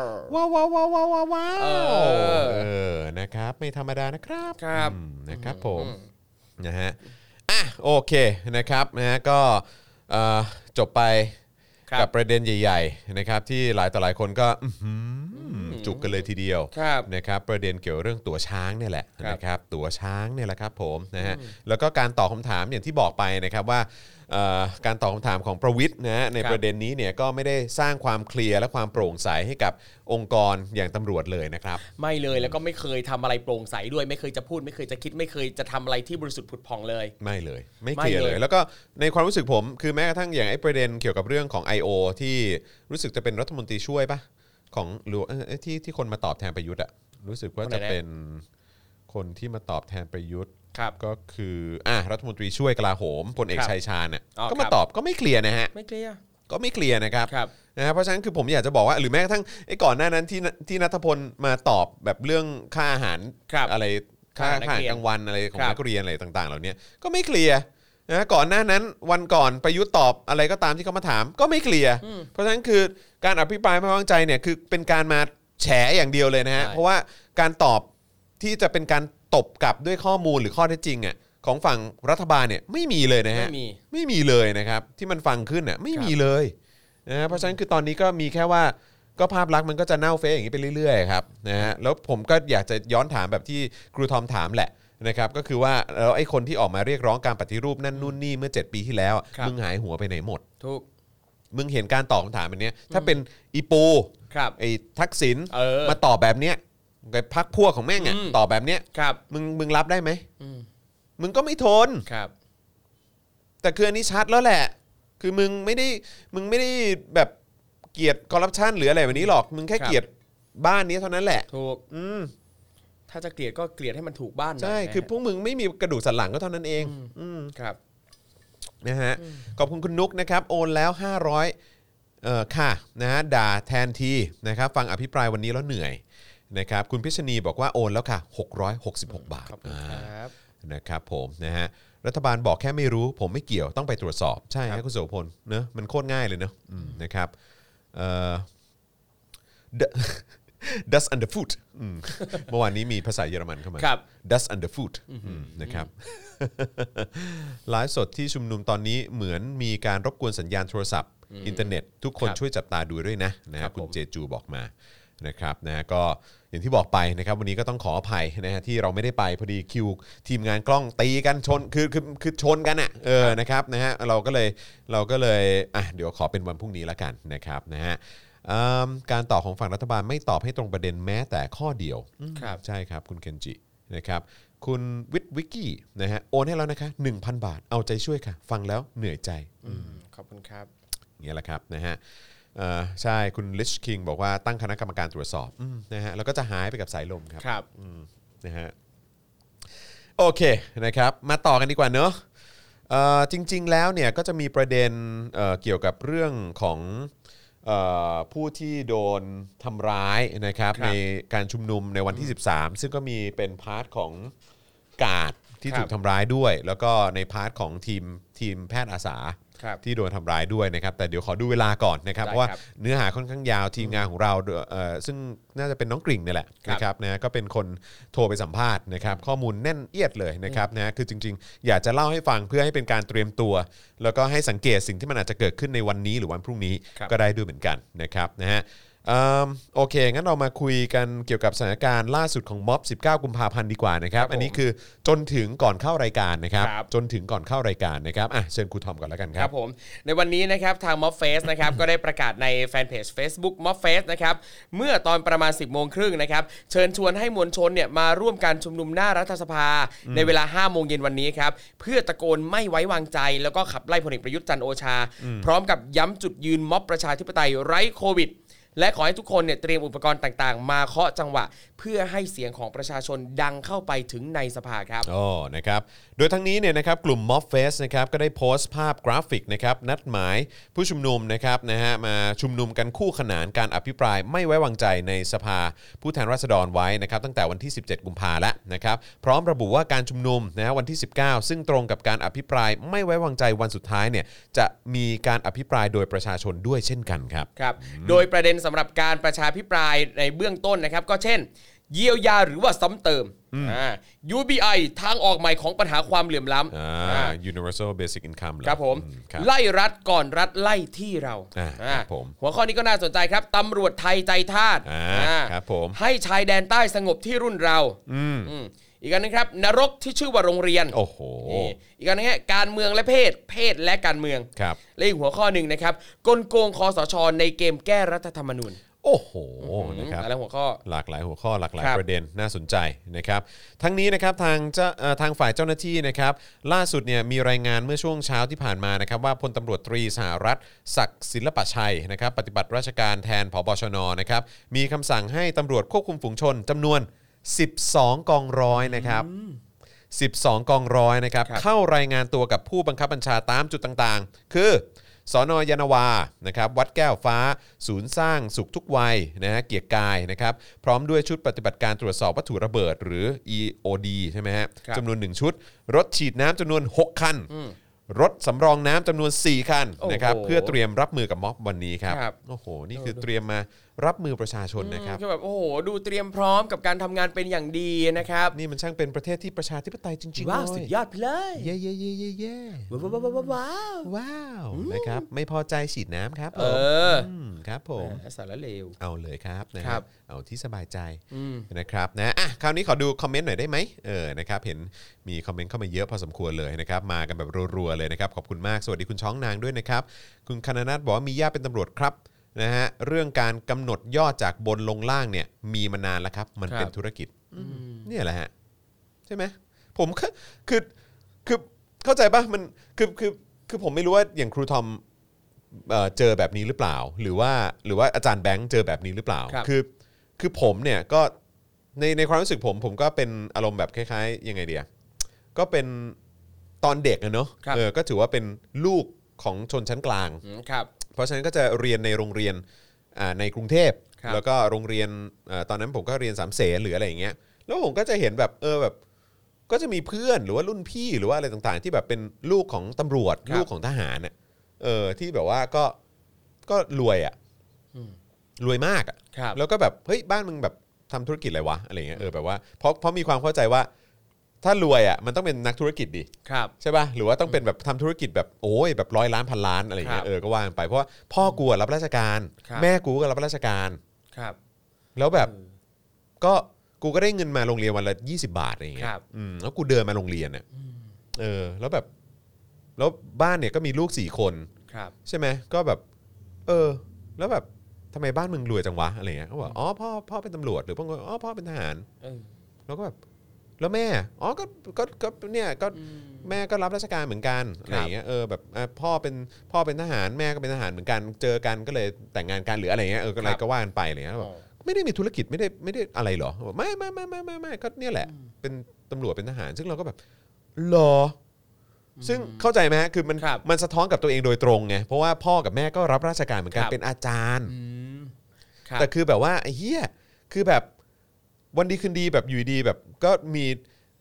ว้าวว้าวว้าวว้าวว้าว นะครับไม่ธรรมดานะครับครับนะครับผมนะฮะโอเคนะครับนะฮะก็จบไปกับประเด็นใหญ่ๆนะครับที่หลายต่อหลายคนก็จุกกันเลยทีเดียวนะครับประเด็นเกี่ยวเรื่องตั๋วช้างเนี่ยแหละนะครับตั๋วช้างเนี่ยแหละครับผมนะฮะแล้วก็การตอบคำถามอย่างที่บอกไปนะครับว่าการตอบคำถามของประวิตรนะฮะในประเด็นนี้เนี่ยก็ไม่ได้สร้างความเคลียร์และความโปร่งใสให้กับองค์กรอย่างตำรวจเลยนะครับไม่เลยแล้วก็ไม่เคยทำอะไรโปร่งใสด้วยไม่เคยจะพูดไม่เคยจะคิดไม่เคยจะทำอะไรที่บริสุทธิ์ผุดผ่องเลยไม่เลยไม่เคลียร์เลยแล้วก็ในความรู้สึกผมคือแม้กระทั่งอย่างไอ้ประเด็นเกี่ยวกับเรื่องของ I.O. ที่รู้สึกจะเป็นรัฐมนตรีช่วยปะของหรือที่คนมาตอบแทนประยุทธ์อะรู้สึกว่าจะเป็นคนที่มาตอบแทนประยุทธ์ก็คือรัฐมนตรีช่วยกลาโหมพลเอกชัยชาญเนี่ยก็มาตอบก็ไม่เคลียร์นะฮะไม่เคลียร์ก็ไม่เคลียร์นะครับเพราะฉะนั้นคือผมอยากจะบอกว่าหรือแม้กระทั่งไอ้ก่อนหน้านั้นที่ณัฐพลมาตอบแบบเรื่องค่าอาหารอะไรค่าอาหารกลางวันอะไรของนักเรียนอะไรต่างๆเหล่านี้ก็ไม่เคลียร์นะก่อนหน้านั้นวันก่อนประยุทธ์ตอบอะไรก็ตามที่เขามาถามก็ไม่เคลียร์เพราะฉะนั้นคือการอภิปรายไม่ไว้วางใจเนี่ยคือเป็นการมาแฉอย่างเดียวเลยนะฮะเพราะว่าการตอบที่จะเป็นการตบกลับด้วยข้อมูลหรือข้อเท็จจริงอ่ะของฝั่งรัฐบาลเนี่ยไม่มีเลยนะฮะไม่มีเลยนะครับที่มันฟังขึ้นอ่ะไม่มีเลยนะเพราะฉะนั้นคือตอนนี้ก็มีแค่ว่าก็ภาพลักษณ์มันก็จะเน่าเฟะอย่างนี้ไปเรื่อยๆครับนะฮะแล้วผมก็อยากจะย้อนถามแบบที่ครูทอมถามแหละนะครับก็คือว่าแล้วไอ้คนที่ออกมาเรียกร้องการปฏิรูปนั่นนู่นนี่เมื่อ7ปีที่แล้วมึงหายหัวไปไหนหมดถูกมึงเห็นการตอบคำถามแบบนี้ถ้าเป็นอีปูไอ้ทักษิณมาตอบแบบเนี้ยไอ้พรรคพวกของแม่งอ่ะตอบแบบเนี้ยมึงรับได้ไหมมึงก็ไม่ทนแต่คืออันนี้ชัดแล้วแหละคือมึงไม่ได้แบบเกลียดคอร์รัปชันหรืออะไรแบบนี้หรอกมึงแค่เกลียดบ้านนี้เท่านั้นแหละถูกถ้าจะเกลียดก็เกลียดให้มันถูกบ้านใช่คือพวกมึงไม่มีกระดูกสันหลังก็เท่านั้นเองครับนะฮะขอบคุณคุณนุกนะครับโอนแล้ว500ค่ะนะฮะด่าแทนทีนะครับฟังอภิปรายวันนี้แล้วเหนื่อยนะครับคุณพิชณีบอกว่าโอนแล้วค่ะ666 บาทนะครับผมนะฮะรัฐบาลบอกแค่ไม่รู้ผมไม่เกี่ยวต้องไปตรวจสอบใช่ครับคุณโสพลเนอะมันโคตรง่ายเลยเนอะนะครับdust underfoot เมื่อวานนี้มีภาษาเยอรมันเข้ามา dust underfoot นะครับไลฟ์สดที่ชุมนุมตอนนี้เหมือนมีการรบกวนสัญญาณโทรศัพท์อินเทอร์เน็ตทุกคนช่วยจับตาดูด้วยนะครับคุณเจจูบอกมานะครับนะก็อย่างที่บอกไปนะครับวันนี้ก็ต้องขออภัยนะฮะที่เราไม่ได้ไปพอดีคิวทีมงานกล้องตีกันชนคือชนกันอ่ะนะครับนะฮะเราก็เลยเดี๋ยวขอเป็นวันพรุ่งนี้ละกันนะครับนะฮะการตอบของฝั่งรัฐบาลไม่ตอบให้ตรงประเด็นแม้แต่ข้อเดียวใช่ครับคุณเคนจินะครับคุณวิกกี้นะฮะโอนให้แล้วนะคะ 1,000 บาทเอาใจช่วยค่ะฟังแล้วเหนื่อยใจขอบคุณครับนี่แหละครับนะฮะใช่คุณลิชคิงบอกว่าตั้งคณะกรรมการตรวจสอบนะฮะแล้วก็จะหายไปกับสายลมครับนะฮะโอเคนะครับมาต่อกันดีกว่าเนอะจริงๆแล้วเนี่ยก็จะมีประเด็นเกี่ยวกับเรื่องของผู้ที่โดนทำร้ายนะครับในการชุมนุมในวันที่13ซึ่งก็มีเป็นพาร์ทของกาที่ครับถูกทำร้ายด้วย แล้วก็ในพาร์ทของทีมแพทย์อาสาครับที่โดนทำร้ายด้วยนะครับแต่เดี๋ยวขอดูเวลาก่อนนะครับได้เพราะว่าครับเนื้อหาค่อนข้างยาวทีมงานของเราซึ่งน่าจะเป็นน้องกริ่งนี่แหละครับนะครับนะก็เป็นคนโทรไปสัมภาษณ์นะครับข้อมูลแน่นเอียดเลยนะครับนะคือจริงๆ อยากจะเล่าให้ฟังเพื่อให้เป็นการเตรียมตัว แล้วก็ให้สังเกตสิ่งที่มันอาจจะเกิดขึ้นในวันนี้หรือวันพรุ่งนี้ครับก็ได้ด้วยเหมือนกันนะครับนะฮะโอเคงั้นเรามาคุยกันเกี่ยวกับสถานการณ์ล่าสุดของม็อบ 19 กุมภาพันธ์ดีกว่านะครับอันนี้คือจนถึงก่อนเข้ารายการนะครับครับจนถึงก่อนเข้ารายการนะครับเชิญครูทอมก่อนแล้วกันคครัรับ บผมในวันนี้นะครับทาง Mob Face นะครับ ก็ได้ประกาศในแฟนเพจ Facebook Mob Face นะครับเมื่อตอนประมาณ 10 โมงครึ่งนะครับเชิญชวนให้มวลชนเนี่ยมาร่วมการชุมนุมหน้ารัฐสภาในเวลา 5 โมงเย็นวันนี้ครับเพื่อตะโกนไม่ไว้วางใจ แล้วก็ขับไล่พลเอกประยุทธ์จันทร์โอชา พร้อมกับย้ำจุดยืนม็อบประชาธิปไตยไร้โควิด และขอให้ทุกคนเนี่ยเตรียมอุปกรณ์ต่างๆ มาเคาะจังหวะ เพื่อให้เสียงของประชาชนดังเข้าไปถึงในสภาครับโอ้นะครับโดยทั้งนี้เนี่ยนะครับกลุ่ม Mob Face นะครับก็ได้โพสต์ภาพกราฟิกนะครับนัดหมายผู้ชุมนุมนะครับมาชุมนุมกันคู่ขนานการอภิปรายไม่ไว้วางใจในสภาผู้แทนราษฎรไว้นะครับตั้งแต่วันที่ 17 กุมภาพันธ์แล้วนะครับพร้อมระบุว่าการชุมนุมวันที่ 19 ซึ่งตรงกับการอภิปรายไม่ไว้วางใจวันสุดท้ายเนี่ยจะมีการอภิปรายโดยประชาชนด้วยเช่นกันครับครับโดยประเด็นสำหรับการประชาภิปรายในเบื้องต้นนะครับก็เช่น เยียวยาหรือว่าซ้ำเติมUBI ทางออกใหม่ของปัญหาความเหลื่อมล้ำ Universal Basic Income เหอครับผมครับไล่รัฐก่อนรัฐไล่ที่เราครับผมหัวข้อนี้ก็น่าสนใจครับตำรวจไทยใจทาสครับผมให้ชายแดนใต้สงบที่รุ่นเราอีกอันนึงครับนรกที่ชื่อว่าโรงเรียนโอ้โหนี่อีกอันนึงฮะการเมืองและเพศและการเมืองครับและอีกหัวข้อหนึ่งนะครับกลโกงคอสชในเกมแก้รัฐธรรมนูญโอ้โหนะครับอะไรหัวข้อหลากหลายหัวข้อหลากหลายครับประเด็นน่าสนใจนะครับทั้งนี้นะครับทางฝ่ายเจ้าหน้าที่นะครับล่าสุดเนี่ยมีรายงานเมื่อช่วงเช้าที่ผ่านมานะครับว่าพลตำรวจตรีสหรัฐศักดิ์ศิลปชัยนะครับปฏิบัติราชการแทนผบชนนะครับมีคำสั่งให้ตำรวจควบคุมฝูงชนจำนวน 12 กองร้อยนะครับ12 กองร้อยนะครับครับเข้ารายงานตัวกับผู้บังคับบัญชาตามจุดต่างๆ คือสน.ยานนาวานะครับวัดแก้วฟ้าศูนย์สร้างสุขทุกวัยนะฮะเกียรติกายนะครับพร้อมด้วยชุดปฏิบัติการตรวจสอบวัตถุระเบิดหรือ EOD ใช่ไหมฮะครับจำนวน1ชุดรถฉีดน้ำจำนวน 6 คันรถสำรองน้ำจำนวน 4 คันนะครับโอ้โหเพื่อเตรียมรับมือกับม็อบวันนี้ครับครับโอ้โหนี่คือเตรียมมารับมือประชาชนนะครับคือแบบโอ้โหดูเตรียมพร้อมกับการทำงานเป็นอย่างดีนะครับนี่มันช่างเป็นประเทศที่ประชาธิปไตยจริงๆว้าวเลสุยดยอดไปเลยเย่เย่เย่เย่เย่ว้าวว้าวนะครับไม่พอใจฉีดน้ำครับผม ครับผมสารเลวเอาเลยครับนะคครัรับบ เอาที่สบายใจนะครับนะคราวนี้ขอดูคอมเมนต์หน่อยได้ไหมนะครับเห็นมีคอมเมนต์เข้ามาเยอะพอสมควรเลยนะครับมากันแบบรัวๆเลยนะครับขอบคุณมากสวัสดีคุณช้องนางด้วยนะครับคุณคณนัทบอกว่ามีญาติเป็นตำรวจครับนะฮะเรื่องการกำหนดยอดจากบนลงล่างเนี่ยมีมานานแล้วครับมันเป็นธุรกิจเนี่ยแหละฮะใช่ไหมผมคือเข้าใจป่ะมันคือผมไม่รู้ว่าอย่างครูทอมเจอแบบนี้หรือเปล่าหรือว่าอาจารย์แบงค์เจอแบบนี้หรือเปล่าครับคือผมเนี่ยก็ในความรู้สึกผมก็เป็นอารมณ์แบบคล้ายๆยังไงเดียก็เป็นตอนเด็กนะเนาะครับก็ถือว่าเป็นลูกของชนชั้นกลางครับเพราะฉะนั้นก็จะเรียนในโรงเรียนในกรุงเทพครับแล้วก็โรงเรียนตอนนั้นผมก็เรียนสามเสนหรืออะไรอย่างเงี้ยแล้วผมก็จะเห็นแบบแบบก็จะมีเพื่อนหรือว่ารุ่นพี่หรือว่าอะไรต่างๆ ที่แบบเป็นลูกของตำรวจครับลูกของทหารน่ะที่แบบว่าก็รวยอ่ะรวยมากอ่ะครับแล้วก็แบบเฮ้ยบ้านมึงแบบทำธุรกิจอะไรวะอะไรเงี้ยแบบว่าเพราะมีความเข้าใจว่าถ้ารวยอ่ะมันต้องเป็นนักธุรกิจดิครับใช่ป่ะหรือว่าต้องเป็นแบบทำธุรกิจแบบโอ้ยแบบ100 ล้านพันล้านอะไรเงี้ยครับก็ว่ากันไปเพราะว่าพ่อกูอะรับราชการครับแม่กูก็รับราชการครับแล้วแบบก็กูก็ได้เงินมาโรงเรียนวันละ20 บาทอะไรอย่างเงี้คยรับแล้วกูเดินมาโรงเรียนเนี่ยแล้วแบบแล้วบ้านเนี่ยก็มีลูก4 คนครับใช่ไหมก็แบบแล้วแบบทำไมบ้านมึงรวยจังวะอะไรเงี้ยเขาบอกอ๋อพ่อเป็นตำรวจหรือบางคนอ๋อพ่อเป็นทหารแล้วก็แบบแล้วแม่อ๋อก็เนี่ยก็แม่ก็รับราชการเหมือนกันอะไรอย่างเงี้ยแบบพ่อเป็นทหารแม่ก็เป็นทหารเหมือนกันเจอกันก็เลยแต่งงานกันหรืออะไรเงี้ยก็อะไรก็ว่ากันไปอะไรเงี้ยบอกไม่ได้มีธุรกิจไม่ได้อะไรหรอบอกไม่ก็เนี่ยแหละเป็นตำรวจเป็นทหารซึ่งเราก็แบบหรอซึ่งเข้าใจไหมฮะคือมันสะท้อนกับตัวเองโดยตรงไงเพราะว่าพ่อกับแม่ก็รับราชการเหมือนกันเป็นอาจารย์แต่คือแบบว่าไอ้เหี้ยคือแบบวันดีคืนดีแบบอยู่ดีแบบก็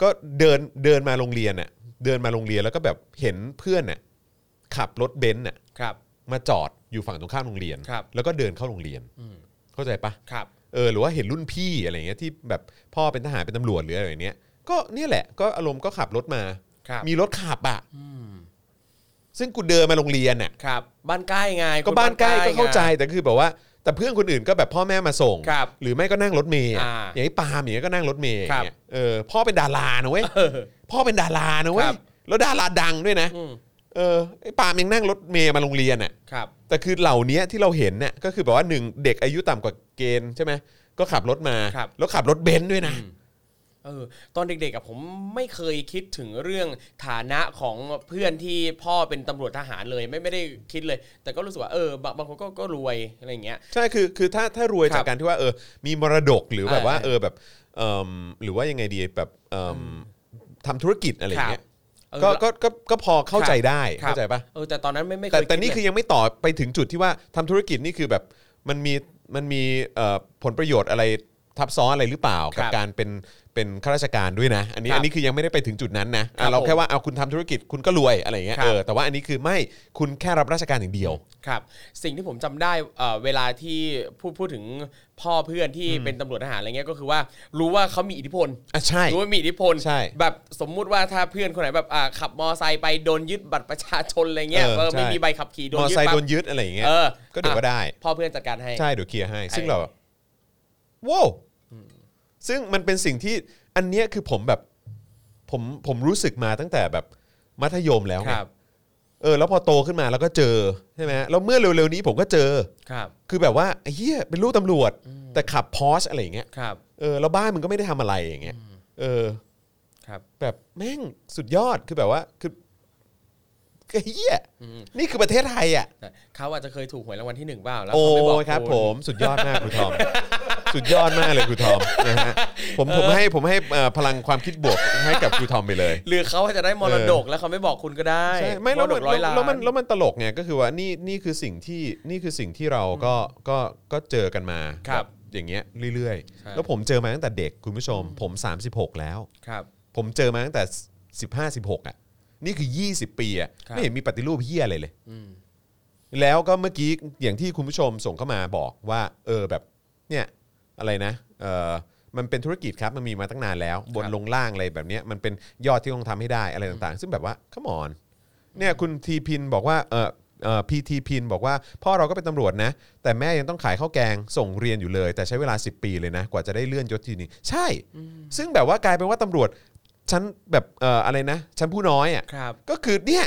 ก็เดินมาโรงเรียนน่ะเดินมาโรงเรียนแล้วก็แบบเห็นเพื่อนน่ะขับรถเบนซ์น่ะครับมาจอดอยู่ฝั่งตรงข้ามโรงเรียนครับแล้วก็เดินเข้าโรงเรียนเข้าใจปะครับหรือว่าเห็นรุ่นพี่อะไรเงี้ยที่แบบพ่อเป็นทหารเป็นตำรวจหรืออะไรเนี้ยก็เนี่ยแหละก็อารมณ์ก็ขับรถมาครับมีรถขับอ่ะซึ่งกูเดินมาโรงเรียนน่ะครับบ้านใกล้ไงก็บ้านใกล้ก็เข้าใจไงแต่คือแบบว่าแต่เพื่อนคนอื่นก็แบบพ่อแม่มาส่งครับหรือไม่ก็นั่งรถเมล์อะอ่าอย่างไอ้ปาล์มอย่างเงี้ยก็นั่งรถเมล์ครับเนี่ยพ่อเป็นดารานะเว้ยเออพ่อเป็นดารานะเว้คยรับแล้วดาราดังด้วยนะอืมไอ้ปาล์มยังนั่งรถเมล์มาโรงเรียนอ่ะครับแต่คือเหล่านี้ที่เราเห็นเนี่ยก็คือแบบว่า1เด็กอายุต่ำกว่าเกณฑ์ใช่ไหมก็ขับรถมาครับแล้วขับรถเบนซ์ด้วยนะตอนเด็กๆกับผมไม่เคยคิดถึงเรื่องฐานะของเพื่อนที่พ่อเป็นตำรวจทหารเลยไม่ได้คิดเลย แต่ก็รู้สึกว่าบางคนก็รวยอะไรอย่างเงี้ยใช่คือถ้ารวยครับจากการที่ว่ามีมรดกหรือแบบว่า แบบหรือว่ายังไงดีแบบทำธุรกิจอะไรอย่างเงี้ย ก็พอเข้าใจได้ครับเข้าใจปะแต่ตอนนั้นไม่เคยแต่นี่ดเลยคือยังไม่ต่อไปถึงจุดที่ว่าทำธุรกิจนี่คือแบบมันมีผลประโยชน์อะไรทับซ้อนอะไรหรือเปล่ากับการเป็นข้าราชการด้วยนะอันนี้คือยังไม่ได้ไปถึงจุดนั้นนะเราแค่ว่าเอาคุณทำธุรกิจคุณก็รวยอะไรอย่างเงี้ยแต่ว่าอันนี้คือไม่คุณแค่รับราชการอย่างเดียวครับสิ่งที่ผมจำได้เวลาที่พูดถึงพ่อเพื่อนที่เป็นตำรวจทหารอะไรเงี้ยก็คือว่ารู้ว่าเขามีอิทธิพลใช่รู้ว่ามีอิทธิพลใช่แบบสมมุติว่าถ้าเพื่อนคนไหนแบบขับมอไซค์ไปโดนยึดบัตรประชาชนอะไรเงี้ยใช่ไม่มีใบขับขี่โดมนอยึดไซค์ปั๊โดบนยึดอะไรอย่างเงี้ยเออก็เดี๋ยวก็ได้พ่อเพื่อนจัดการให้ใช่เดี๋ยวเคลียร์ให้ ซึ่งเราว้าวซึ่งมันเป็นสิ่งที่อันเนี้ยคือผมรู้สึกมาตั้งแต่แบบมัธยมแล้วคไงรับแล้วพอโตขึ้นมาแล้วก็เจอใช่ไหมแล้วเมื่อเร็วๆนี้ผมก็เจอครับคือแบบว่าไอ้เหี้ยเป็นลูกตำรวจแต่ขับพอร์ชอะไรอย่างเงี้ยครับแล้วบ้านมึงก็ไม่ได้ทำอะไรอย่างเงี้ยครับแบบแม่งสุดยอดคือแบบว่าคือไอ้เหี้ยนี่คือประเทศไทยอ่ะเขาอาจจะเคยถูกหวยรางวัลที่1เปล่าแล้วโอ้เขาไม่บอกครับณผมสุดยอดมากครูทอม สุดยอดมากเลยครูทอมนะฮะผมให้พลังความคิดบวกให้กับครูทอมไปเลยหรือเขาอาจจะได้มรดกแล้วเขาไม่บอกคุณก็ได้ใช่ไม่แล้วมรดก100 ล้านแล้วมันตลกไงก็คือว่านี่คือสิ่งที่เราก็เจอกันมาครับอย่างเงี้ยเรื่อยใช่ๆแล้วผมเจอมาตั้งแต่เด็กคุณผู้ชมผม36แล้วครับผมเจอมาตั้งแต่15-16อ่ะนี่คือ20ปีอ่ะครับไม่เห็นมีปฏิรูปเหี้ยอะไรเลยแล้วก็เมื่อกี้อย่างที่คุณผู้ชมส่งเข้ามาบอกว่าแบบเนี่ยอะไรนะมันเป็นธุรกิจครับมันมีมาตั้งนานแล้วบนลงล่างอะไรแบบเนี้ยมันเป็นยอดที่ต้องทำให้ได้อะไรต่างๆ ซึ่งแบบว่าขมอนเนี่ยคุณทีพินบอกว่าพีทีพินบอกว่าพ่อเราก็เป็นตำรวจนะแต่แม่ยังต้องขายข้าวแกงส่งเรียนอยู่เลยแต่ใช้เวลา10ปีเลยนะกว่าจะได้เลื่อนยศทีนึงใช่ซึ่งแบบว่ากลายเป็นว่าตำรวจชั้นแบบอะไรนะชั้นผู้น้อยอ่ะครับก็คือเนี่ย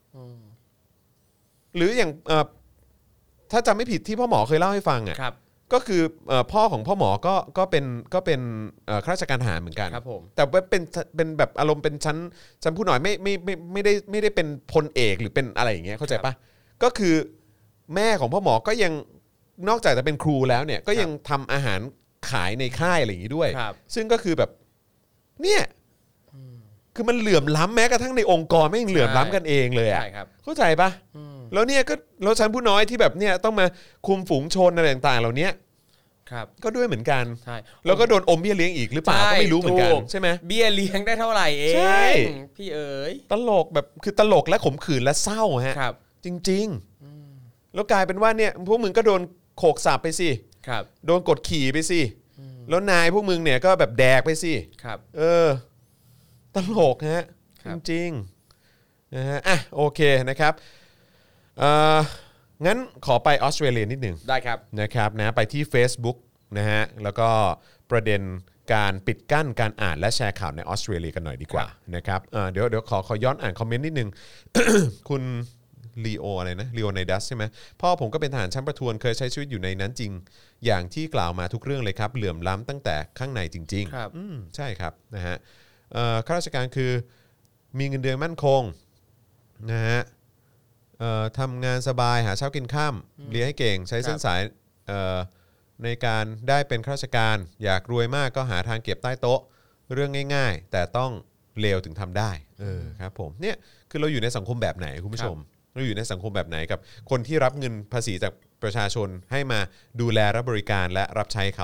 หรืออย่างถ้าจำไม่ผิดที่พ่อหมอเคยเล่าให้ฟังอ่ะครับก็คือพ่อของพ่อหมอก็เป็นข้าราชการทหารเหมือนกันครับผมแต่ว่าเป็นแบบอารมณ์เป็นชั้นผู้น้อยไม่ได้เป็นพลเอกหรือเป็นอะไรอย่างเงี้ยเข้าใจปะก็คือแม่ของพ่อหมอก็ยังนอกจากจะเป็นครูแล้วเนี่ยก็ยังทำอาหารขายในค่ายอะไรอย่างงี้ด้วยครับซึ่งก็คือแบบเนี่ยคือมันเหลื่อมล้ำแม้กระทั่งในองค์กรไม่ยังเหลื่อมล้ำกันเองเลยอ่ะใช่ครับเข้าใจปะแล้วเนี่ยก็แล้วชั้นผู้น้อยที่แบบเนี่ยต้องมาคุมฝูงชนอะไรต่างๆเหล่านี้ครับก็ด้วยเหมือนกันใช่แล้วก็โดนอมเบี้ยเลี้ยงอีกหรือเปล่าก็ไม่รู้เหมือนกันถูใช่ไหมเบี้ยเลี้ยงได้เท่าไหร่เองใช่พี่เอ๋ยตลกแบบคือตลกและขมขื่นและเศร้าฮะครับจริงๆแล้วกลายเป็นว่าเนี่ยพวกมึงก็โดนโขกสับไปสิครับโดนกดขี่ไปสิแล้วนายพวกมึงเนี่ยก็แบบแดกไปสิครับตลกฮะครัจบริงๆนะฮะอ่ะโอเคนะครับงั้นขอไปออสเตรเลียนิดหนึ่งได้ครับนะครับนะไปที่ Facebook นะฮะแล้วก็ประเด็นการปิดกั้นการอ่านและแชร์ข่าวในออสเตรเลียกันหน่อยดีกว่านะครับเดี๋ยวขอย้อนอ่านคอมเมนต์นิดนึง คุณลีโออะไรนะลีโอไนดัสใช่ไหมพ่อผมก็เป็นทหารชั้นประทวนเคยใช้ชีวิตอยู่ในนั้นจริงอย่างที่กล่าวมาทุกเรื่องเลยครับเหลื่อมล้ำตั้งแต่ข้างในจริงครับใช่ครับนะฮะข้าราชการคือมีเงินเดือนมั่นคงนะฮะทำงานสบายหาเช้ากินข้ามเรียนให้เก่งใช้เส้นสายในการได้เป็นข้าราชการอยากรวยมากก็หาทางเก็บใต้โต๊ะเรื่องง่ายๆ แต่ต้องเลวถึงทำได้ครับผมเนี่ยคือเราอยู่ในสังคมแบบไหนคุณผู้ชมเราอยู่ในสังคมแบบไหนกับคนที่รับเงินภาษีจากประชาชนให้มาดูแลรับบริการและรับใช้เขาอ่ะ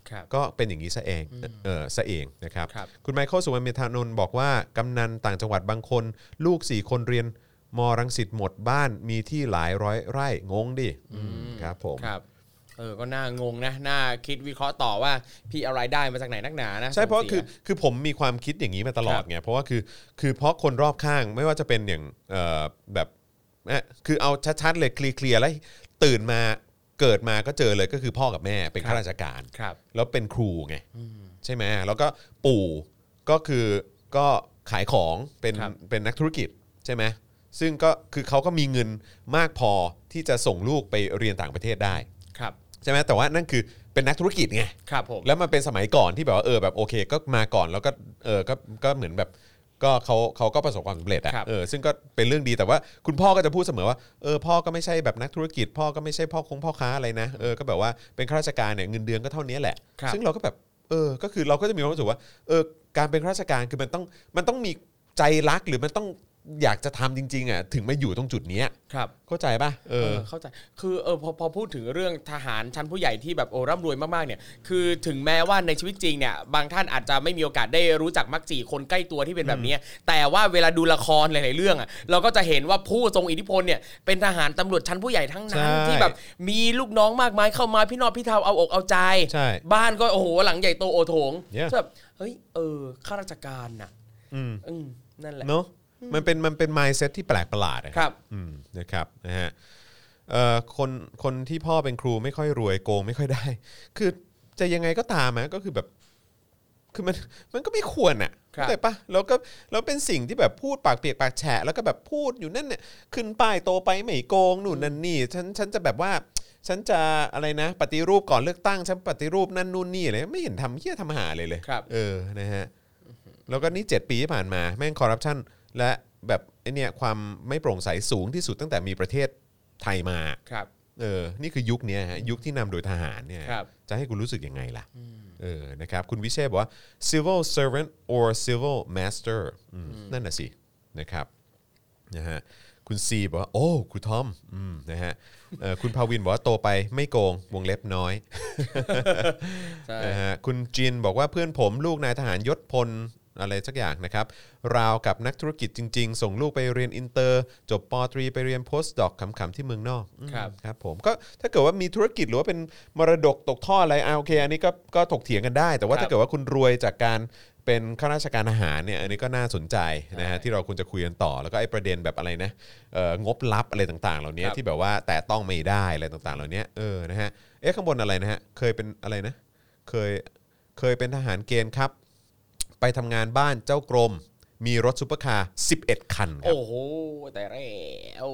ครับก็เป็นอย่างนี้ซะเองซะเองนะครับครับคุณไมเคิลสุวรรณเมธานนท์บอกว่ากำนันต่างจังหวัดบางคนลูก4คนเรียนมรังสิตหมดบ้านมีที่หลายร้อยไร่งงดิครับผมครับก็น่างงนะน่าคิดวิเคราะห์ต่อว่าพี่เอารายได้มาจากไหนนักหนานะใช่เพราะส่งสียคือผมมีความคิดอย่างนี้มาตลอดครับไงเพราะว่าคือเพราะคนรอบข้างไม่ว่าจะเป็นอย่างแบบคือเอาชัดๆเลยเคลียร์ๆแล้วตื่นมาเกิดมาก็เจอเลยก็คือพ่อกับแม่เป็นข้าราชการครับแล้วเป็นครูไงใช่ไหมแล้วก็ปู่ก็คือก็ขายของเป็นนักธุรกิจใช่ไหมซึ่งก็คือเขาก็มีเงินมากพอที่จะส่งลูกไปเรียนต่างประเทศได้ครับใช่ไหมแต่ว่านั่นคือเป็นนักธุรกิจไงครับผมแล้วมันเป็นสมัยก่อนที่แบบว่าแบบโอเคก็มาก่อนแล้วก็ก็เหมือนแบบก็เขาก็ประสบความสำเร็จอ่ะซึ่งก็เป็นเรื่องดีแต่ว่าคุณพ่อก็จะพูดเสมอว่าพ่อก็ไม่ใช่แบบนักธุรกิจพ่อก็ไม่ใช่พ่อค้าอะไรนะก็แบบว่าเป็นข้าราชการเนี่ยเงินเดือนก็เท่านี้แหละซึ่งเราก็แบบก็คือเราก็จะมีความรู้สึกว่าการเป็นข้าราชการคือมันต้องมีใจรักหรือมันต้องอยากจะทำจริงๆอ่ะถึงมาอยู่ตรงจุดนี้ครับเข้าใจป่ะเข้าใจคือพอพูดถึงเรื่องทหารชั้นผู้ใหญ่ที่แบบร่ำรวยมากๆเนี่ยคือถึงแม้ว่าในชีวิตจริงเนี่ยบางท่านอาจจะไม่มีโอกาสได้รู้จักมักจีคนใกล้ตัวที่เป็นแบบนี้แต่ว่าเวลาดูละครหลายๆเรื่องอ่ะเราก็จะเห็นว่าผู้ทรงอิทธิพลเนี่ยเป็นทหารตำรวจชั้นผู้ใหญ่ทั้งนั้นที่แบบมีลูกน้องมากมายเข้ามาพี่นอพี่เทาเอาอกเอาใจบ้านก็โอ้โหหลังใหญ่โตโอโถงแบบเฮ้ยข้าราชการน่ะนั่นแหละเนาะมันเป็น mindset ที่แปลกประหลาดครับนะครับนะฮะคนที่พ่อเป็นครูไม่ค่อยรวยโกงไม่ค่อยได้คือจะยังไงก็ตามก็คือแบบคือมันก็ไม่ควรอ่ะแต่ปะแล้วเป็นสิ่งที่แบบพูดปากเปียกปากแฉะแล้วก็แบบพูดอยู่นั่นเนี่ยขึ้นป้ายโตไปไม่โกงนู่นนั่นนี่ฉันจะแบบว่าฉันจะอะไรนะปฏิรูปก่อนเลือกตั้งฉันปฏิรูปนั่นนู่นนี่อะไรไม่เห็นทำเหี้ยทำหาเลยนะฮะแล้วก็นี่7 ปีที่ผ่านมาแม่งคอร์รัปชันและแบบไอ้เนี่ยความไม่โปร่งใสสูงที่สุดตั้งแต่มีประเทศไทยมาครับนี่คือยุคนี้ฮะยุคที่นำโดยทหารเนี่ยจะให้คุณรู้สึกยังไงล่ะนะครับคุณวิเชษบอกว่า civil servant or civil master นั่นน่ะสินะครับนะฮะคุณซีบอกว่าโอ้ครูทอมนะฮะคุณภาวินบอกว่าโตไปไม่โกงวงเล็บน้อยนะฮะคุณจินบอกว่าเพื่อนผมลูกนายทหารยศพลอะไรสักอย่างนะครับราวกับนักธุรกิจจริงๆส่งลูกไปเรียนอินเตอร์จบปตรีไปเรียนโพสต์ด็อกขำๆที่เมืองนอกครับผมก็ถ้าเกิดว่ามีธุรกิจหรือว่าเป็นมรดกตกทอดอะไรโอเคอันนี้ก็ถกเถียงกันได้แต่ว่าถ้าเกิดว่าคุณรวยจากการเป็นข้าราชการทหารเนี่ยอันนี้ก็น่าสนใจนะฮะที่เราควรจะคุยกันต่อแล้วก็ไอ้ประเด็นแบบอะไรนะงบลับอะไรต่างๆเหล่านี้ที่แบบว่าแต่ต้องไม่ได้อะไรต่างๆเหล่านี้นะฮะข้างบนอะไรนะฮะเคยเป็นอะไรนะเคยเป็นทหารเกณฑ์ครับไปทำงานบ้านเจ้ากรมมีรถซุปเปอร์คาร์11 คันครับโอ้โหแต่แล้ว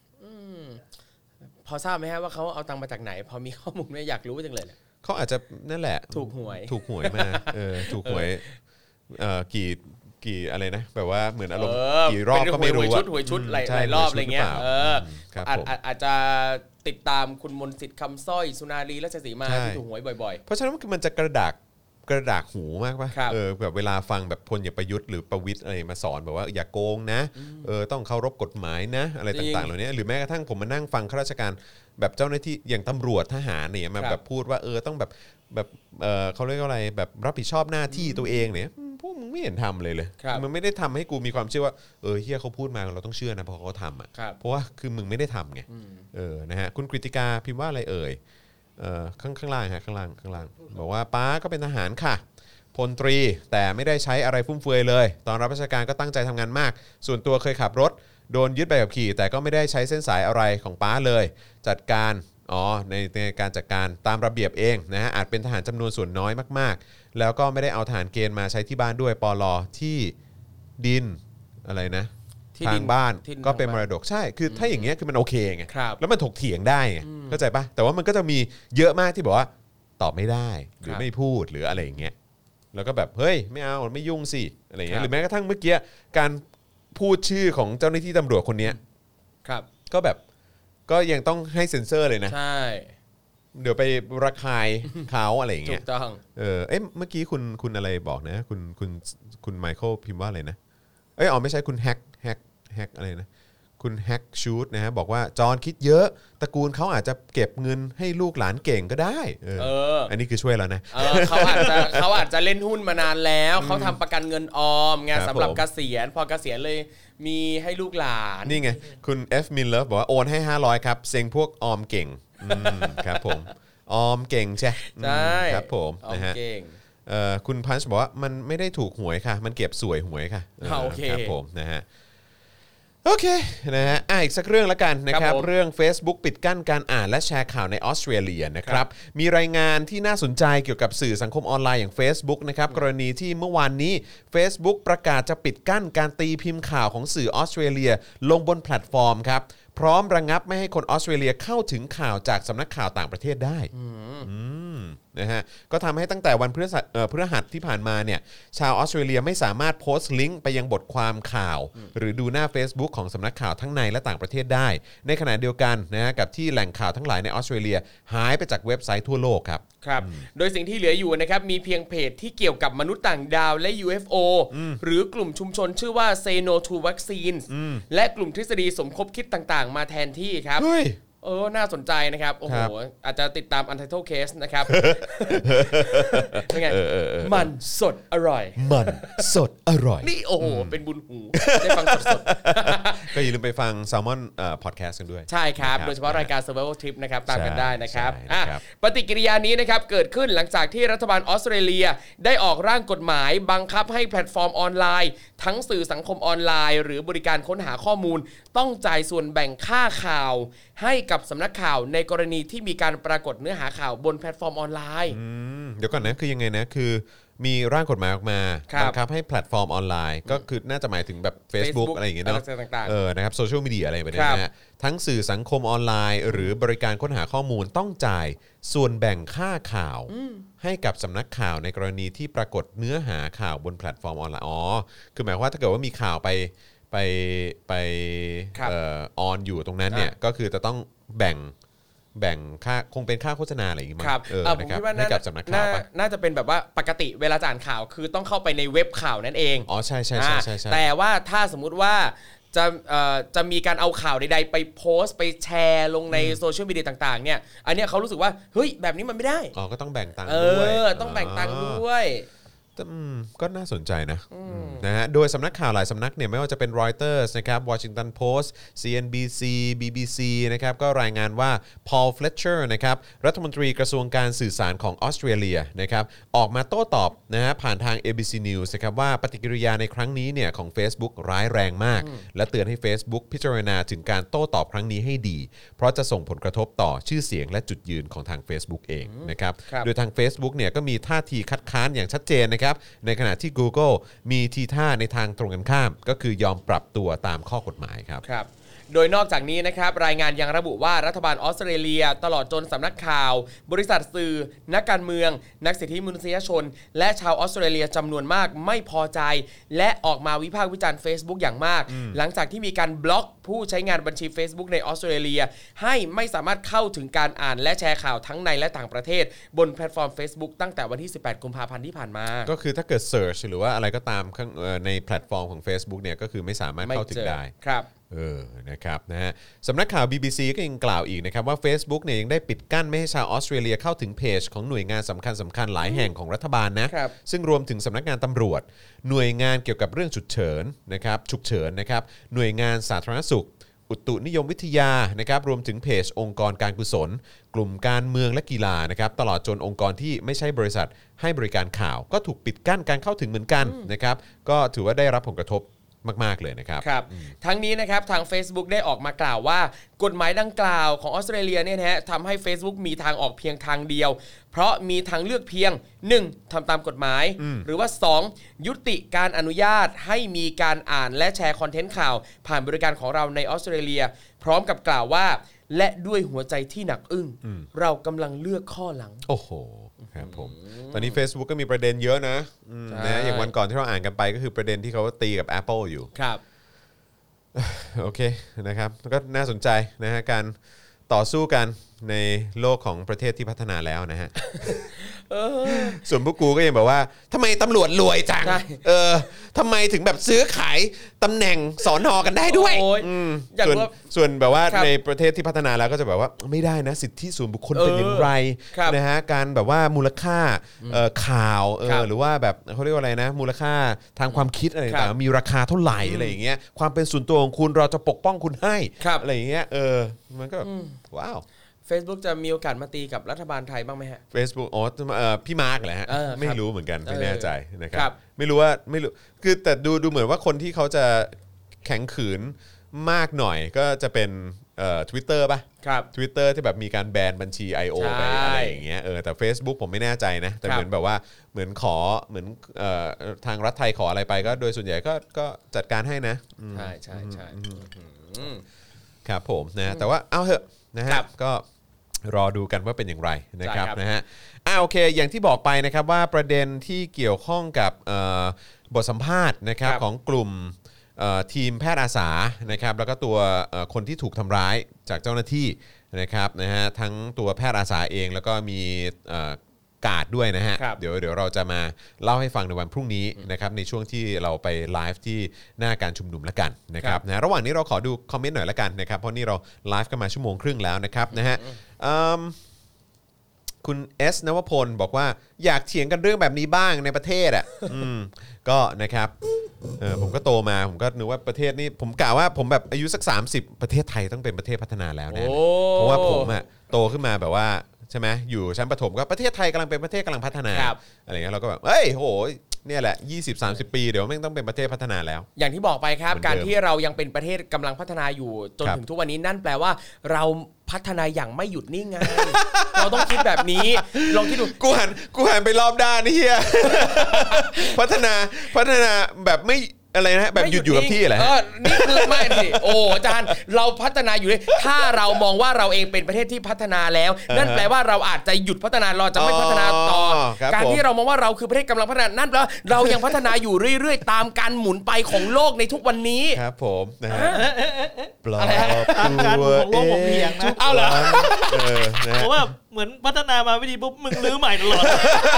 พอทราบไหมฮะว่าเขาเอาตังค์มาจากไหนพอมีข้อมูลไหมอยากรู้จังเลยเขาอาจจะนั่นแหละถูกหวยมาถูกหวยกี่อะไรนะแบบว่าเหมือนอารมณ์กี่รอบก็ไม่รู้ว่าหวยชุดหลายรอบอะไรเงี้ยอาจจะติดตามคุณมนต์สิทธิ์คำสร้อยสุนารีราชสีมาที่ถูกหวยบ่อยๆเพราะฉะนั้นมันจะกระดากหูมากป่ะแบบเวลาฟังแบบพลเอกประยุทธ์หรือประวิตรอะไรมาสอนแบบว่าอย่าโกงนะต้องเคารพกฎหมายนะอะไรต่างๆเหล่านี้หรือแม้กระทั่งผมมานั่งฟังข้าราชการแบบเจ้าหน้าที่อย่างตำรวจทหารเนี่ยมาแบบพูดว่าต้องแบบเขาเรียกว่าอะไรแบบรับผิดชอบหน้าที่ตัวเองเนี่ยพวกมึงไม่เห็นทำเลยมันไม่ได้ทำให้กูมีความเชื่อว่าเฮียเขาพูดมาเราต้องเชื่อนะเพราะเขาทำอ่ะเพราะว่าคือมึงไม่ได้ทำไงนะฮะคุณกฤติกาพิมพ์ว่าอะไรข้างล่างฮะข้างล่างบอกว่าป้าก็เป็นทหารค่ะพลตรีแต่ไม่ได้ใช้อะไรฟุ่มเฟือยเลยตอนรับราชการก็ตั้งใจทำงานมากส่วนตัวเคยขับรถโดนยึดใบขับขี่แต่ก็ไม่ได้ใช้เส้นสายอะไรของป้าเลยจัดการในการจัดการตามระเบียบเองนะฮะอาจเป็นทหารจำนวนส่วนน้อยมากๆแล้วก็ไม่ได้เอาทหารเกณฑ์มาใช้ที่บ้านด้วยปลที่ดินอะไรนะทางบ้านก็เป็นมรดกใช่คือถ้าอย่างเงี้ยคือมันโอเคไงแล้วมันถกเถียงได้ไงเข้าใจปะแต่ว่ามันก็จะมีเยอะมากที่บอกว่าตอบไม่ได้หรือไม่พูดหรืออะไรอย่างเงี้ยแล้วก็แบบเฮ้ยไม่เอาไม่ยุ่งสิอะไรอย่างเงี้ยหรือแม้กระทั่งเมื่อกี้การพูดชื่อของเจ้าหน้าที่ตำรวจคนนี้ก็แบบก็ยังต้องให้เซ็นเซอร์เลยนะใช่เดี๋ยวไประคายเขาอะไรอย่างเงี้ยถูกต้องเมื่อกี้คุณอะไรบอกนะคุณไมเคิลพิมพ์ว่าอะไรนะไม่ใช่คุณแฮกอะไรนะคุณแฮกชูดนะฮะบอกว่าจอนคิดเยอะตระกูลเขาอาจจะเก็บเงินให้ลูกหลานเก่งก็ได้อันนี้คือช่วยแล้วนะเขาอาจจะเล่นหุ้นมานานแล้วเขาทำประกันเงินออมไงสำหรับเกษียณพอเกษียณเลยมีให้ลูกหลานนี่ไงคุณ F Miller บอกว่าโอนให้500ครับเซ็งพวกออมเก่งครับผมออมเก่งใช่ครับผมนะฮะคุณพันช์บอกว่ามันไม่ได้ถูกหวยค่ะมันเก็บสวยหวยค่ะครับผมนะฮะโอเคนะฮะอีกสักเรื่องละกันนะครับเรื่อง Facebook ปิดกั้นการอ่านและแชร์ข่าวในออสเตรเลียนะครับมีรายงานที่น่าสนใจเกี่ยวกับสื่อสังคมออนไลน์อย่าง Facebook นะครับกรณีที่เมื่อวานนี้ Facebook ประกาศจะปิดกั้นการตีพิมพ์ข่าวของสื่อออสเตรเลียลงบนแพลตฟอร์มครับพร้อมระงับไม่ให้คนออสเตรเลียเข้าถึงข่าวจากสำนักข่าวต่างประเทศได้นะฮะก็ทำให้ตั้งแต่วันพฤหัสที่ผ่านมาเนี่ยชาวออสเตรเลียไม่สามารถโพสต์ลิงก์ไปยังบทความข่าวหรือดูหน้า Facebook ของสำนักข่าวทั้งในและต่างประเทศได้ในขณะเดียวกันนะฮะกับที่แหล่งข่าวทั้งหลายในออสเตรเลียหายไปจากเว็บไซต์ทั่วโลกครับโดยสิ่งที่เหลืออยู่นะครับมีเพียงเพจที่เกี่ยวกับมนุษย์ต่างดาวและ UFO หรือกลุ่มชุมชนชื่อว่า Say No to Vaccines และกลุ่มทฤษฎีสมคบคิดต่างๆมาแทนที่ครับน่าสนใจนะครับโอ้โหอาจจะติดตาม Untitled Case นะครับเป็นไงมันสดอร่อยมันสดอร่อยนี่โอ้โหเป็นบุญหูได้ฟังสดๆก็อย่าลืมไปฟัง Salmon Podcast กันด้วยใช่ครับโดยเฉพาะรายการ Survival Trip นะครับตามกันได้นะครับปฏิกิริยานี้นะครับเกิดขึ้นหลังจากที่รัฐบาลออสเตรเลียได้ออกร่างกฎหมายบังคับให้แพลตฟอร์มออนไลน์ทั้งสื่อสังคมออนไลน์หรือบริการค้นหาข้อมูลต้องจ่ายส่วนแบ่งค่าข่าวให้กับสำนักข่าวในกรณีที่มีการปรากฏเนื้อหาข่าวบนแพลตฟอร์มออนไลน์เดี๋ยวก่อนนะคือยังไงนะคือมีร่างกฎหมายออกมาบังคับให้แพลตฟอร์มออนไลน์ก็คือน่าจะหมายถึงแบบ Facebook อะไรอย่างเงี้ยเนาะนะครับโซเชียลมีเดียอะไรแบบนี้นะฮะทั้งสื่อสังคมออนไลน์หรือบริการค้นหาข้อมูลต้องจ่ายส่วนแบ่งค่าข่าวให้กับสำนักข่าวในกรณีที่ปรากฏเนื้อหาข่าวบนแพลตฟอร์มออนไลน์คือหมายว่าถ้าเกิดว่ามีข่าวไปออนอยู่ตรงนั้นเนี่ยก็คือจะต้องแบ่งค่าคงเป็นค่าโฆษณาอะไรอย่างงี้มั้งผมคิดว่าน่าจะเป็นแบบว่าปกติเวลาอ่านข่าวคือต้องเข้าไปในเว็บข่าวนั่นเองใช่แต่ว่าถ้าสมมุติว่าจะมีการเอาข่าวใดๆไปโพสต์ไปแชร์ลงในโซเชียลมีเดียต่างๆเนี่ยอันเนี้ยเขารู้สึกว่าเฮ้ยแบบนี้มันไม่ได้ก็ต้องแบ่งตังค์ด้วยต้องแบ่งตังค์ด้วยก็น่าสนใจนะฮะโดยสำนักข่าวหลายสำนักเนี่ยไม่ว่าจะเป็น Reuters นะครับ Washington Post CNBC BBC นะครับก็รายงานว่า Paul Fletcher นะครับรัฐมนตรีกระทรวงการสื่อสารของออสเตรเลียนะครับออกมาโต้ตอบนะฮะผ่านทาง ABC News นะครับว่าปฏิกิริยาในครั้งนี้เนี่ยของ Facebook ร้ายแรงมากและเตือนให้ Facebook พิจารณาถึงการโต้ตอบครั้งนี้ให้ดีเพราะจะส่งผลกระทบต่อชื่อเสียงและจุดยืนของทาง Facebook เองนะครับโดยทาง Facebook เนี่ยก็มีท่าทีคัดค้านอย่างชัดเจนในขณะที่ Google มีทีท่าในทางตรงกันข้ามก็คือยอมปรับตัวตามข้อกฎหมายครับโดยนอกจากนี้นะครับรายงานยังระบุว่ารัฐบาลออสเตรเลียตลอดจนสำนักข่าวบริษัทสื่อนักการเมืองนักสิทธิมนุษยชนและชาวออสเตรเลียจำนวนมากไม่พอใจและออกมาวิพากษ์วิจารณ์ Facebook อย่างมากหลังจากที่มีการบล็อกผู้ใช้งานบัญชี Facebook ในออสเตรเลียให้ไม่สามารถเข้าถึงการอ่านและแชร์ข่าวทั้งในและต่างประเทศบนแพลตฟอร์ม Facebook ตั้งแต่วันที่18กุมภาพันธ์ที่ผ่านมาก็คือถ้าเกิด search หรือว่าอะไรก็ตามในแพลตฟอร์มของ Facebook เนี่ยก็คือไม่สามารถเข้าถึงได้ครับนะครับนะฮะสำนักข่าว BBC ก็ยังกล่าวอีกนะครับว่า Facebook เนี่ยยังได้ปิดกั้นไม่ให้ชาวออสเตรเลียเข้าถึงเพจของหน่วยงานสำคัญหลายแห่งของรัฐบาลนะซึ่งรวมถึงสำนักงานตำรวจหน่วยงานเกี่ยวกับเรื่องฉุกเฉินนะครับหน่วยงานสาธารณสุขอุตุนิยมวิทยานะครับรวมถึงเพจองค์กรการกุศลกลุ่มการเมืองและกีฬานะครับตลอดจนองค์กรที่ไม่ใช่บริษัทให้บริการข่าวก็ถูกปิดกั้นการเข้าถึงเหมือนกันนะครับก็ถือว่าได้รับผลกระทบมากๆเลยนะครับทั้งนี้นะครับทาง Facebook ได้ออกมากล่าวว่ากฎหมายดังกล่าวของออสเตรเลียเนี่ยนะฮะทำให้ Facebook มีทางออกเพียงทางเดียวเพราะมีทางเลือกเพียง 1. ทำตามกฎหมายหรือว่า 2. ยุติการอนุญาตให้มีการอ่านและแชร์คอนเทนต์ข่าวผ่านบริการของเราในออสเตรเลียพร้อมกับกล่าวว่าและด้วยหัวใจที่หนักอึ้งเรากำลังเลือกข้อหลังโอ้โหครับผมตอนนี้ Facebook ก็มีประเด็นเยอะนะอย่างวันก่อนที่เราอ่านกันไปก็คือประเด็นที่เขาตีกับ Apple อยู่ครับโอเคนะครับก็น่าสนใจนะฮะการต่อสู้กันในโลกของประเทศที่พัฒนาแล้วนะฮะส่วนพวกกูก็ยังแบบว่าทำไมตำรวจรวยจังใช่ทำไมถึงแบบซื้อขายตำแหน่งสอนอกันได้ด้วยโอ้ยอยากส่วนรู้ว่าส่วนแบบว่าครับในประเทศที่พัฒนาแล้วก็จะแบบว่าไม่ได้นะสิทธิส่วนบุคคลเป็นอย่างไรครับนะฮะการแบบว่ามูลค่าข่าวครับหรือว่าแบบเขาเรียกว่าอะไรนะมูลค่าทางความคิดอะไรครัต่างบๆมีราคาเท่าไหร่อะไรอย่างเงี้ยความเป็นส่วนตัวของคุณเราจะปกป้องคุณให้ครับอะไรอย่างเงี้ยมันก็แบบว้าว Facebook จะมีโอกาสมาตีกับรัฐบาลไทยบ้างไหมฮะ Facebook พี่มาร์กแหละฮะครับไม่รู้เหมือนกันไม่แน่ใจนะคครัรับบ ไม่รู้คือแต่ดูเหมือนว่าคนที่เขาจะแข็งขืนมากหน่อยก็จะเป็นTwitter ป่ะครับ Twitter ที่แบบมีการแบนบัญชี I.O. ใช่ไปอะไรอย่างเงี้ยแต่ Facebook ผมไม่แน่ใจนะแต่ครับเหมือนแบบว่าเหมือนทางรัฐไทยขออะไรไปก็โดยส่วนใหญ่ก็จัดการให้นะใช่ใช่ใช่ครับผมนะแต่ว่าเอาเถอะนะฮะครับก็รอดูกันว่าเป็นอย่างไรนะครับใช่ครับนะฮะโอเคอย่างที่บอกไปนะครับว่าประเด็นที่เกี่ยวข้องกับบทสัมภาษณ์นะครับครับของกลุ่มทีมแพทย์อาสานะครับแล้วก็ตัวคนที่ถูกทำร้ายจากเจ้าหน้าที่นะครับนะฮะทั้งตัวแพทย์อาสาเองแล้วก็มีกาดด้วยนะฮะครับเดี๋ยวเราจะมาเล่าให้ฟังในวันพรุ่งนี้นะครับในช่วงที่เราไปไลฟ์ที่หน้าการชุมนุมละกันนะครับนะระหว่างนี้เราขอดูคอมเมนต์หน่อยละกันนะครับเพราะนี่เราไลฟ์กันมาชั่วโมงครึ่งแล้วนะครับนะฮะคุณเอสนวพลบอกว่าอยากเถียงกันเรื่องแบบนี้บ้างในประเทศอ่ะก็นะครับผมก็โตมาผมก็นึกว่าประเทศนี้ผมกล่าวว่าผมแบบอายุสัก30ประเทศไทยต้องเป็นประเทศพัฒนาแล้วนะโอ้เพราะว่าผมอ่ะโตขึ้นมาแบบว่าใช่ไหมอยู่ชั้นประถมก็ประเทศไทยกำลังเป็นประเทศกำลังพัฒนาครับอะไรเงี้ยเราก็แบบเฮ้ยโหเนี่ยแหละ20-30 ปีเดี๋ยวแม่งต้องเป็นประเทศพัฒนาแล้วอย่างที่บอกไปครับเหมือนเดิมการที่เรายังเป็นประเทศกำลังพัฒนาอยู่จนครับถึงทุกวันนี้นั่นแปลว่าเราพัฒนาอย่างไม่หยุดนิ่งไง เราต้องคิดแบบนี้ลองคิดดูกูหันไปรอบด้านนี่เฮีย พัฒนาแบบไม่อะไรนะแบบหยุดอยู่กับที่เหรอฮะนี่คือไม่สิโอ้อาจารย์เราพัฒนาอยู่เลยถ้าเรามองว่าเราเองเป็นประเทศที่พัฒนาแล้ว นั่นแปลว่าเราอาจจะหยุดพัฒนาเราจะไม่พัฒนาต่อครับการผมที่เรามองว่าเราคือประเทศกำลังพัฒนานั่นแปลว่าเรายังพัฒนาอยู่เรื่อยๆ ตามการหมุนไปของโลกในทุกวันนี้ครับผมนะฮะปลอบตามการหมุนของโลกผมเพียงนะเอาเหรอนะฮะเพราะว่าเหมือนพัฒนามาไม่ดีปุ๊บมึงรื้อใหม่ตลอด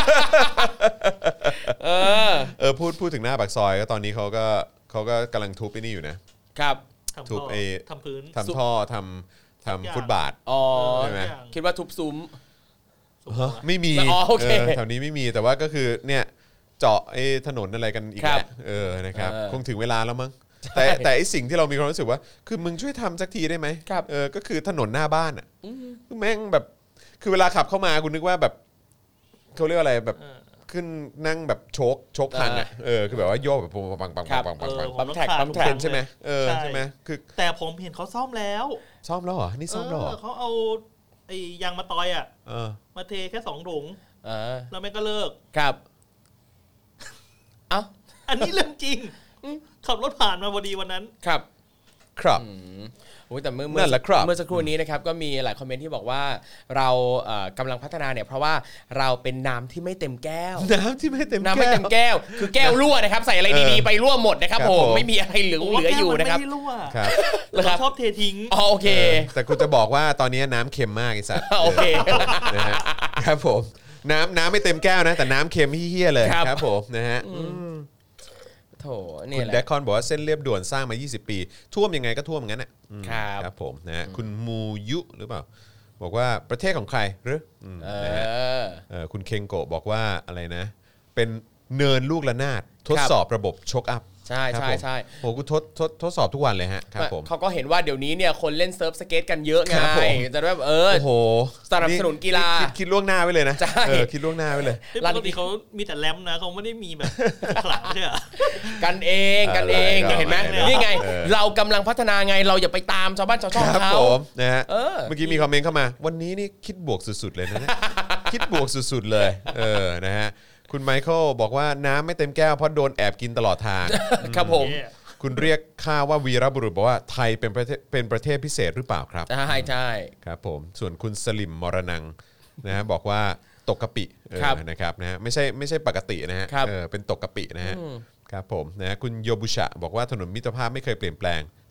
พูดถึงหน้าปากซอยก็ตอนนี้เขาก็กำลังทุบไอ้นี่อยู่นะครับ ทุบไอ้ทำพื้นทำท่อทำฟุตบาทอ๋อใช่ไหมคิดว่าทุบซุ้มไม่มีอ๋อโอเคแถวนี้ไม่มีแต่ว่าก็คือเนี่ยเจาะไอ้ถนนอะไรกันอีกครัแหบละนะครับคคงถึงเวลาแล้วมั้งแต่ไอ้สิ่งที่เรามีความรู้สึกว่า คือมึงช่วยทำสักทีได้ไหมครับก็คือถนนหน้าบ้านอ่ะคือแม่งแบบคือเวลาขับเข้ามาคุณนึกว่าแบบเขาเรียกว่าอะไรแบบขึ้นนั่งแบบโชคพังอ่ะคือแบบว่าโยกแบบปังครับปังปั๊มแท็กปั๊มแท็กเป็นใช่ไหมใช่ไหมคือแต่ผมเห็นเขาซ่อมแล้วซ่อมแล้วเหรอนี่ซ่อมแล้วเหรอเขาเอาไอ้ยางมาตอยอ่ะเออมาเทแค่2 ถุงาแล้วแม่งก็เลิกครับ เอ้าอันนี้เรื่องจริงขับรถผ่านมาพอดีวันนั้นครับครับโอ้ยแต่เมื่นั่นแหละครับเมื่อสักครู่นี้นะครับก็มีหลายคอมเมนต์ที่บอกว่าเรากำลังพัฒนาเนี่ยเพราะว่าเราเป็นน้ำที่ไม่เต็มแก้วน้ำที่ไม่เต็มน้ำไม่เต็มแก้ว คือแก้วรั่วนะครับใส่อะไรดีๆไปรั่วหมดนะครับครับผผม มไม่มีอะไรเหลืออยู่นะครับไม่ได้รั่วครับเหรอครับเราชอบเททิ้งอ๋อโอเคแต่กูจะบอกว่าตอนนี้น้ำเค็มมากไอ้สัสโอเคนะฮะครับผมน้ำไม่เต็มแก้วนะแต่น้ำเค็มเฮี้ยๆเลยครับครับผมนะฮะโถนี่คุณแหเดละคอนบอกว่าเส้นเรียบด่วนสร้างมา20 ปีท่วมยังไงก็ท่วมงั้นน่ะครับครับผมนะฮะคุณมูยุหรือเปล่าบอกว่าประเทศของใครหรือนะฮะคุณเคงโกะบอกว่าอะไรนะ เป็นเนินลูกระนาดทดสอบระบบชกอัพใช่ครับใช่ผมใช่โหกูทดสอบทุกวันเลยฮะครับผมเขาก็เห็นว่าเดี๋ยวนี้เนี่ยคนเล่นเซิร์ฟสเก็ตกันเยอะไงครับผมจะได้แบบโอ้โหสนับสนุนกีฬาคิดล่วงหน้าไว้เลยนะใช่คิดล่วงหน้าไว้เลยปกติเขามีแต่แรมนะเขาไม่ได้มีแบบขลังใช่ไหมกันเองกันเองอะไรเห็นไหมอะไรนี่ไงเราเรากำลังพัฒนาไงเราอย่าไปตามชาวบ้านชาวช่องครับเขาผมนะฮะเออเมื่อกี้มีคอมเมนต์เข้ามา วันนี้นี่คิดบวกสุดๆเลยนะเนี่ย คิดบวกสุดๆเลยนะฮะคุณไมเคิลบอกว่าน้ำไม่เต็มแก้วเพราะโดนแอบกินตลอดทางครับผมคุณเรียกข้าว่าวีรบุรุษบอกว่าไทยเป็นประเทศพิเศษหรือเปล่าครับใช่ใช่ครับผมส่วนคุณสลิมมรนังนะฮะบอกว่าตกกะปิครับนะครับนะฮะไม่ใช่ปกตินะฮะครับเป็นตกกะปินะฮะครับผมนะฮะคุณโยบุชะบอกว่าถนนมิตรภาพไม่เคยเปลี่ยนแปลง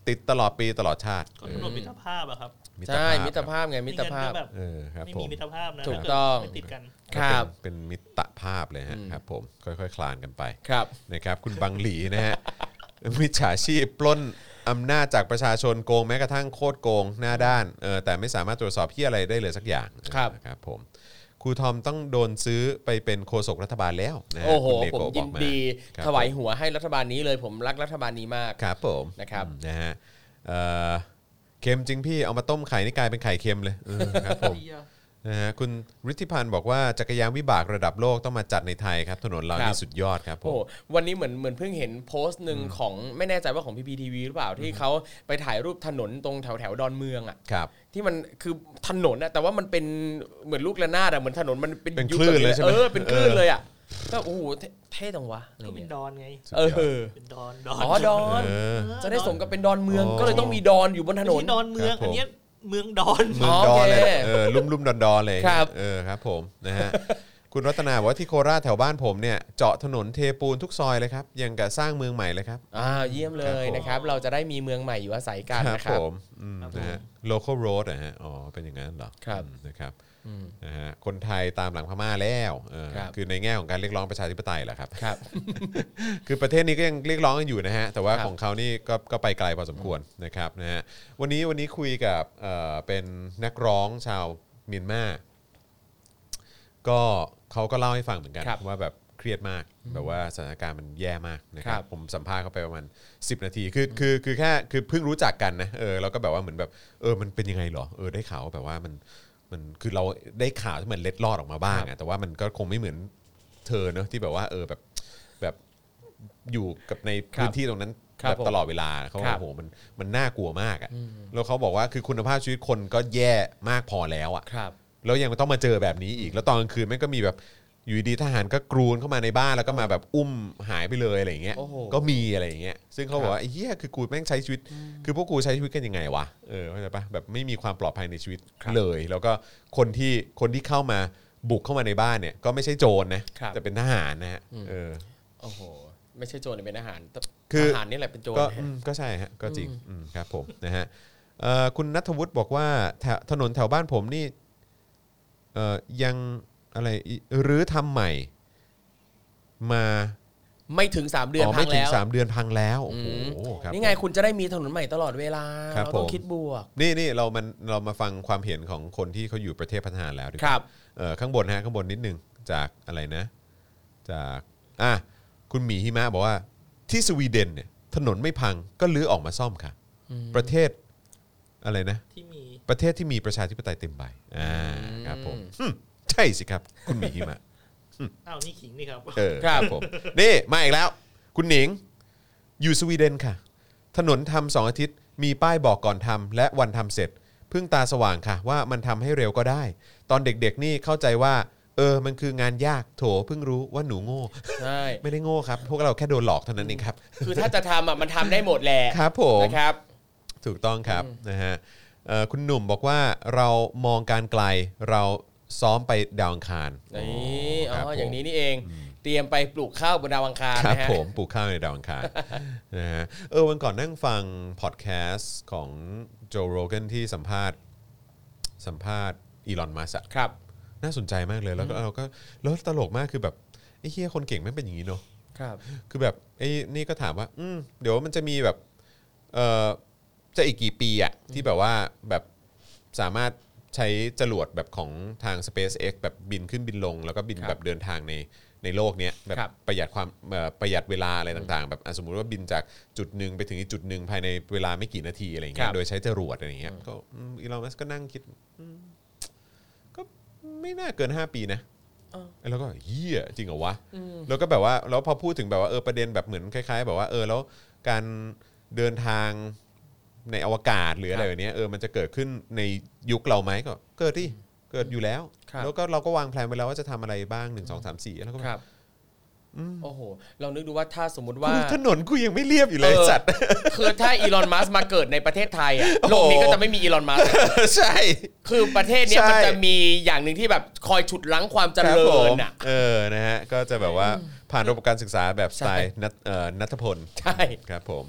ติดตลอดปีตลอดชาติก็ถนนมิตรภาพอะครับใช่มิตรภาพไงมิตรภาพไม่งั้นก็แบบครับไม่ผมีมมิตรภาพนะถูกต้องไม่ติดกันครับเป็นมิตรภาพเลยฮะครับผมค่อยๆคลานกันไปครับนะครับคุณบังหลีนะฮะ มิจฉาชีพปล้นอำนาจจากประชาชนโกงแม้กระทั่งโคตรโกงหน้าด้านแต่ไม่สามารถตรวจสอบที่อะไรได้เลยสักอย่างครับครับผมครูทอมต้องโดนซื้อไปเป็นโฆษกรัฐบาลแล้วนะฮะโอ้โหคุณเนผมโกะบยิอกนมาดีครับถวายหัวให้รัฐบาลนี้เลยผมรักรัฐบาลนี้มากครับผมนะครับนะฮะเค็มจริงพี่เอามาต้มไข่นี่กลายเป็นไข่เค็มเลยครับผมนะฮะคุณฤทธิพันธ์บอกว่าจักรยานวิบากระดับโลกต้องมาจัดในไทยครับถนนเราครับนี่สุดยอดครับผโอ้มวันนี้เหมือนเพิ่งเห็นโพสต์หนึ่งของไม่แน่ใจว่าของ PPTV หรือเปล่าที่เขาไปถ่ายรูปถนนตรงแถวดอนเมืองอ่ะครับที่มันคือถนนอะแต่ว่ามันเป็นเหมือนลูกระนาดอะเหมือนถนนมันเป็นเป็นยุบคลื่นแบบเลยใช่ไหมเป็นคลื่นเลยอะก็โอ้โหเท่จังวะอะไรก็เป็เงี้นยดอนไงเออเป็นดอนอ๋อดอนเออจะได้สมกับเป็นดอนเมืองอ๋อก็เลยต้องมีดอนอยู่บนถนนไม่ใช่ดอนเมืองครับผมอันเนี้ยเมืองดอนเมืองดอนเลยโอเคลุ่มดอนเลยครับครับผมนะฮะ คุณรัตนาบอกว่าที่โคราชแถวบ้านผมเนี่ยเจาะถนนเทปูนทุกซอยเลยครับยังกับสร้างเมืองใหม่เลยครับเยี่ยมเลยครับผมนะครับ เราจะได้มีเมืองใหม่อยู่อาศัยกันนะคผรับมนะฮะ local road นะฮะอ๋อเป็นอย่างนั้นเหรอครับนะครับนะฮะคนไทยตามหลังพม่าแล้วครับคือในแง่ของการเรียกร้องประชาธิปไตยแหละครับครับคือประเทศนี้ก็ยังเรียกร้องกันอยู่นะฮะแต่ว่าครับของเขานี่ก็ไปไกลพอสมควรนะครับนะฮะวันนี้คุยกับเป็นนักร้องชาวเมียนมาก็เขาก็เล่าให้ฟังเหมือนกันครับว่าแบบเครียดมากแบบว่าสถานการณ์มันแย่มากนะคครัรับบ ผมสัมภาษณ์เขาไปประมาณ10 นาทีคือแค่คือเพิ่งรู้จักกันนะแล้วก็แบบว่าเหมือนแบบมันเป็นยังไงเหรอได้ข่าวว่าแบบว่ามันคือเราได้ข่าวที่มันเล็ดลอดออกมาบ้างอะแต่ว่ามันก็คงไม่เหมือนเธอเนอะที่แบบว่าแบบอยู่กับในพื้นที่ตรงนั้นครับแบบตลอดเวลาเขาครับโอ้โหมันน่ากลัวมากอ่ะแล้วเขาบอกว่าคือคุณภาพชีวิตคนก็แย่มากพอแล้วอ่ะครับแล้วยังต้องมาเจอแบบนี้อีก แล้วตอนกลางคืนแม่งก็มีแบบอยู่ดีทหารก็กรูนเข้ามาในบ้านแล้วก็มาแบบอุ้มหายไปเลยอะไรอย่างเงี้ยโอ้โหก็มีอะไรอย่างเงี้ยซึ่งเขาบอกว่าไอ้เหี้ยคือกูแม่งใช้ชีวิต คือพวกกูใช้ชีวิตกันยังไงวะเข้าใจปะแบบไม่มีความปลอดภัยในชีวิตเลย แล้วก็คนที่เข้ามาบุกเข้ามาในบ้านเนี่ยก็ไม่ใช่โจรนะครับ แต่เป็นทหารนะฮะโอ้โหไม่ใช่โจรเป็นอาหารแต่คือทหารนี่แหละเป็นโจรก็นะฮะก็ใช่ฮะก็จริงครับผมนะฮะคุณณัฐวุฒิบอกว่าถนนแถวบ้านผมนี่ยังอะไรหรือทำใหม่มาไม่ถึง3เดือนพัไม่งถึงแล้ว 3 เดือนพังแล้วโอ้โหครับนี่ไงคุณจะได้มีถนนใหม่ตลอดเวลาครับเราต้องผมคิดบวกนี่เรามาฟังความเห็นของคนที่เขาอยู่ประเทศพัฒนาแล้วดีกคว่ารับข้างบนฮะข้างบนนิดนึงจากอะไรนะ จากคุณหมีหิมะบอกว่าที่สวีเดนเนี่ยถนนไม่พังก็ลื้อออกมาซ่อมค่ะประเทศอะไรนะที่มีประเทศที่มีประชาธิปไตยเต็มใบครับผมใช่สิครับ คุณหมีหิมะอ้าวนี่ขิงนี่ครับครับผมนี่มาอีกแล้ว คุณหนิงอยู่สวีเดนค่ะ ถนนทำ2 อาทิตย์มีป้ายบอกก่อนทำและวันทำเสร็จเพิ่งตาสว่างค่ะว่ามันทำให้เร็วก็ได้ ตอนเด็กๆนี่เข้าใจว่ามันคืองานยากโถเพิ่งรู้ว่าหนูโง่ใช่ไม่ได้โง่ครับ พวกเราแค่โดนหลอกเท่านั้นเองครับคือถ้าจะทำมันทำได้หมดแหละครับผมนะครับถูกต้องครับนะฮะคุณหนุ่มบอกว่าเรามองการไกลเราซ้อมไปดาวอังคารนี่อ๋ครับอผมอย่างนี้นี่เอง เตรียมไปปลูกข้าวบนดาวอังคารครับนะฮะผมปลูกข้าวในดาวอังคาร นะฮะวันก่อนนั่งฟังพอดแคสต์ของโจโรแกนที่สัมภาษณ์อีลอนมัสก์ครับน่าสนใจมากเลยแล้วก็แล้วตลกมากคือแบบไอ้เฮียคนเก่งไม่เป็นอย่างนี้เนาะครับคือแบบไอ้นี่ก็ถามว่าเดี๋ยวมันจะมีแบบจะอีกกี่ปีอะที่แบบว่าแบบสามารถใช้จรวดแบบของทาง SpaceX แบบบินขึ้นบินลง แล้วก็บินครับแบบเดินทางในโลกเนี้ยแบบครับประหยัดความประหยัดเวลาอะไรต่างๆแบบสมมุติว่าบินจากจุดหนึ่งไปถึงอีกจุดหนึ่งภายในเวลาไม่กี่นาทีอะไรอย่างเงี้ครัยบโดยใช้จรวดอะไรอย่างเงี้ยก็อีลอนมัสก์ก็นั่งคิดก็ไม่น่าเกิน5 ปีนะแล้วก็เฮียจริงเหรอวะแล้วก็แบบว่าแล้วพอพูดถึงแบบว่าประเด็นแบบเหมือนคล้ายๆแบบว่าแล้วการเดินทางในอวกาศหรืออะไรแบบนี้มันจะเกิดขึ้นในยุคเราไหมก็เกิดดิเกิดอยู่แล้วครับแล้วก็เราก็วางแผนไว้แล้วว่าจะทำอะไรบ้าง1 2 3 4แล้วก็ครับโอ้โหเรานึกดูว่าถ้าสมมุติว่าถนนกูยังไม่เรียบอยู่เลยสัตว์คือถ้าอีลอนมัสก์มาเกิดในประเทศไทยอ่ะโลกนี้ก็จะไม่มีอีลอนมัสก์ใช่คือประเทศเนี้ยใช่มันจะมีอย่างหนึ่งที่แบบคอยฉุดรั้งความเจริญอ่ะนะฮะก็จะแบบว่าผ่านระบบการศึกษาแบบสไตล์ณัฐพลใช่ครับผม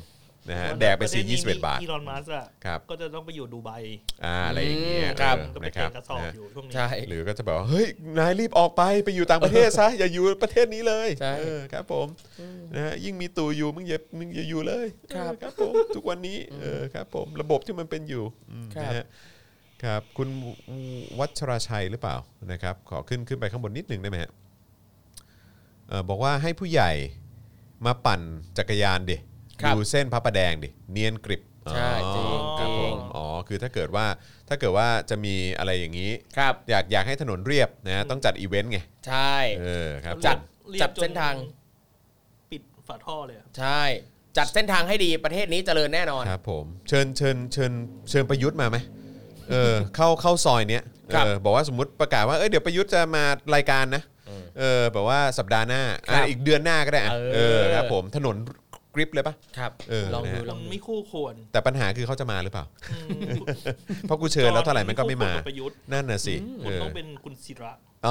นะฮะแดกไป21 บาทอีลอนมัสก์ก็จะต้องไปอยู่ดูไบอะไรอย่างเงี้ยก็ไปเทกระสอบอยู่ช่วงนี้หรือก็จะแบบว่าเฮ้ยนายรีบออกไปอยู่ต่างประเทศซะอย่าอยู่ประเทศนี้เลยครับผมนะฮะยิ่งมีตู่อยู่มึงอย่าอยู่เลยครับผมทุกวันนี้ครับผมระบบที่มันเป็นอยู่นะฮะครับคุณวัชรชัยหรือเปล่านะครับขอขึ้นไปข้างบนนิดนึงได้ไหมฮะบอกว่าให้ผู้ใหญ่มาปั่นจักรยานดิดูเส้นพระประแดงดิเนียนกริบใช่จริงครับผมคือถ้าเกิดว่าจะมีอะไรอย่างนี้อยากให้ถนนเรียบนะต้องจัดอีเวนต์ไงใช่ครับจัดเส้นทางปิดฝาท่อเลยใช่จัดเส้นทางให้ดีประเทศนี้เจริญแน่นอนครับผมเชิญประยุทธ์มาไหมเข้าซอยเนี้ยบอกว่าสมมุติประกาศว่าเดี๋ยวประยุทธ์จะมารายการนะแบบว่าสัปดาห์หน้าอีกเดือนหน้าก็ได้ครับผมถนนกริปเลยป่ะครับลองดูไม่คู่ควรแต่ปัญหาคือเขาจะมาหรือเปล่าเพราะกูเชิญแล้วเท่าไหร่มันก็ไม่มานั่นน่ะสิคุณต้องเป็นคุณศิระ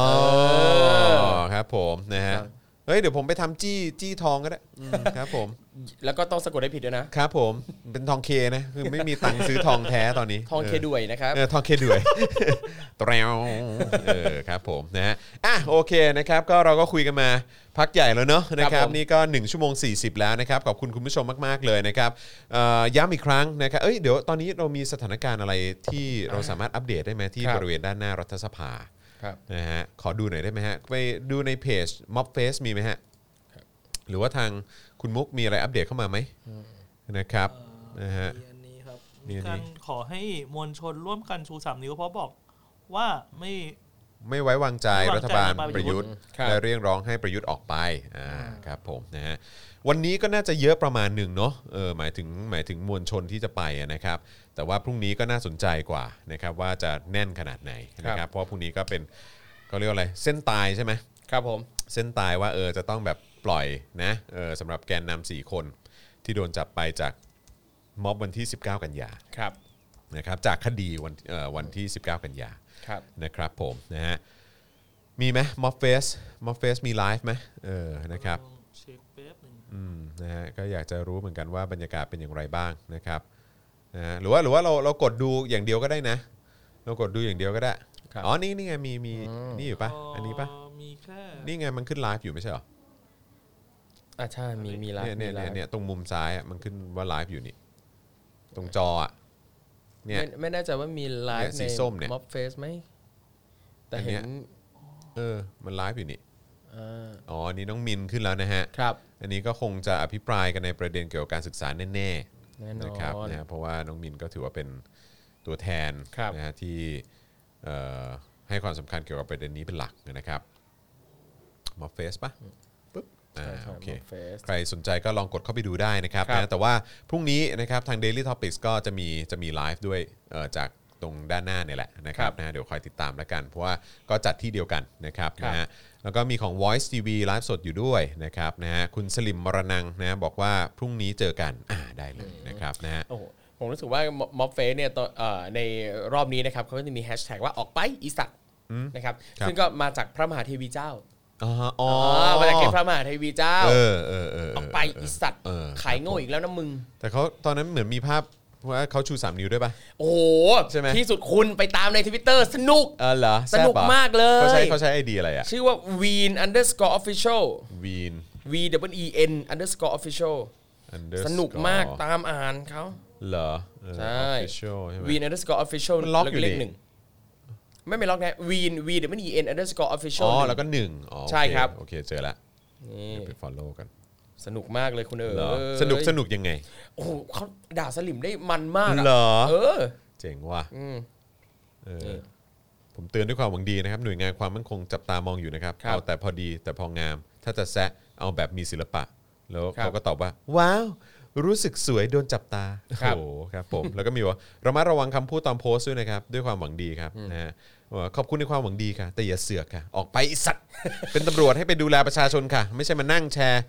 ครับผมนะฮะเฮ้ยเดี๋ยวผมไปทำจี้ทองก็ได้ครับผมแล้วก็ต้องสะกดให้ผิดด้วยนะครับผมเป็นทองเคนะคือไม่มีตังค์ซื้อทองแท้ตอนนี้ทองเคด้วยนะครับทองเคด้วยตรวครับผมนะฮะโอเคนะครับก็เราก็คุยกันมาพักใหญ่แล้วเนอะนะครับนี่ก็1ชั่วโมง40แล้วนะครับขอบคุณคุณผู้ชมมากๆเลยนะครับย้ำอีกครั้งนะครับเดี๋ยวตอนนี้เรามีสถานการณ์อะไรที่เราสามารถอัปเดตได้ไหมที่บริเวณด้านหน้ารัฐสภานะฮะขอดูหน่อยได้ไหมฮะไปดูในเพจ Mob Face มีไหมฮะหรือว่าทางคุณมุกมีอะไรอัปเดตเข้ามาไหมนะครับนะฮะนี่ครับมีการขอให้มวลชนร่วมกันชู3นิ้วเพราะบอกว่าไม่ไว้วางใจรัฐบาลประยุทธ์และเรียกร้องให้ประยุทธ์ออกไปครับผมนะฮะวันนี้ก็น่าจะเยอะประมาณหนึ่งเนาะหมายถึงมวลชนที่จะไปนะครับแต่ว่าพรุ่งนี้ก็น่าสนใจกว่านะครับว่าจะแน่นขนาดไหนนะครับเพราะพรุ่งนี้ก็เป็นเขาเรียกอะไรเส้นตายใช่ไหมครับผมเส้นตายว่าจะต้องแบบปล่อยนะสำหรับแกนนำ4คนที่โดนจับไปจากม็อบวันที่19กันยานะครับจากคดีวันที่19กันยานะครับผมนะฮะมีไหมม็อบเฟสมีไลฟ์ไหมนะครับเช็คแป๊บนึงนะฮะก็อยากจะรู้เหมือนกันว่าบรรยากาศเป็นอย่างไรบ้างนะครับหรือว่าเรากดดูอย่างเดียวก็ได้นะเรากดดูอย่างเดียวก็ได้นี่ไงมีนี่อยู่ปะอันนี้ปะมีแค่นี่ไงมันขึ้นไลฟ์อยู่ไม่ใช่หรอใช่มีไลฟ์เนี่ยตรงมุมซ้ายมันขึ้นว่าไลฟ์อยู่นี่ตรงจอเนี่ยไม่แน่ใจว่ามีไลฟ์ในม็อบเฟสไหมแต่เห็นมันไลฟ์อยู่นี่นี่น้องมินขึ้นแล้วนะฮะครับอันนี้ก็คงจะอภิปรายกันในประเด็นเกี่ยวกับการศึกษาแน่ๆนะครับนะเพราะว่าน้องมินก็ถือว่าเป็นตัวแทนนะฮะที่ให้ความสำคัญเกี่ยวกับประเด็นนี้เป็นหลักนะครับม็อบเฟสป่ะปึ๊บโอเคใครสนใจก็ลองกดเข้าไปดูได้นะครับนะแต่ว่าพรุ่งนี้นะครับทาง Daily Topics ก็จะมีไลฟ์ด้วยจากตรงด้านหน้าเนี่ยแหละนะครับนะเดี๋ยวคอยติดตามแล้วกันเพราะว่าก็จัดที่เดียวกันนะครับนะฮะแล้วก็มีของ Voice TV ไลฟ์สดอยู่ด้วยนะครับนะฮะคุณสลิมมรนังนะบอกว่าพรุ่งนี้เจอกันได้เลยนะครับนะฮะผมรู้สึกว่าม็อบเฟสเนี่ยในรอบนี้นะครับเขาก็จะมีแฮชแท็กว่าออกไปอีสัตว์นะครับซึ่งก็มาจากพระมหาเทวีเจ้ามาจากพระมหาเทวีเจ้าออกไปอีสัตว์ขายโง่อีกแล้วนะมึงแต่เขาตอนนั้นเหมือนมีภาพว่าเขาชู3นิ้วด้วยป่ะโอ้ใช่ไหมที่สุดคุณไปตามใน Twitter สนุกเหรอสนุกมากเลยเขาใช้ไอเดียอะไรชื่อว่า Veen_official VEEN_official สนุกมากตามอ่านเขาเหรอใช่ Veen_official ล็อกอยู่เลข 1ไม่ล็อกนะVEEN_official แล้วก็1 ใช่ครับโอเคเจอแล้วนี่ไป follow กันสนุกมากเลยคุณสนุกยังไงโอ้โหเขาด่าสลิมได้มันมากเหรอเจ๋งว่ะผมเตือนด้วยความหวังดีนะครับหน่วยงานความมั่นคงจับตามองอยู่นะครับเอาแต่พอดีแต่พองามถ้าจะแซะเอาแบบมีศิลปะแล้วเขาก็ตอบว่าว้าวรู้สึกสวยโดนจับตาโอ้โหครับผมแล้วก็มีว่าระมัดระวังคำพูดตอนโพสต์ด้วยนะครับด้วยความหวังดีครับนะฮะขอบคุณในความหวังดีค่ะแต่อย่าเสือกค่ะออกไปสัตว์เป็นตำรวจให้ไปดูแลประชาชนค่ะไม่ใช่มานั่งแชร์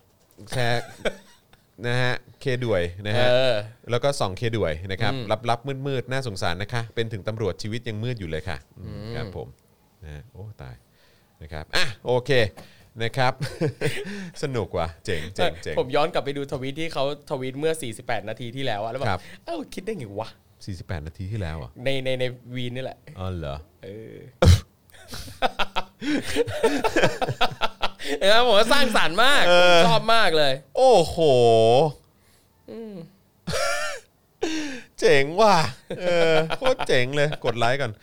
นะฮะเคด้วยนะฮะแล้วก็ส่องเคด้วยนะครับลับมืดๆน่าสงสารนะคะเป็นถึงตำรวจชีวิตยังมืดอยู่เลยค่ะครับผมนะโอ้ตายนะครับโอเคนะครับ สนุกว่ะเจ๋งเจ๋งเจ๋งผมย้อนกลับไปดูทวีตที่เขาทวีตเมื่อ48นาทีที่แล้วอะแล้วแบครับบคิดได้ไงวะ 48 นาทีที่แล้วอ่ะในวีนนี่แหละอ๋อเหรอผมว่าสร้างสรรค์มากผมชอบมากเลยโอ้โหเจ๋งว่ะโคตรเจ๋งเลยกดไลค์ก่อน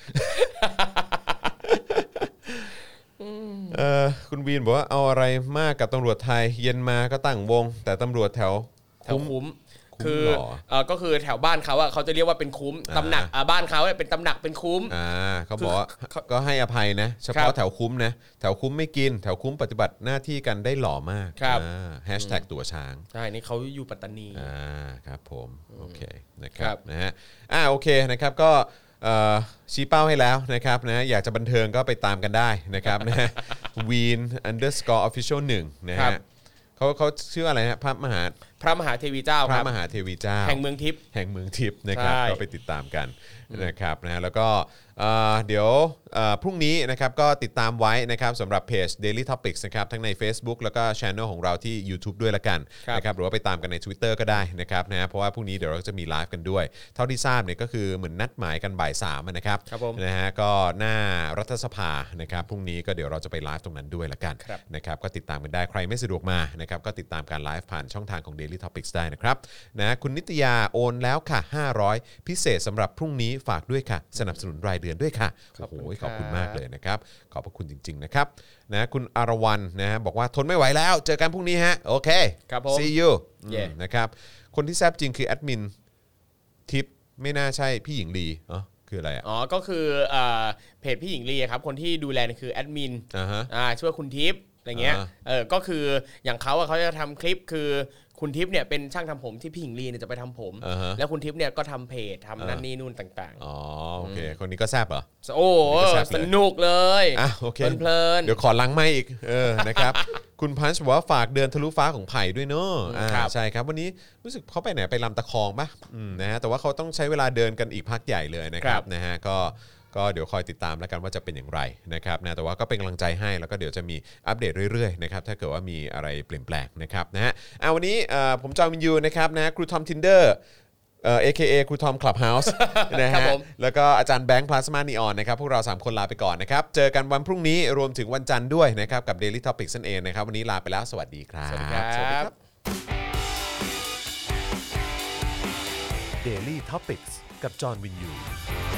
คุณวีนบอกว่าเอาอะไรมากกับตำรวจไทยเย็นมาก็ตั้งวงแต่ตำรวจแถวคุ้มคือเหรอก็คือแถวบ้านเขาอะเขาจะเรียกว่าเป็นคุ้มตำหนักบ้านเขาเป็นตำหนักเป็นคุ้มเขาบอกว่าก็ให้อภัยนะเฉพาะแถวคุ้มนะแถวคุ้มไม่กินแถวคุ้มปฏิบัติหน้าที่กันได้หล่อมากแฮชแท็กตัวช้างใช่นี่เขาอยู่ปัตตานีครับผมโอเคนะครับนะฮะโอเคนะครับก็ชี้เป้าให้แล้วนะครับนะอยากจะบันเทิงก็ไปตามกันได้นะครับนะ ween_official 1นะฮะเขาชื่ออะไรฮะพระมหาเทวีเจ้าแห่งเมืองทิพย์นะครับก็ไปติดตามกันนะครับนะแล้วก็เดี๋ยวพรุ่งนี้นะครับก็ติดตามไว้นะครับสำหรับเพจ Daily Topics นะครับทั้งใน Facebook แล้วก็ Channel ของเราที่ YouTube ด้วยละกันนะครับหรือว่าไปตามกันใน Twitter ก็ได้นะครับนะเพราะว่าพรุ่งนี้เดี๋ยวเราจะมีไลฟ์กันด้วยเท่าที่ทราบเนี่ยก็คือเหมือนนัดหมายกันบ่าย 3นะครับนะฮะก็หน้ารัฐสภานะครับพรุ่งนี้ก็เดี๋ยวเราจะไปไลฟ์ตรงนั้นด้วยละกันนะครับก็ติดตามกันได้ใครไม่สะดวกมานะครับก็ติดตามการไลฟ์ผ่านช่องทางของ Daily Topics ได้นะครับนะคุณนิตยาโอนแล้วค่ะ500พิเศษสำหรับพรุ่งนี้ฝากด้วยค่ะสนับสนุนรายเดือนด้วยค่ะโอ้โหขอบคุณมากเลยนะครับขอบพระคุณจริงๆนะครับนะคุณอารวรรณนะบอกว่าทนไม่ไหวแล้วเจอกันพรุ่งนี้ฮะโอเค see you นะครับคนที่แซบจริงคือแอดมินทิปไม่น่าใช่พี่หญิงลีคืออะไรก็คือเพจพี่หญิงลีครับคนที่ดูแลคือแอดมินชื่อว่าคุณทิปอะไรเงี้ยก็คืออย่างเขาจะทำคลิปคือคุณทิพย์เนี่ยเป็นช่างทำผมที่พี่หญิงลีเนี่ยจะไปทำผมแล้วคุณทิพย์เนี่ยก็ทำเพจทำนั่นนี่นู่นต่างๆโอเคคนนี้ก็แซ่บเหรอโอ้สนุกเลยโอเคเพลินเดี๋ยวขอล้างไม้อีกนะครับ คุณพันช์บอกว่าฝากเดินทะลุฟ้าของไผ่ด้วยเนาะใช่ครับวันนี้รู้สึกเขาไปไหนไปลำตะคองป่ะนะฮะแต่ว่าเขาต้องใช้เวลาเดินกันอีกพักใหญ่เลยนะครับนะฮะก็เดี๋ยวคอยติดตามแล้วกันว่าจะเป็นอย่างไรนะครับนะแต่ว่าก็เป็นกำลังใจให้แล้วก็เดี๋ยวจะมีอัปเดตเรื่อยๆนะครับถ้าเกิดว่ามีอะไรเปลี่ยนแปลงนะครับนะฮะวันนี้ผมจอห์นวินยูนะครับนะครูทอม Tinder AKA ครูทอม Clubhouse นะฮะแล้วก็อาจารย์แบงค์พลาสมานีออนนะครับพวกเรา3คนลาไปก่อนนะครับเจอกันวันพรุ่งนี้รวมถึงวันจันทร์ด้วยนะครับกับ Daily Topics นั่นเองนะครับวันนี้ลาไปแล้วสวัสดีครับสวัสดีครับ Daily Topics กับจอห์นวินยู